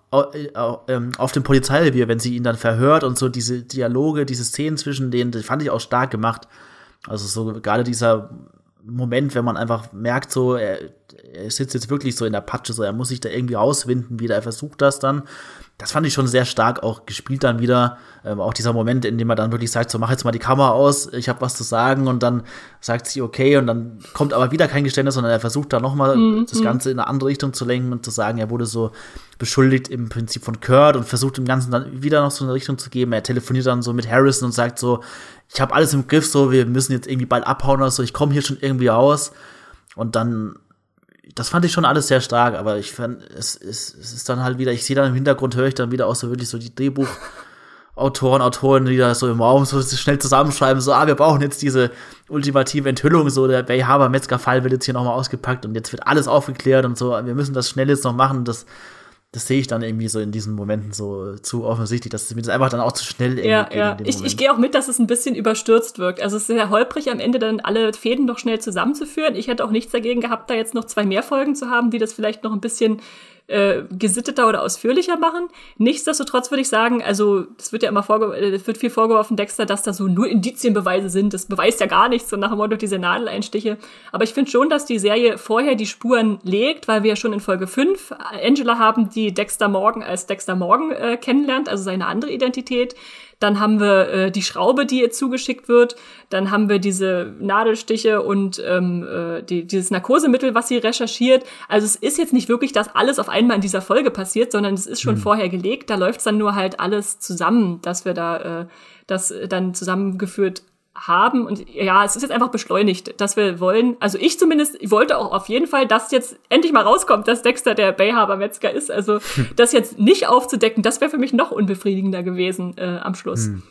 auf dem Polizeirevier, wenn sie ihn dann verhört und so diese Dialoge, diese Szenen zwischen denen, das fand ich auch stark gemacht. Also so gerade dieser Moment, wenn man einfach merkt, so er, er sitzt jetzt wirklich so in der Patsche, so er muss sich da irgendwie rauswinden, wieder er versucht das dann. Das fand ich schon sehr stark auch gespielt dann wieder. Ähm, auch dieser Moment, in dem er dann wirklich sagt, so mach jetzt mal die Kamera aus, ich habe was zu sagen und dann sagt sie okay und dann kommt aber wieder kein Geständnis, sondern er versucht da nochmal mhm. das Ganze in eine andere Richtung zu lenken und zu sagen, er wurde so beschuldigt im Prinzip von Kurt und versucht dem Ganzen dann wieder noch so eine Richtung zu geben. Er telefoniert dann so mit Harrison und sagt so, ich habe alles im Griff, so wir müssen jetzt irgendwie bald abhauen oder so, ich komme hier schon irgendwie raus. Und dann das fand ich schon alles sehr stark, aber ich fand, es, es, es ist dann halt wieder, ich sehe dann im Hintergrund, höre ich dann wieder auch so wirklich so die Drehbuchautoren, Autoren, die da so im Raum so schnell zusammenschreiben, so, ah, wir brauchen jetzt diese ultimative Enthüllung, so, der Bay Harbor Metzger-Fall wird jetzt hier nochmal ausgepackt und jetzt wird alles aufgeklärt und so, wir müssen das schnell jetzt noch machen, das Das sehe ich dann irgendwie so in diesen Momenten so zu offensichtlich, dass es mir das einfach dann auch zu schnell irgendwie ja, geht. Ja, in dem ich, Moment. ich gehe auch mit, dass es ein bisschen überstürzt wirkt. Also es ist sehr holprig, am Ende dann alle Fäden noch schnell zusammenzuführen. Ich hätte auch nichts dagegen gehabt, da jetzt noch zwei mehr Folgen zu haben, die das vielleicht noch ein bisschen äh, gesitteter oder ausführlicher machen. Nichtsdestotrotz würde ich sagen, also es wird ja immer vorge- es wird viel vorgeworfen, Dexter, dass da so nur Indizienbeweise sind. Das beweist ja gar nichts, so nach dem Motto diese Nadeleinstiche. Aber ich finde schon, dass die Serie vorher die Spuren legt, weil wir ja schon in Folge fünf Angela haben, die Dexter Morgan als Dexter Morgan äh, kennenlernt, also seine andere Identität. Dann haben wir äh, die Schraube, die ihr zugeschickt wird. Dann haben wir diese Nadelstiche und ähm, äh, die, dieses Narkosemittel, was sie recherchiert. Also es ist jetzt nicht wirklich, dass alles auf einmal in dieser Folge passiert, sondern es ist schon mhm. vorher gelegt. Da läuft es dann nur halt alles zusammen, dass wir da äh, das dann zusammengeführt haben. Und ja, es ist jetzt einfach beschleunigt, dass wir wollen, also ich zumindest, ich wollte auch auf jeden Fall, dass jetzt endlich mal rauskommt, dass Dexter der Bay Harbor Metzger ist. Also hm. das jetzt nicht aufzudecken, das wäre für mich noch unbefriedigender gewesen äh, am Schluss. Hm.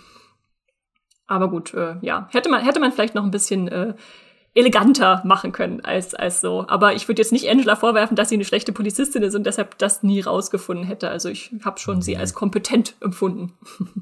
Aber gut, äh, ja, hätte man hätte man vielleicht noch ein bisschen äh, eleganter machen können als als so. Aber ich würde jetzt nicht Angela vorwerfen, dass sie eine schlechte Polizistin ist und deshalb das nie rausgefunden hätte. Also ich habe schon hm. sie als kompetent empfunden.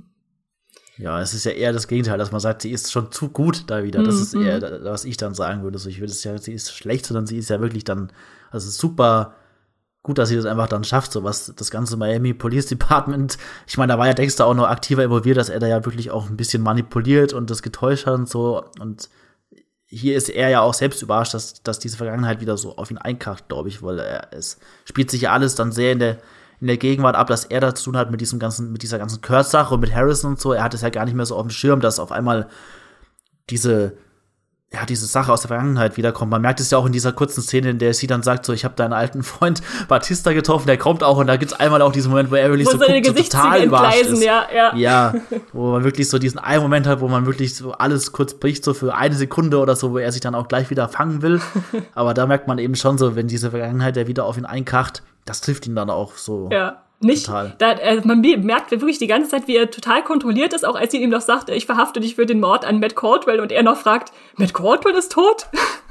Ja, es ist ja eher das Gegenteil, dass man sagt, sie ist schon zu gut da wieder. Das ist eher, was ich dann sagen würde. So, ich würde es ja, sie ist schlecht, sondern sie ist ja wirklich dann, also super gut, dass sie das einfach dann schafft, so was das ganze Miami Police Department. Ich meine, da war ja Dexter auch noch aktiver involviert, dass er da ja wirklich auch ein bisschen manipuliert und das getäuscht hat und so. Und hier ist er ja auch selbst überrascht, dass, dass diese Vergangenheit wieder so auf ihn einkracht, glaube ich, weil er, es spielt sich ja alles dann sehr in der in der Gegenwart ab, dass er da zu tun hat mit diesem ganzen, mit dieser ganzen Kurt-Sache und mit Harrison und so. Er hat es ja gar nicht mehr so auf dem Schirm, dass auf einmal diese ja, diese Sache aus der Vergangenheit wiederkommt. Man merkt es ja auch in dieser kurzen Szene, in der sie dann sagt, so, ich habe deinen alten Freund Batista getroffen, der kommt auch, und da gibt's einmal auch diesen Moment, wo er wirklich wo so guckt, so total überrascht ist. Ja, ja. ja, wo man wirklich so diesen einen Moment hat, wo man wirklich so alles kurz bricht, so für eine Sekunde oder so, wo er sich dann auch gleich wieder fangen will. Aber da merkt man eben schon so, wenn diese Vergangenheit ja wieder auf ihn einkracht, das trifft ihn dann auch so. Ja. Nicht, total. Da, also man merkt wirklich die ganze Zeit, wie er total kontrolliert ist, auch als sie ihm noch sagt, ich verhafte dich für den Mord an Matt Caldwell, und er noch fragt, Matt Caldwell ist tot?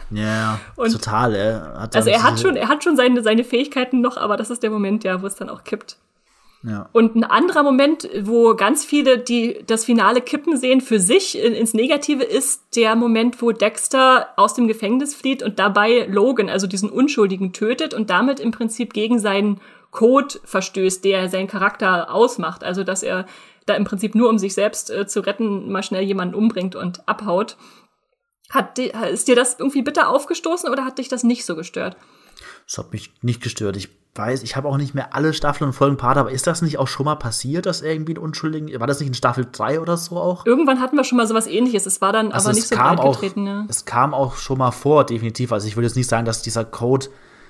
Ja, und total. Er hat also er hat schon, er hat schon seine, seine Fähigkeiten noch, aber das ist der Moment, ja, wo es dann auch kippt. Ja. Und ein anderer Moment, wo ganz viele die das Finale kippen sehen für sich in, ins Negative, ist der Moment, wo Dexter aus dem Gefängnis flieht und dabei Logan, also diesen Unschuldigen, tötet und damit im Prinzip gegen seinen Code verstößt, der seinen Charakter ausmacht. Also, dass er da im Prinzip nur, um sich selbst äh, zu retten, mal schnell jemanden umbringt und abhaut. Hat di- ist dir das irgendwie bitter aufgestoßen oder hat dich das nicht so gestört? Das hat mich nicht gestört. Ich weiß, ich habe auch nicht mehr alle Staffeln und Folgen parat, aber ist das nicht auch schon mal passiert, dass irgendwie ein Unschuldigen, war das nicht in Staffel drei oder so auch? Irgendwann hatten wir schon mal sowas Ähnliches. Es war dann also aber nicht so breit getreten. Ja. Es kam auch schon mal vor, definitiv. Also ich würde jetzt nicht sagen, dass dieser Code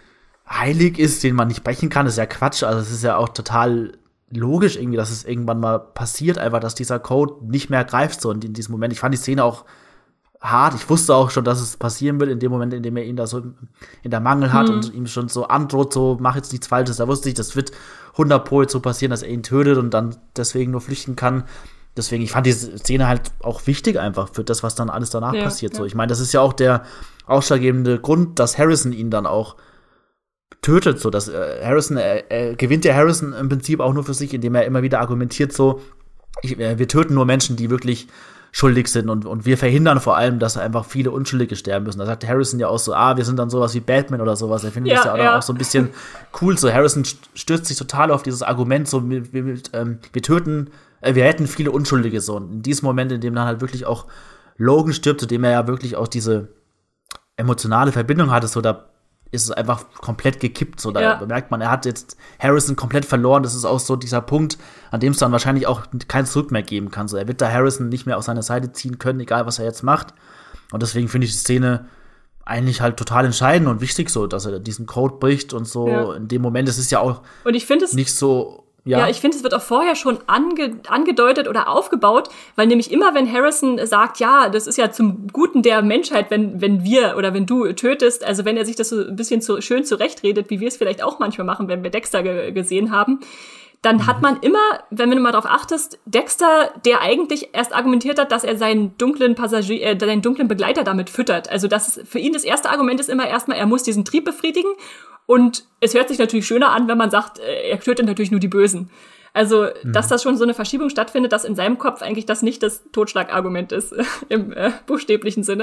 heilig ist, den man nicht brechen kann, das ist ja Quatsch. Also es ist ja auch total logisch irgendwie, dass es irgendwann mal passiert, einfach, dass dieser Code nicht mehr greift so. Und in diesem Moment, ich fand die Szene auch hart. Ich wusste auch schon, dass es passieren wird, in dem Moment, in dem er ihn da so in der Mangel hat mhm. und ihm schon so androht, so, mach jetzt nichts Falsches. Da wusste ich, das wird hundert Pro jetzt so passieren, dass er ihn tötet und dann deswegen nur flüchten kann. Deswegen, ich fand diese Szene halt auch wichtig einfach für das, was dann alles danach ja, passiert. Ja. So, ich meine, das ist ja auch der ausschlaggebende Grund, dass Harrison ihn dann auch tötet, so dass äh, Harrison, er, er gewinnt ja Harrison im Prinzip auch nur für sich, indem er immer wieder argumentiert, so, ich, äh, wir töten nur Menschen, die wirklich schuldig sind und, und wir verhindern vor allem, dass einfach viele Unschuldige sterben müssen. Da sagt Harrison ja auch so, ah, wir sind dann sowas wie Batman oder sowas. Er findet ja, das ja, ja auch so ein bisschen cool. So, Harrison stürzt sich total auf dieses Argument, so, wir, wir, ähm, wir töten, äh, wir hätten viele Unschuldige, so. Und in diesem Moment, in dem dann halt wirklich auch Logan stirbt, zu dem er ja wirklich auch diese emotionale Verbindung hatte, so, da ist es einfach komplett gekippt. So, da ja. merkt man, er hat jetzt Harrison komplett verloren. Das ist auch so dieser Punkt, an dem es dann wahrscheinlich auch kein Zurück mehr geben kann. So, er wird da Harrison nicht mehr auf seine Seite ziehen können, egal was er jetzt macht. Und deswegen finde ich die Szene eigentlich halt total entscheidend und wichtig, so, dass er diesen Code bricht und so. Ja. In dem Moment, es ist ja auch und ich find, es nicht so. Ja, ja ich finde, es wird auch vorher schon ange- angedeutet oder aufgebaut, weil nämlich immer, wenn Harrison sagt, ja, das ist ja zum Guten der Menschheit, wenn wenn wir oder wenn du tötest, also wenn er sich das so ein bisschen zu, schön zurechtredet, wie wir es vielleicht auch manchmal machen, wenn wir Dexter ge- gesehen haben, dann mhm. hat man immer, wenn du mal darauf achtest, Dexter, der eigentlich erst argumentiert hat, dass er seinen dunklen Passagier, äh, seinen dunklen Begleiter damit füttert. Also das für ihn das erste Argument ist immer erstmal, er muss diesen Trieb befriedigen. Und es hört sich natürlich schöner an, wenn man sagt, er tötet natürlich nur die Bösen. Also, mhm. dass das schon so eine Verschiebung stattfindet, dass in seinem Kopf eigentlich das nicht das Totschlagargument ist, im äh, buchstäblichen Sinne.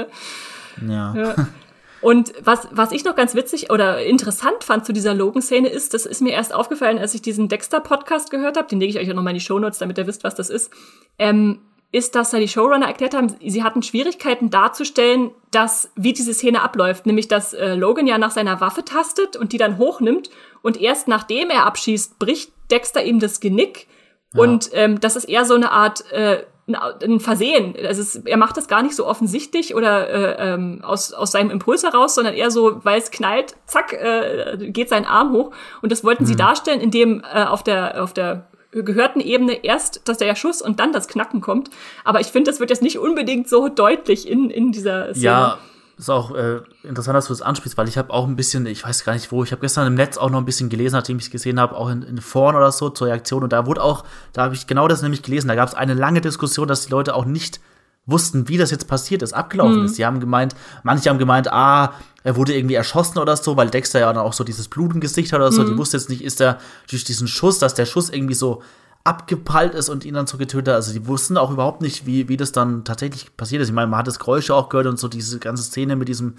Ja. ja. Und was, was ich noch ganz witzig oder interessant fand zu dieser Logan-Szene ist, das ist mir erst aufgefallen, als ich diesen Dexter-Podcast gehört habe, den lege ich euch auch noch mal in die Shownotes, damit ihr wisst, was das ist, ähm, ist, dass da die Showrunner erklärt haben, sie hatten Schwierigkeiten darzustellen, dass wie diese Szene abläuft, nämlich dass äh, Logan ja nach seiner Waffe tastet und die dann hochnimmt und erst nachdem er abschießt, bricht Dexter ihm das Genick ja. und ähm, das ist eher so eine Art äh, ein Versehen. Also es, er macht das gar nicht so offensichtlich oder äh, ähm, aus aus seinem Impuls heraus, sondern eher so, weil es knallt, zack, äh, geht sein Arm hoch und das wollten mhm. sie darstellen, indem äh, auf der auf der gehörten Ebene erst, dass der Schuss und dann das Knacken kommt. Aber ich finde, das wird jetzt nicht unbedingt so deutlich in, in dieser Szene. Ja, ist auch äh, interessant, dass du das ansprichst, weil ich habe auch ein bisschen, ich weiß gar nicht wo, ich habe gestern im Netz auch noch ein bisschen gelesen, nachdem ich es gesehen habe, auch in, in Foren oder so zur Reaktion. Und da wurde auch, da habe ich genau das nämlich gelesen, da gab es eine lange Diskussion, dass die Leute auch nicht wussten, wie das jetzt passiert ist, abgelaufen mhm. ist. Sie haben gemeint, manche haben gemeint, ah, er wurde irgendwie erschossen oder so, weil Dexter ja dann auch so dieses Blut im Gesicht hat oder so. Mhm. Die wusste jetzt nicht, ist er durch diesen Schuss, dass der Schuss irgendwie so abgeprallt ist und ihn dann so getötet hat. Also die wussten auch überhaupt nicht, wie, wie das dann tatsächlich passiert ist. Ich meine, man hat das Geräusche auch gehört und so diese ganze Szene mit diesem,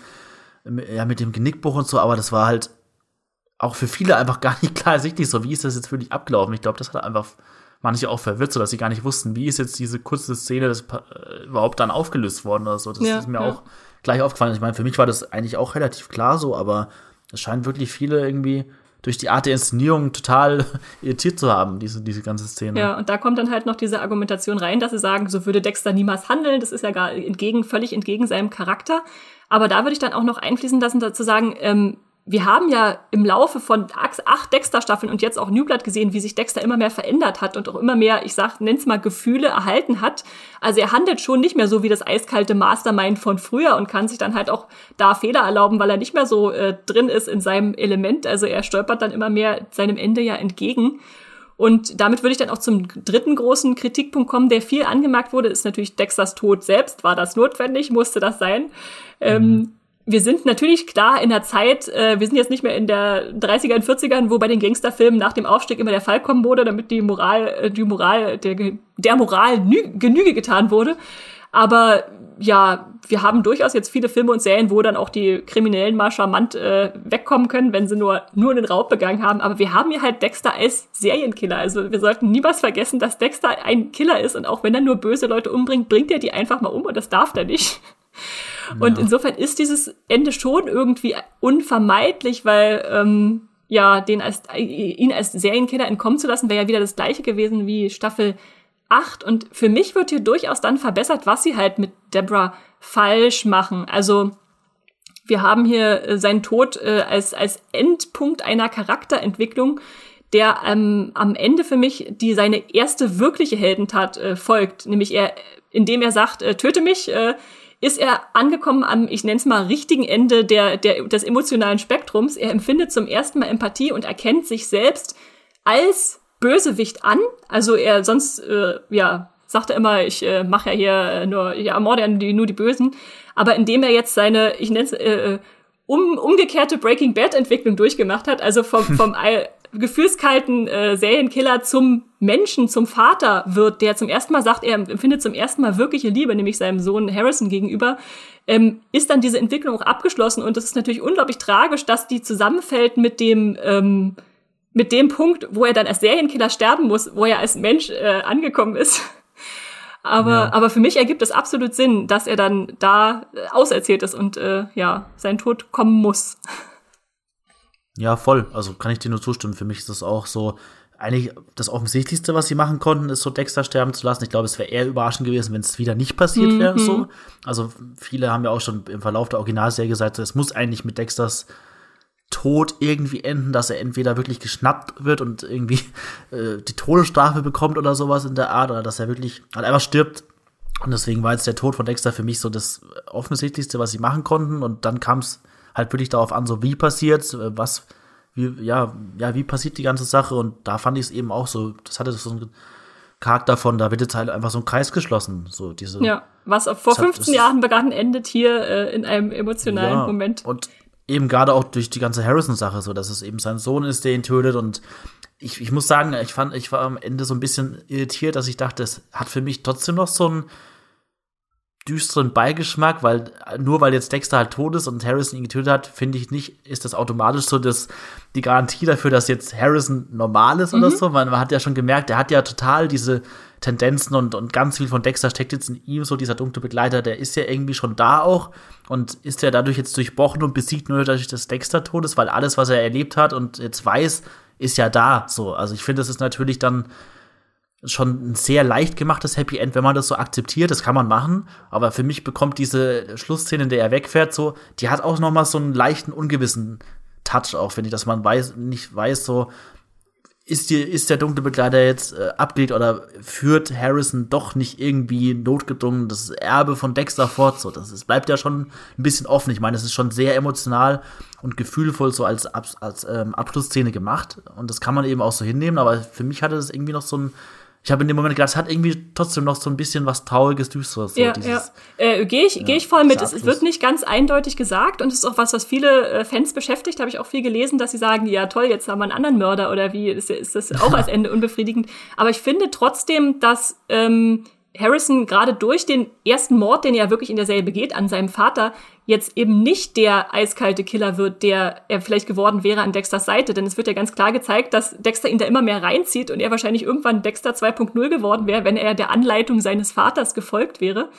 ja, mit dem Genickbruch und so, aber das war halt auch für viele einfach gar nicht klar ersichtlich, so wie ist das jetzt wirklich abgelaufen. Ich glaube, das hat einfach manche auch verwirrt, so dass sie gar nicht wussten, wie ist jetzt diese kurze Szene das, äh, überhaupt dann aufgelöst worden oder so. Das ja, ist mir ja. auch gleich aufgefallen. Ich meine, für mich war das eigentlich auch relativ klar so, aber es scheint wirklich viele irgendwie durch die Art der Inszenierung total irritiert zu haben, diese, diese ganze Szene. Ja, und da kommt dann halt noch diese Argumentation rein, dass sie sagen, so würde Dexter niemals handeln, das ist ja gar entgegen, völlig entgegen seinem Charakter. Aber da würde ich dann auch noch einfließen lassen, dazu sagen, ähm, wir haben ja im Laufe von acht Dexter-Staffeln und jetzt auch New Blood gesehen, wie sich Dexter immer mehr verändert hat und auch immer mehr, ich sag, nenn's mal, Gefühle erhalten hat. Also er handelt schon nicht mehr so wie das eiskalte Mastermind von früher und kann sich dann halt auch da Fehler erlauben, weil er nicht mehr so äh, drin ist in seinem Element. Also er stolpert dann immer mehr seinem Ende ja entgegen. Und damit würde ich dann auch zum dritten großen Kritikpunkt kommen, der viel angemerkt wurde, ist natürlich Dexters Tod selbst. War das notwendig? Musste das sein? Mhm. Ähm, Wir sind natürlich klar in der Zeit, äh, wir sind jetzt nicht mehr in der dreißigern, vierzigern, wo bei den Gangsterfilmen nach dem Aufstieg immer der Fall kommen wurde, damit die Moral, äh, die Moral, der, der Moral nü- Genüge getan wurde. Aber ja, wir haben durchaus jetzt viele Filme und Serien, wo dann auch die Kriminellen mal charmant äh, wegkommen können, wenn sie nur, nur einen Raub begangen haben. Aber wir haben hier halt Dexter als Serienkiller. Also wir sollten niemals vergessen, dass Dexter ein Killer ist. Und auch wenn er nur böse Leute umbringt, bringt er die einfach mal um. Und das darf er nicht. Und ja. Insofern ist dieses Ende schon irgendwie unvermeidlich, weil ähm, ja den als ihn als Serienkiller entkommen zu lassen, wäre ja wieder das Gleiche gewesen wie Staffel acht. Und für mich wird hier durchaus dann verbessert, was sie halt mit Deborah falsch machen. Also wir haben hier äh, seinen Tod äh, als als Endpunkt einer Charakterentwicklung, der ähm, am Ende für mich die seine erste wirkliche Heldentat äh, folgt, nämlich er, indem er sagt, äh, töte mich. Äh, ist er angekommen am, ich nenne es mal, richtigen Ende der, der, des emotionalen Spektrums. Er empfindet zum ersten Mal Empathie und erkennt sich selbst als Bösewicht an. Also er sonst, äh, ja, sagt er immer, ich äh, mache ja hier äh, nur, ich ermorde ja die, nur die Bösen. Aber indem er jetzt seine, ich nenne es, äh, um, umgekehrte Breaking Bad-Entwicklung durchgemacht hat, also vom, vom gefühlskalten äh, Serienkiller zum Menschen, zum Vater wird, der zum ersten Mal sagt, er empfindet zum ersten Mal wirkliche Liebe, nämlich seinem Sohn Harrison gegenüber, ähm, ist dann diese Entwicklung auch abgeschlossen. Und das ist natürlich unglaublich tragisch, dass die zusammenfällt mit dem ähm, mit dem Punkt, wo er dann als Serienkiller sterben muss, wo er als Mensch äh, angekommen ist. Aber ja. aber für mich ergibt es absolut Sinn, dass er dann da äh, auserzählt ist und äh, ja, sein Tod kommen muss. Ja, voll. Also kann ich dir nur zustimmen. Für mich ist das auch so, eigentlich das Offensichtlichste, was sie machen konnten, ist so Dexter sterben zu lassen. Ich glaube, es wäre eher überraschend gewesen, wenn es wieder nicht passiert wäre. Mhm. So. Also viele haben ja auch schon im Verlauf der Originalserie gesagt, es muss eigentlich mit Dexters Tod irgendwie enden, dass er entweder wirklich geschnappt wird und irgendwie äh, die Todesstrafe bekommt oder sowas in der Art, oder dass er wirklich halt einfach stirbt. Und deswegen war jetzt der Tod von Dexter für mich so das Offensichtlichste, was sie machen konnten. Und dann kam es halt wirklich darauf an, so wie passiert's, was, wie, ja, ja, wie passiert die ganze Sache. Und da fand ich es eben auch so, das hatte so einen Charakter von, da wird jetzt halt einfach so ein Kreis geschlossen. So diese, ja, was vor fünfzehn Jahren begann, endet hier äh, in einem emotionalen ja, Moment. Und eben gerade auch durch die ganze Harrison-Sache, so dass es eben sein Sohn ist, der ihn tötet. Und ich, ich muss sagen, ich fand, ich war am Ende so ein bisschen irritiert, dass ich dachte, es hat für mich trotzdem noch so einen düsteren Beigeschmack, weil nur weil jetzt Dexter halt tot ist und Harrison ihn getötet hat, finde ich nicht, ist das automatisch so das, die Garantie dafür, dass jetzt Harrison normal ist mhm. oder so. Man, man hat ja schon gemerkt, er hat ja total diese Tendenzen und, und ganz viel von Dexter steckt jetzt in ihm, so dieser dunkle Begleiter, der ist ja irgendwie schon da auch und ist ja dadurch jetzt durchbrochen und besiegt nur dadurch, dass Dexter tot ist, weil alles, was er erlebt hat und jetzt weiß, ist ja da, so. Also ich finde, das ist natürlich dann schon ein sehr leicht gemachtes Happy End, wenn man das so akzeptiert, das kann man machen, aber für mich bekommt diese Schlussszene, in der er wegfährt, so, die hat auch noch mal so einen leichten, ungewissen Touch auch, finde ich, dass man weiß, nicht weiß, so, ist, die, ist der dunkle Begleiter jetzt äh, abgelegt oder führt Harrison doch nicht irgendwie notgedrungen das Erbe von Dexter fort, so, das ist, bleibt ja schon ein bisschen offen, ich meine, es ist schon sehr emotional und gefühlvoll so als, als, als ähm, Abschlussszene gemacht und das kann man eben auch so hinnehmen, aber für mich hatte das irgendwie noch so ein Ich habe in dem Moment gedacht, es hat irgendwie trotzdem noch so ein bisschen was Trauriges, Düsteres. So ja, dieses, ja. Äh, Gehe ich, ja, geh ich voll mit. Es wird nicht ganz eindeutig gesagt und es ist auch was, was viele äh, Fans beschäftigt. Habe ich auch viel gelesen, dass sie sagen, ja toll, jetzt haben wir einen anderen Mörder oder wie, ist, ist das auch als Ende unbefriedigend. Aber ich finde trotzdem, dass ähm, Harrison gerade durch den ersten Mord, den er ja wirklich in der Serie begeht, an seinem Vater, jetzt eben nicht der eiskalte Killer wird, der er vielleicht geworden wäre an Dexters Seite. Denn es wird ja ganz klar gezeigt, dass Dexter ihn da immer mehr reinzieht und er wahrscheinlich irgendwann Dexter zwei Punkt null geworden wäre, wenn er der Anleitung seines Vaters gefolgt wäre.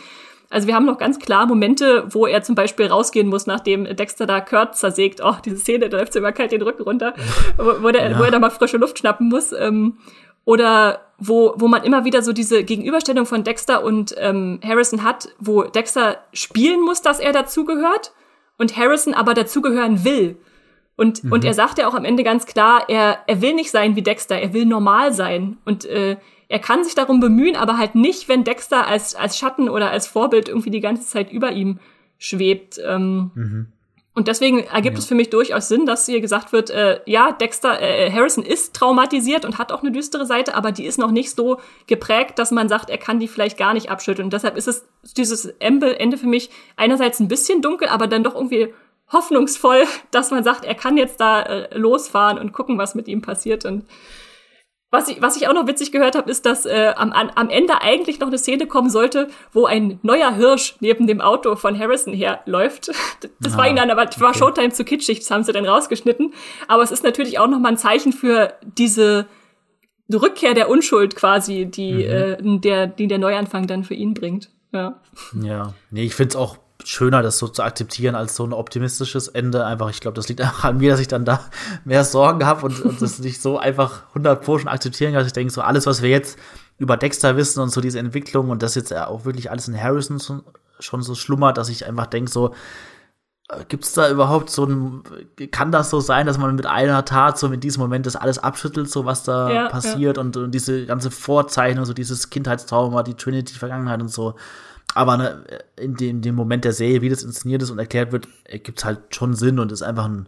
Also wir haben noch ganz klar Momente, wo er zum Beispiel rausgehen muss, nachdem Dexter da Kurt zersägt. Oh, diese Szene, da läuft so immer kalt den Rücken runter, wo, wo, der, ja. wo er da mal frische Luft schnappen muss. Ähm, oder wo, wo man immer wieder so diese Gegenüberstellung von Dexter und ähm, Harrison hat, wo Dexter spielen muss, dass er dazugehört und Harrison aber dazugehören will. Und, mhm. und er sagt ja auch am Ende ganz klar, er, er will nicht sein wie Dexter, er will normal sein. Und äh, er kann sich darum bemühen, aber halt nicht, wenn Dexter als, als Schatten oder als Vorbild irgendwie die ganze Zeit über ihm schwebt. Ähm, mhm. Und deswegen ergibt ja. es für mich durchaus Sinn, dass hier gesagt wird, äh, ja, Dexter, äh, Harrison ist traumatisiert und hat auch eine düstere Seite, aber die ist noch nicht so geprägt, dass man sagt, er kann die vielleicht gar nicht abschütteln. Und deshalb ist es dieses Ende für mich einerseits ein bisschen dunkel, aber dann doch irgendwie hoffnungsvoll, dass man sagt, er kann jetzt da äh, losfahren und gucken, was mit ihm passiert. Und was ich, was ich auch noch witzig gehört habe, ist, dass äh, am, am Ende eigentlich noch eine Szene kommen sollte, wo ein neuer Hirsch neben dem Auto von Harrison herläuft. Das ah, war ihnen dann aber okay. war Showtime zu kitschig, das haben sie dann rausgeschnitten. Aber es ist natürlich auch noch mal ein Zeichen für diese Rückkehr der Unschuld quasi, die, mhm. äh, der, die der Neuanfang dann für ihn bringt. Ja, ja. Nee, ich find's auch schöner, das so zu akzeptieren als so ein optimistisches Ende. Einfach, ich glaube, das liegt einfach an mir, dass ich dann da mehr Sorgen habe und, und das nicht so einfach hundert Pro schon akzeptieren kann. Ich denke, so alles, was wir jetzt über Dexter wissen und so diese Entwicklung und das jetzt auch wirklich alles in Harrison so, schon so schlummert, dass ich einfach denke, so gibt's da überhaupt so ein, kann das so sein, dass man mit einer Tat so in diesem Moment das alles abschüttelt, so was da ja, passiert ja. Und, und diese ganze Vorzeichnung, so dieses Kindheitstrauma, die Trinity-Vergangenheit und so. Aber ne, in, dem, in dem Moment der Serie, wie das inszeniert ist und erklärt wird, gibt's halt schon Sinn und ist einfach ein,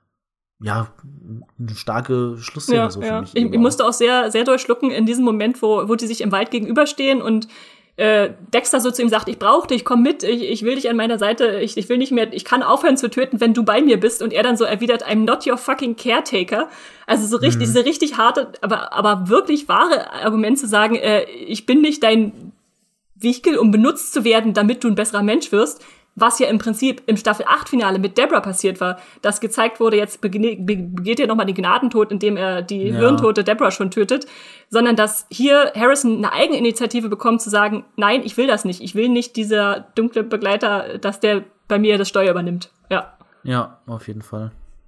ja, eine starke Schlussszene ja, so ja. für mich. Ich, ich musste auch sehr, sehr durchschlucken in diesem Moment, wo, wo die sich im Wald gegenüberstehen und äh, Dexter so zu ihm sagt, ich brauche dich, komm mit, ich, ich will dich an meiner Seite, ich, ich will nicht mehr, ich kann aufhören zu töten, wenn du bei mir bist. Und er dann so erwidert, I'm not your fucking caretaker. Also so richtig, mhm. diese richtig harte, aber, aber wirklich wahre Argument zu sagen, äh, ich bin nicht dein Vehikel, um benutzt zu werden, damit du ein besserer Mensch wirst, was ja im Prinzip im Staffel acht Finale mit Deborah passiert war, das gezeigt wurde, jetzt begeht, begeht er nochmal den Gnadentod, indem er die ja. hirntote Deborah schon tötet, sondern dass hier Harrison eine Eigeninitiative bekommt, zu sagen, nein, ich will das nicht, ich will nicht dieser dunkle Begleiter, dass der bei mir das Steuer übernimmt. Ja, ja, auf jeden Fall.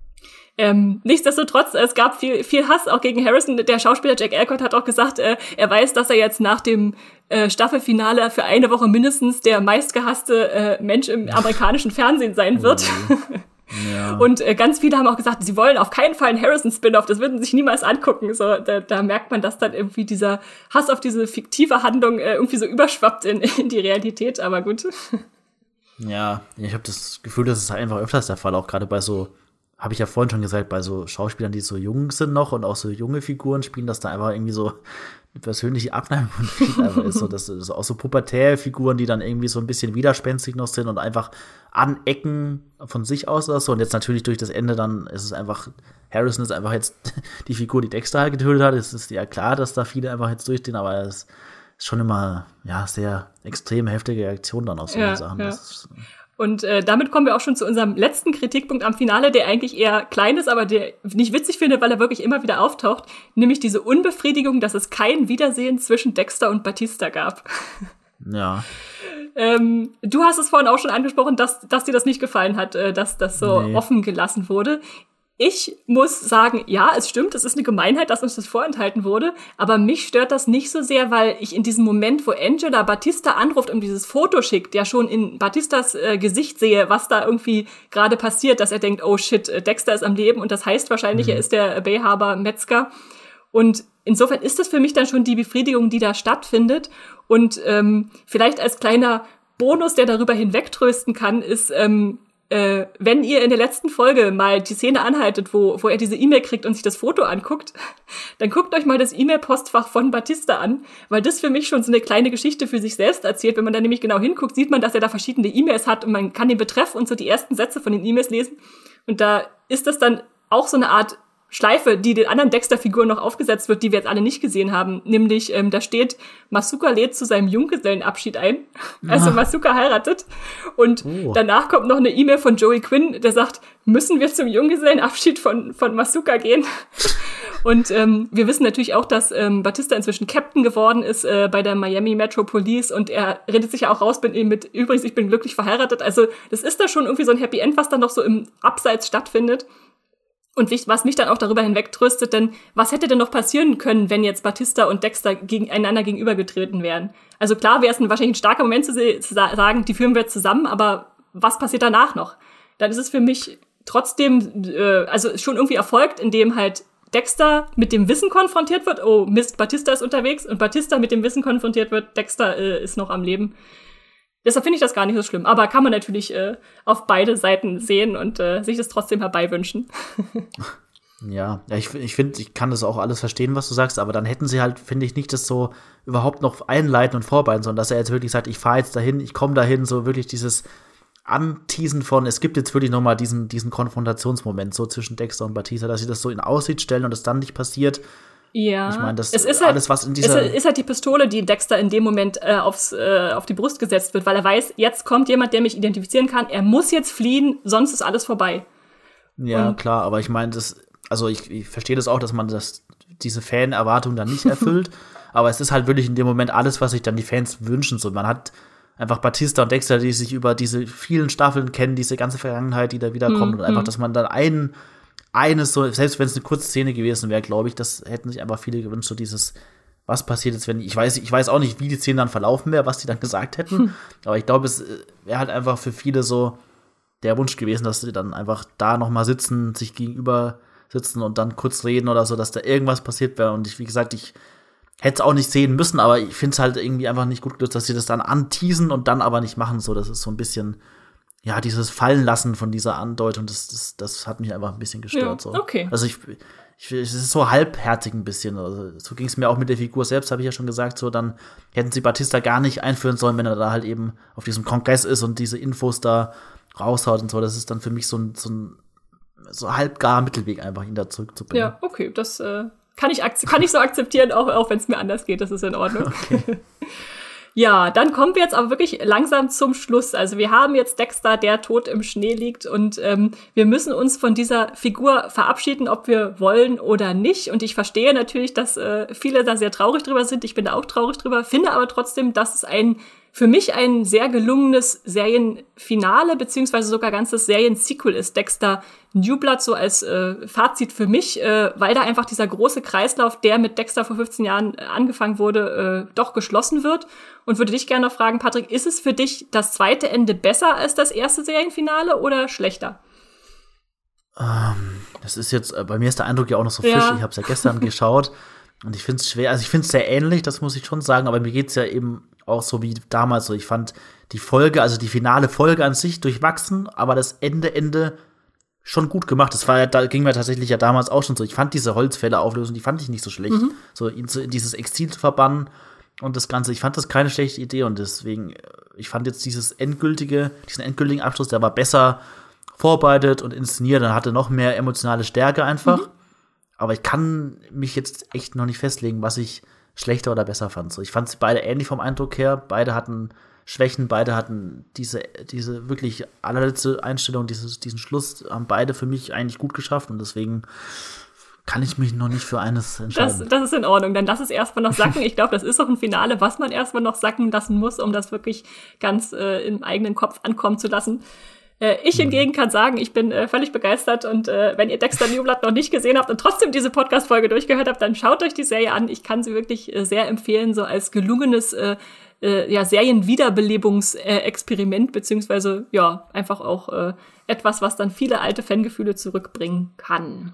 Ähm, nichtsdestotrotz, es gab viel, viel Hass auch gegen Harrison. Der Schauspieler Jack Alcott hat auch gesagt, äh, er weiß, dass er jetzt nach dem äh, Staffelfinale für eine Woche mindestens der meistgehasste äh, Mensch im amerikanischen Fernsehen sein wird. Oh. Ja. Und äh, ganz viele haben auch gesagt, sie wollen auf keinen Fall einen Harrison-Spin-Off, das würden sie sich niemals angucken. So, da, da merkt man, dass dann irgendwie dieser Hass auf diese fiktive Handlung äh, irgendwie so überschwappt in, in die Realität, aber gut. Ja, ich habe das Gefühl, das ist einfach öfters der Fall, auch gerade bei so, habe ich ja vorhin schon gesagt, bei so Schauspielern, die so jung sind noch und auch so junge Figuren spielen, dass da einfach irgendwie so eine persönliche Abneigung einfach ist. So, das ist auch so pubertäre Figuren, die dann irgendwie so ein bisschen widerspenstig noch sind und einfach anecken von sich aus oder so. Und jetzt natürlich durch das Ende dann ist es einfach, Harrison ist einfach jetzt die Figur, die Dexter halt getötet hat. Es ist ja klar, dass da viele einfach jetzt durchstehen, aber es ist schon immer, ja, sehr extrem heftige Reaktionen dann auf so ja, Sachen. Ja. Das ist, Und äh, damit kommen wir auch schon zu unserem letzten Kritikpunkt am Finale, der eigentlich eher klein ist, aber der nicht witzig finde, weil er wirklich immer wieder auftaucht, nämlich diese Unbefriedigung, dass es kein Wiedersehen zwischen Dexter und Batista gab. Ja. ähm, du hast es vorhin auch schon angesprochen, dass, dass dir das nicht gefallen hat, äh, dass das so nee. offen gelassen wurde. Ich muss sagen, ja, es stimmt, es ist eine Gemeinheit, dass uns das vorenthalten wurde, aber mich stört das nicht so sehr, weil ich in diesem Moment, wo Angela Batista anruft und dieses Foto schickt, ja schon in Batistas äh, Gesicht sehe, was da irgendwie gerade passiert, dass er denkt, oh shit, Dexter ist am Leben und das heißt wahrscheinlich, mhm. er ist der Bay Harbor Metzger. Und insofern ist das für mich dann schon die Befriedigung, die da stattfindet. Und ähm, vielleicht als kleiner Bonus, der darüber hinwegtrösten kann, ist, ähm, Äh, wenn ihr in der letzten Folge mal die Szene anhaltet, wo, wo er diese E-Mail kriegt und sich das Foto anguckt, dann guckt euch mal das E-Mail-Postfach von Batista an, weil das für mich schon so eine kleine Geschichte für sich selbst erzählt. Wenn man da nämlich genau hinguckt, sieht man, dass er da verschiedene E-Mails hat und man kann den Betreff und so die ersten Sätze von den E-Mails lesen. Und da ist das dann auch so eine Art Schleife, die den anderen Dexter-Figuren noch aufgesetzt wird, die wir jetzt alle nicht gesehen haben. Nämlich, ähm, da steht, Masuka lädt zu seinem Junggesellenabschied ein. Also Masuka heiratet. Und oh. danach kommt noch eine E-Mail von Joey Quinn, der sagt, müssen wir zum Junggesellenabschied von, von Masuka gehen? Und ähm, wir wissen natürlich auch, dass ähm, Batista inzwischen Captain geworden ist äh, bei der Miami Metro Police und er redet sich ja auch raus mit, mit übrigens, ich bin glücklich verheiratet. Also das ist da schon irgendwie so ein Happy End, was dann noch so im Abseits stattfindet. Und was mich dann auch darüber hinwegtröstet, denn was hätte denn noch passieren können, wenn jetzt Batista und Dexter gegeneinander gegenübergetreten wären? Also klar wäre es ein, wahrscheinlich ein starker Moment zu, se- zu sagen, die führen wir zusammen, aber was passiert danach noch? Dann ist es für mich trotzdem, äh, also schon irgendwie erfolgt, indem halt Dexter mit dem Wissen konfrontiert wird, oh Mist, Batista ist unterwegs, und Batista mit dem Wissen konfrontiert wird, Dexter äh, ist noch am Leben. Deshalb finde ich das gar nicht so schlimm. Aber kann man natürlich äh, auf beide Seiten sehen und äh, sich das trotzdem herbeiwünschen. Ja, ja, ich, ich finde, ich kann das auch alles verstehen, was du sagst, aber dann hätten sie halt, finde ich, nicht das so überhaupt noch einleiten und vorbereiten, sondern dass er jetzt wirklich sagt, ich fahre jetzt dahin, ich komme dahin, so wirklich dieses Anteasen von, es gibt jetzt wirklich noch mal diesen, diesen Konfrontationsmoment so zwischen Dexter und Batista, dass sie das so in Aussicht stellen und es dann nicht passiert. Ja, ich meine, das es ist alles, halt, was in dieser es ist halt die Pistole, die Dexter in dem Moment äh, aufs, äh, auf die Brust gesetzt wird, weil er weiß, jetzt kommt jemand, der mich identifizieren kann, er muss jetzt fliehen, sonst ist alles vorbei. Ja, und klar, aber ich meine, das, also ich, ich verstehe das auch, dass man das, diese Fan-Erwartung dann nicht erfüllt, aber es ist halt wirklich in dem Moment alles, was sich dann die Fans wünschen. So, man hat einfach Batista und Dexter, die sich über diese vielen Staffeln kennen, diese ganze Vergangenheit, die da wiederkommt, mhm. und einfach, dass man dann einen eines so, selbst wenn es eine kurze Szene gewesen wäre, glaube ich, das hätten sich einfach viele gewünscht, so dieses, was passiert jetzt, wenn, ich weiß, ich weiß auch nicht, wie die Szene dann verlaufen wäre, was die dann gesagt hätten, hm. aber ich glaube, es wäre halt einfach für viele so der Wunsch gewesen, dass sie dann einfach da noch mal sitzen, sich gegenüber sitzen und dann kurz reden oder so, dass da irgendwas passiert wäre. Und ich, wie gesagt, ich hätte es auch nicht sehen müssen, aber ich finde es halt irgendwie einfach nicht gut gelöst, dass sie das dann anteasen und dann aber nicht machen. So, das ist so ein bisschen, ja, dieses Fallenlassen von dieser Andeutung, das, das, das hat mich einfach ein bisschen gestört. Ja, so. Okay. Also ich, ich, es ist so halbherzig ein bisschen. Also, so ging es mir auch mit der Figur selbst, habe ich ja schon gesagt. So, dann hätten sie Batista gar nicht einführen sollen, wenn er da halt eben auf diesem Kongress ist und diese Infos da raushaut und so. Das ist dann für mich so ein, so ein so halbgar Mittelweg, einfach ihn da zurückzubringen. Ja, okay, das äh, kann ich kann ich so akzeptieren, auch, auch wenn es mir anders geht. Das ist in Ordnung. Okay. Ja, dann kommen wir jetzt aber wirklich langsam zum Schluss. Also wir haben jetzt Dexter, der tot im Schnee liegt, und ähm, wir müssen uns von dieser Figur verabschieden, ob wir wollen oder nicht. Und ich verstehe natürlich, dass äh, viele da sehr traurig drüber sind. Ich bin da auch traurig drüber, finde aber trotzdem, dass es ein für mich ein sehr gelungenes Serienfinale beziehungsweise sogar ganzes Serien-Sequel ist. Dexter New Blood so als äh, Fazit für mich, äh, weil da einfach dieser große Kreislauf, der mit Dexter vor fünfzehn Jahren äh, angefangen wurde, äh, doch geschlossen wird. Und würde dich gerne noch fragen, Patrick, ist es für dich das zweite Ende besser als das erste Serienfinale oder schlechter? Ähm, das ist jetzt, äh, bei mir ist der Eindruck ja auch noch so frisch. Ja. Ich habe es ja gestern geschaut und ich finde es schwer, also ich finde es sehr ähnlich, das muss ich schon sagen, aber mir geht's ja eben auch so wie damals so. Ich fand die Folge, also die finale Folge an sich durchwachsen, aber das Ende, Ende schon gut gemacht. Das war ja, da ging mir tatsächlich ja damals auch schon so. Ich fand diese Holzfäller-Auflösung, die fand ich nicht so schlecht. Mhm. So ihn zu, dieses Exil zu verbannen und das Ganze, ich fand das keine schlechte Idee und deswegen, ich fand jetzt dieses endgültige, diesen endgültigen Abschluss, der war besser vorbereitet und inszeniert, dann hatte noch mehr emotionale Stärke einfach. Mhm. Aber ich kann mich jetzt echt noch nicht festlegen, was ich schlechter oder besser fand. So, ich fand sie beide ähnlich vom Eindruck her. Beide hatten Schwächen, beide hatten diese, diese wirklich allerletzte Einstellung, dieses, diesen Schluss, haben beide für mich eigentlich gut geschafft und deswegen kann ich mich noch nicht für eines entscheiden. Das, das ist in Ordnung, dann lass es erstmal noch sacken. Ich glaube, das ist auch ein Finale, was man erstmal noch sacken lassen muss, um das wirklich ganz äh, im eigenen Kopf ankommen zu lassen. Äh, ich hingegen kann sagen, ich bin äh, völlig begeistert und äh, wenn ihr Dexter New Blood noch nicht gesehen habt und trotzdem diese Podcast-Folge durchgehört habt, dann schaut euch die Serie an. Ich kann sie wirklich äh, sehr empfehlen, so als gelungenes äh, äh, ja, Serienwiederbelebungsexperiment, äh, beziehungsweise ja, einfach auch äh, etwas, was dann viele alte Fangefühle zurückbringen kann.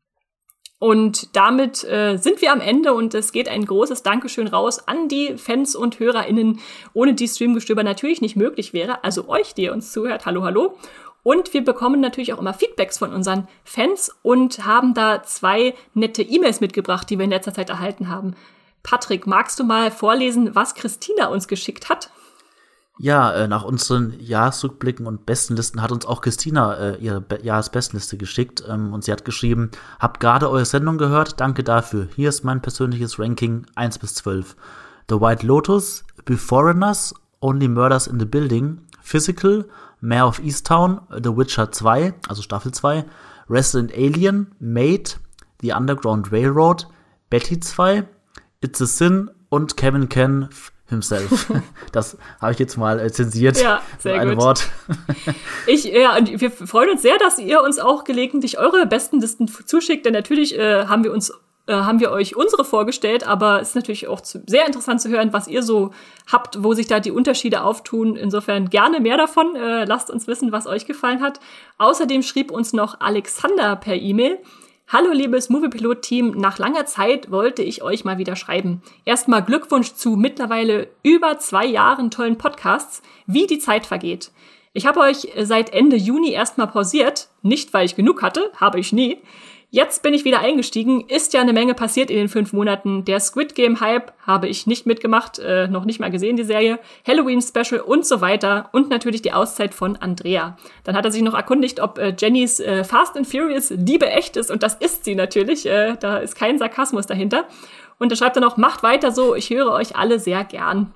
Und damit äh, sind wir am Ende und es geht ein großes Dankeschön raus an die Fans und HörerInnen, ohne die Streamgestöber natürlich nicht möglich wäre. Also euch, die ihr uns zuhört. Hallo, hallo. Und wir bekommen natürlich auch immer Feedbacks von unseren Fans und haben da zwei nette E-Mails mitgebracht, die wir in letzter Zeit erhalten haben. Patrick, magst du mal vorlesen, was Christina uns geschickt hat? Ja, äh, nach unseren Jahresrückblicken und Bestenlisten hat uns auch Christina äh, ihre Be- Jahresbestenliste geschickt ähm, und sie hat geschrieben, hab gerade eure Sendung gehört, danke dafür. Hier ist mein persönliches Ranking eins bis zwölf. The White Lotus, Beforeigners, Only Murders in the Building, Physical, Mayor of Easttown, The Witcher zwei, also Staffel zwei, Resident Alien, Made, The Underground Railroad, Betty zwei, It's a Sin und Kevin Can himself. Das habe ich jetzt mal äh, zensiert. Ja, sehr ein gut. Wort. Ich, ja, und wir freuen uns sehr, dass ihr uns auch gelegentlich eure besten Listen zuschickt, denn natürlich äh, haben wir uns äh, haben wir euch unsere vorgestellt, aber es ist natürlich auch zu, sehr interessant zu hören, was ihr so habt, wo sich da die Unterschiede auftun. Insofern gerne mehr davon. Äh, lasst uns wissen, was euch gefallen hat. Außerdem schrieb uns noch Alexander per E-Mail: Hallo liebes Moviepilot-Team, nach langer Zeit wollte ich euch mal wieder schreiben. Erstmal Glückwunsch zu mittlerweile über zwei Jahren tollen Podcasts, wie die Zeit vergeht. Ich habe euch seit Ende Juni erstmal pausiert, nicht weil ich genug hatte, habe ich nie. Jetzt bin ich wieder eingestiegen, ist ja eine Menge passiert in den fünf Monaten. Der Squid Game Hype habe ich nicht mitgemacht, äh, noch nicht mal gesehen, die Serie. Halloween Special und so weiter. Und natürlich die Auszeit von Andrea. Dann hat er sich noch erkundigt, ob äh, Jennys äh, Fast and Furious Liebe echt ist. Und das ist sie natürlich. Äh, da ist kein Sarkasmus dahinter. Und er schreibt dann noch, macht weiter so, ich höre euch alle sehr gern.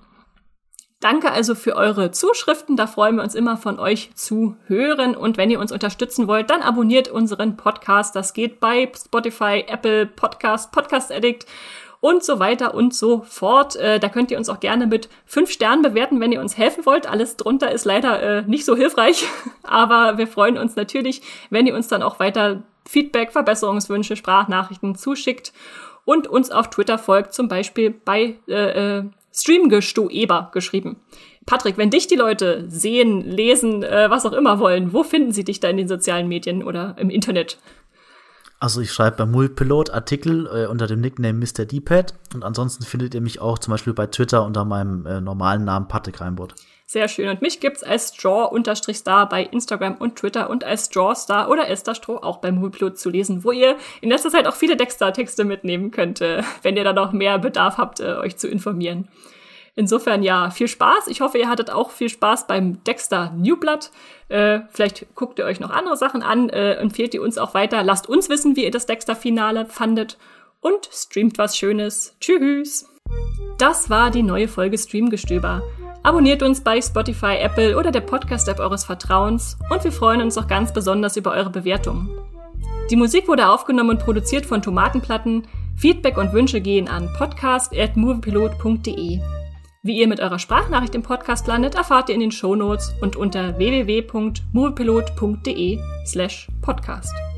Danke also für eure Zuschriften, da freuen wir uns immer von euch zu hören. Und wenn ihr uns unterstützen wollt, dann abonniert unseren Podcast. Das geht bei Spotify, Apple Podcast, Podcast Addict und so weiter und so fort. Äh, da könnt ihr uns auch gerne mit fünf Sternen bewerten, wenn ihr uns helfen wollt. Alles drunter ist leider äh, nicht so hilfreich, aber wir freuen uns natürlich, wenn ihr uns dann auch weiter Feedback, Verbesserungswünsche, Sprachnachrichten zuschickt und uns auf Twitter folgt, zum Beispiel bei äh, äh, Streamgestoeber geschrieben. Patrick, wenn dich die Leute sehen, lesen, äh, was auch immer wollen, wo finden sie dich da in den sozialen Medien oder im Internet? Also ich schreibe bei Moviepilot Artikel äh, unter dem Nickname Mister D-Pad und ansonsten findet ihr mich auch zum Beispiel bei Twitter unter meinem äh, normalen Namen Patrick Reinbold. Sehr schön. Und mich gibt's als Straw-Star bei Instagram und Twitter und als Strawstar oder Esther Stroh auch beim Moviepilot zu lesen, wo ihr in letzter Zeit auch viele Dexter-Texte mitnehmen könnt, äh, wenn ihr da noch mehr Bedarf habt, äh, euch zu informieren. Insofern, ja, viel Spaß. Ich hoffe, ihr hattet auch viel Spaß beim Dexter New Blood. Äh, vielleicht guckt ihr euch noch andere Sachen an, äh, empfehlt ihr uns auch weiter. Lasst uns wissen, wie ihr das Dexter-Finale fandet und streamt was Schönes. Tschüss! Das war die neue Folge Streamgestöber. Abonniert uns bei Spotify, Apple oder der Podcast-App eures Vertrauens und wir freuen uns auch ganz besonders über eure Bewertungen. Die Musik wurde aufgenommen und produziert von Tomatenplatten. Feedback und Wünsche gehen an podcast at moviepilot punkt de. Wie ihr mit eurer Sprachnachricht im Podcast landet, erfahrt ihr in den Shownotes und unter w w w punkt moviepilot punkt de slash podcast.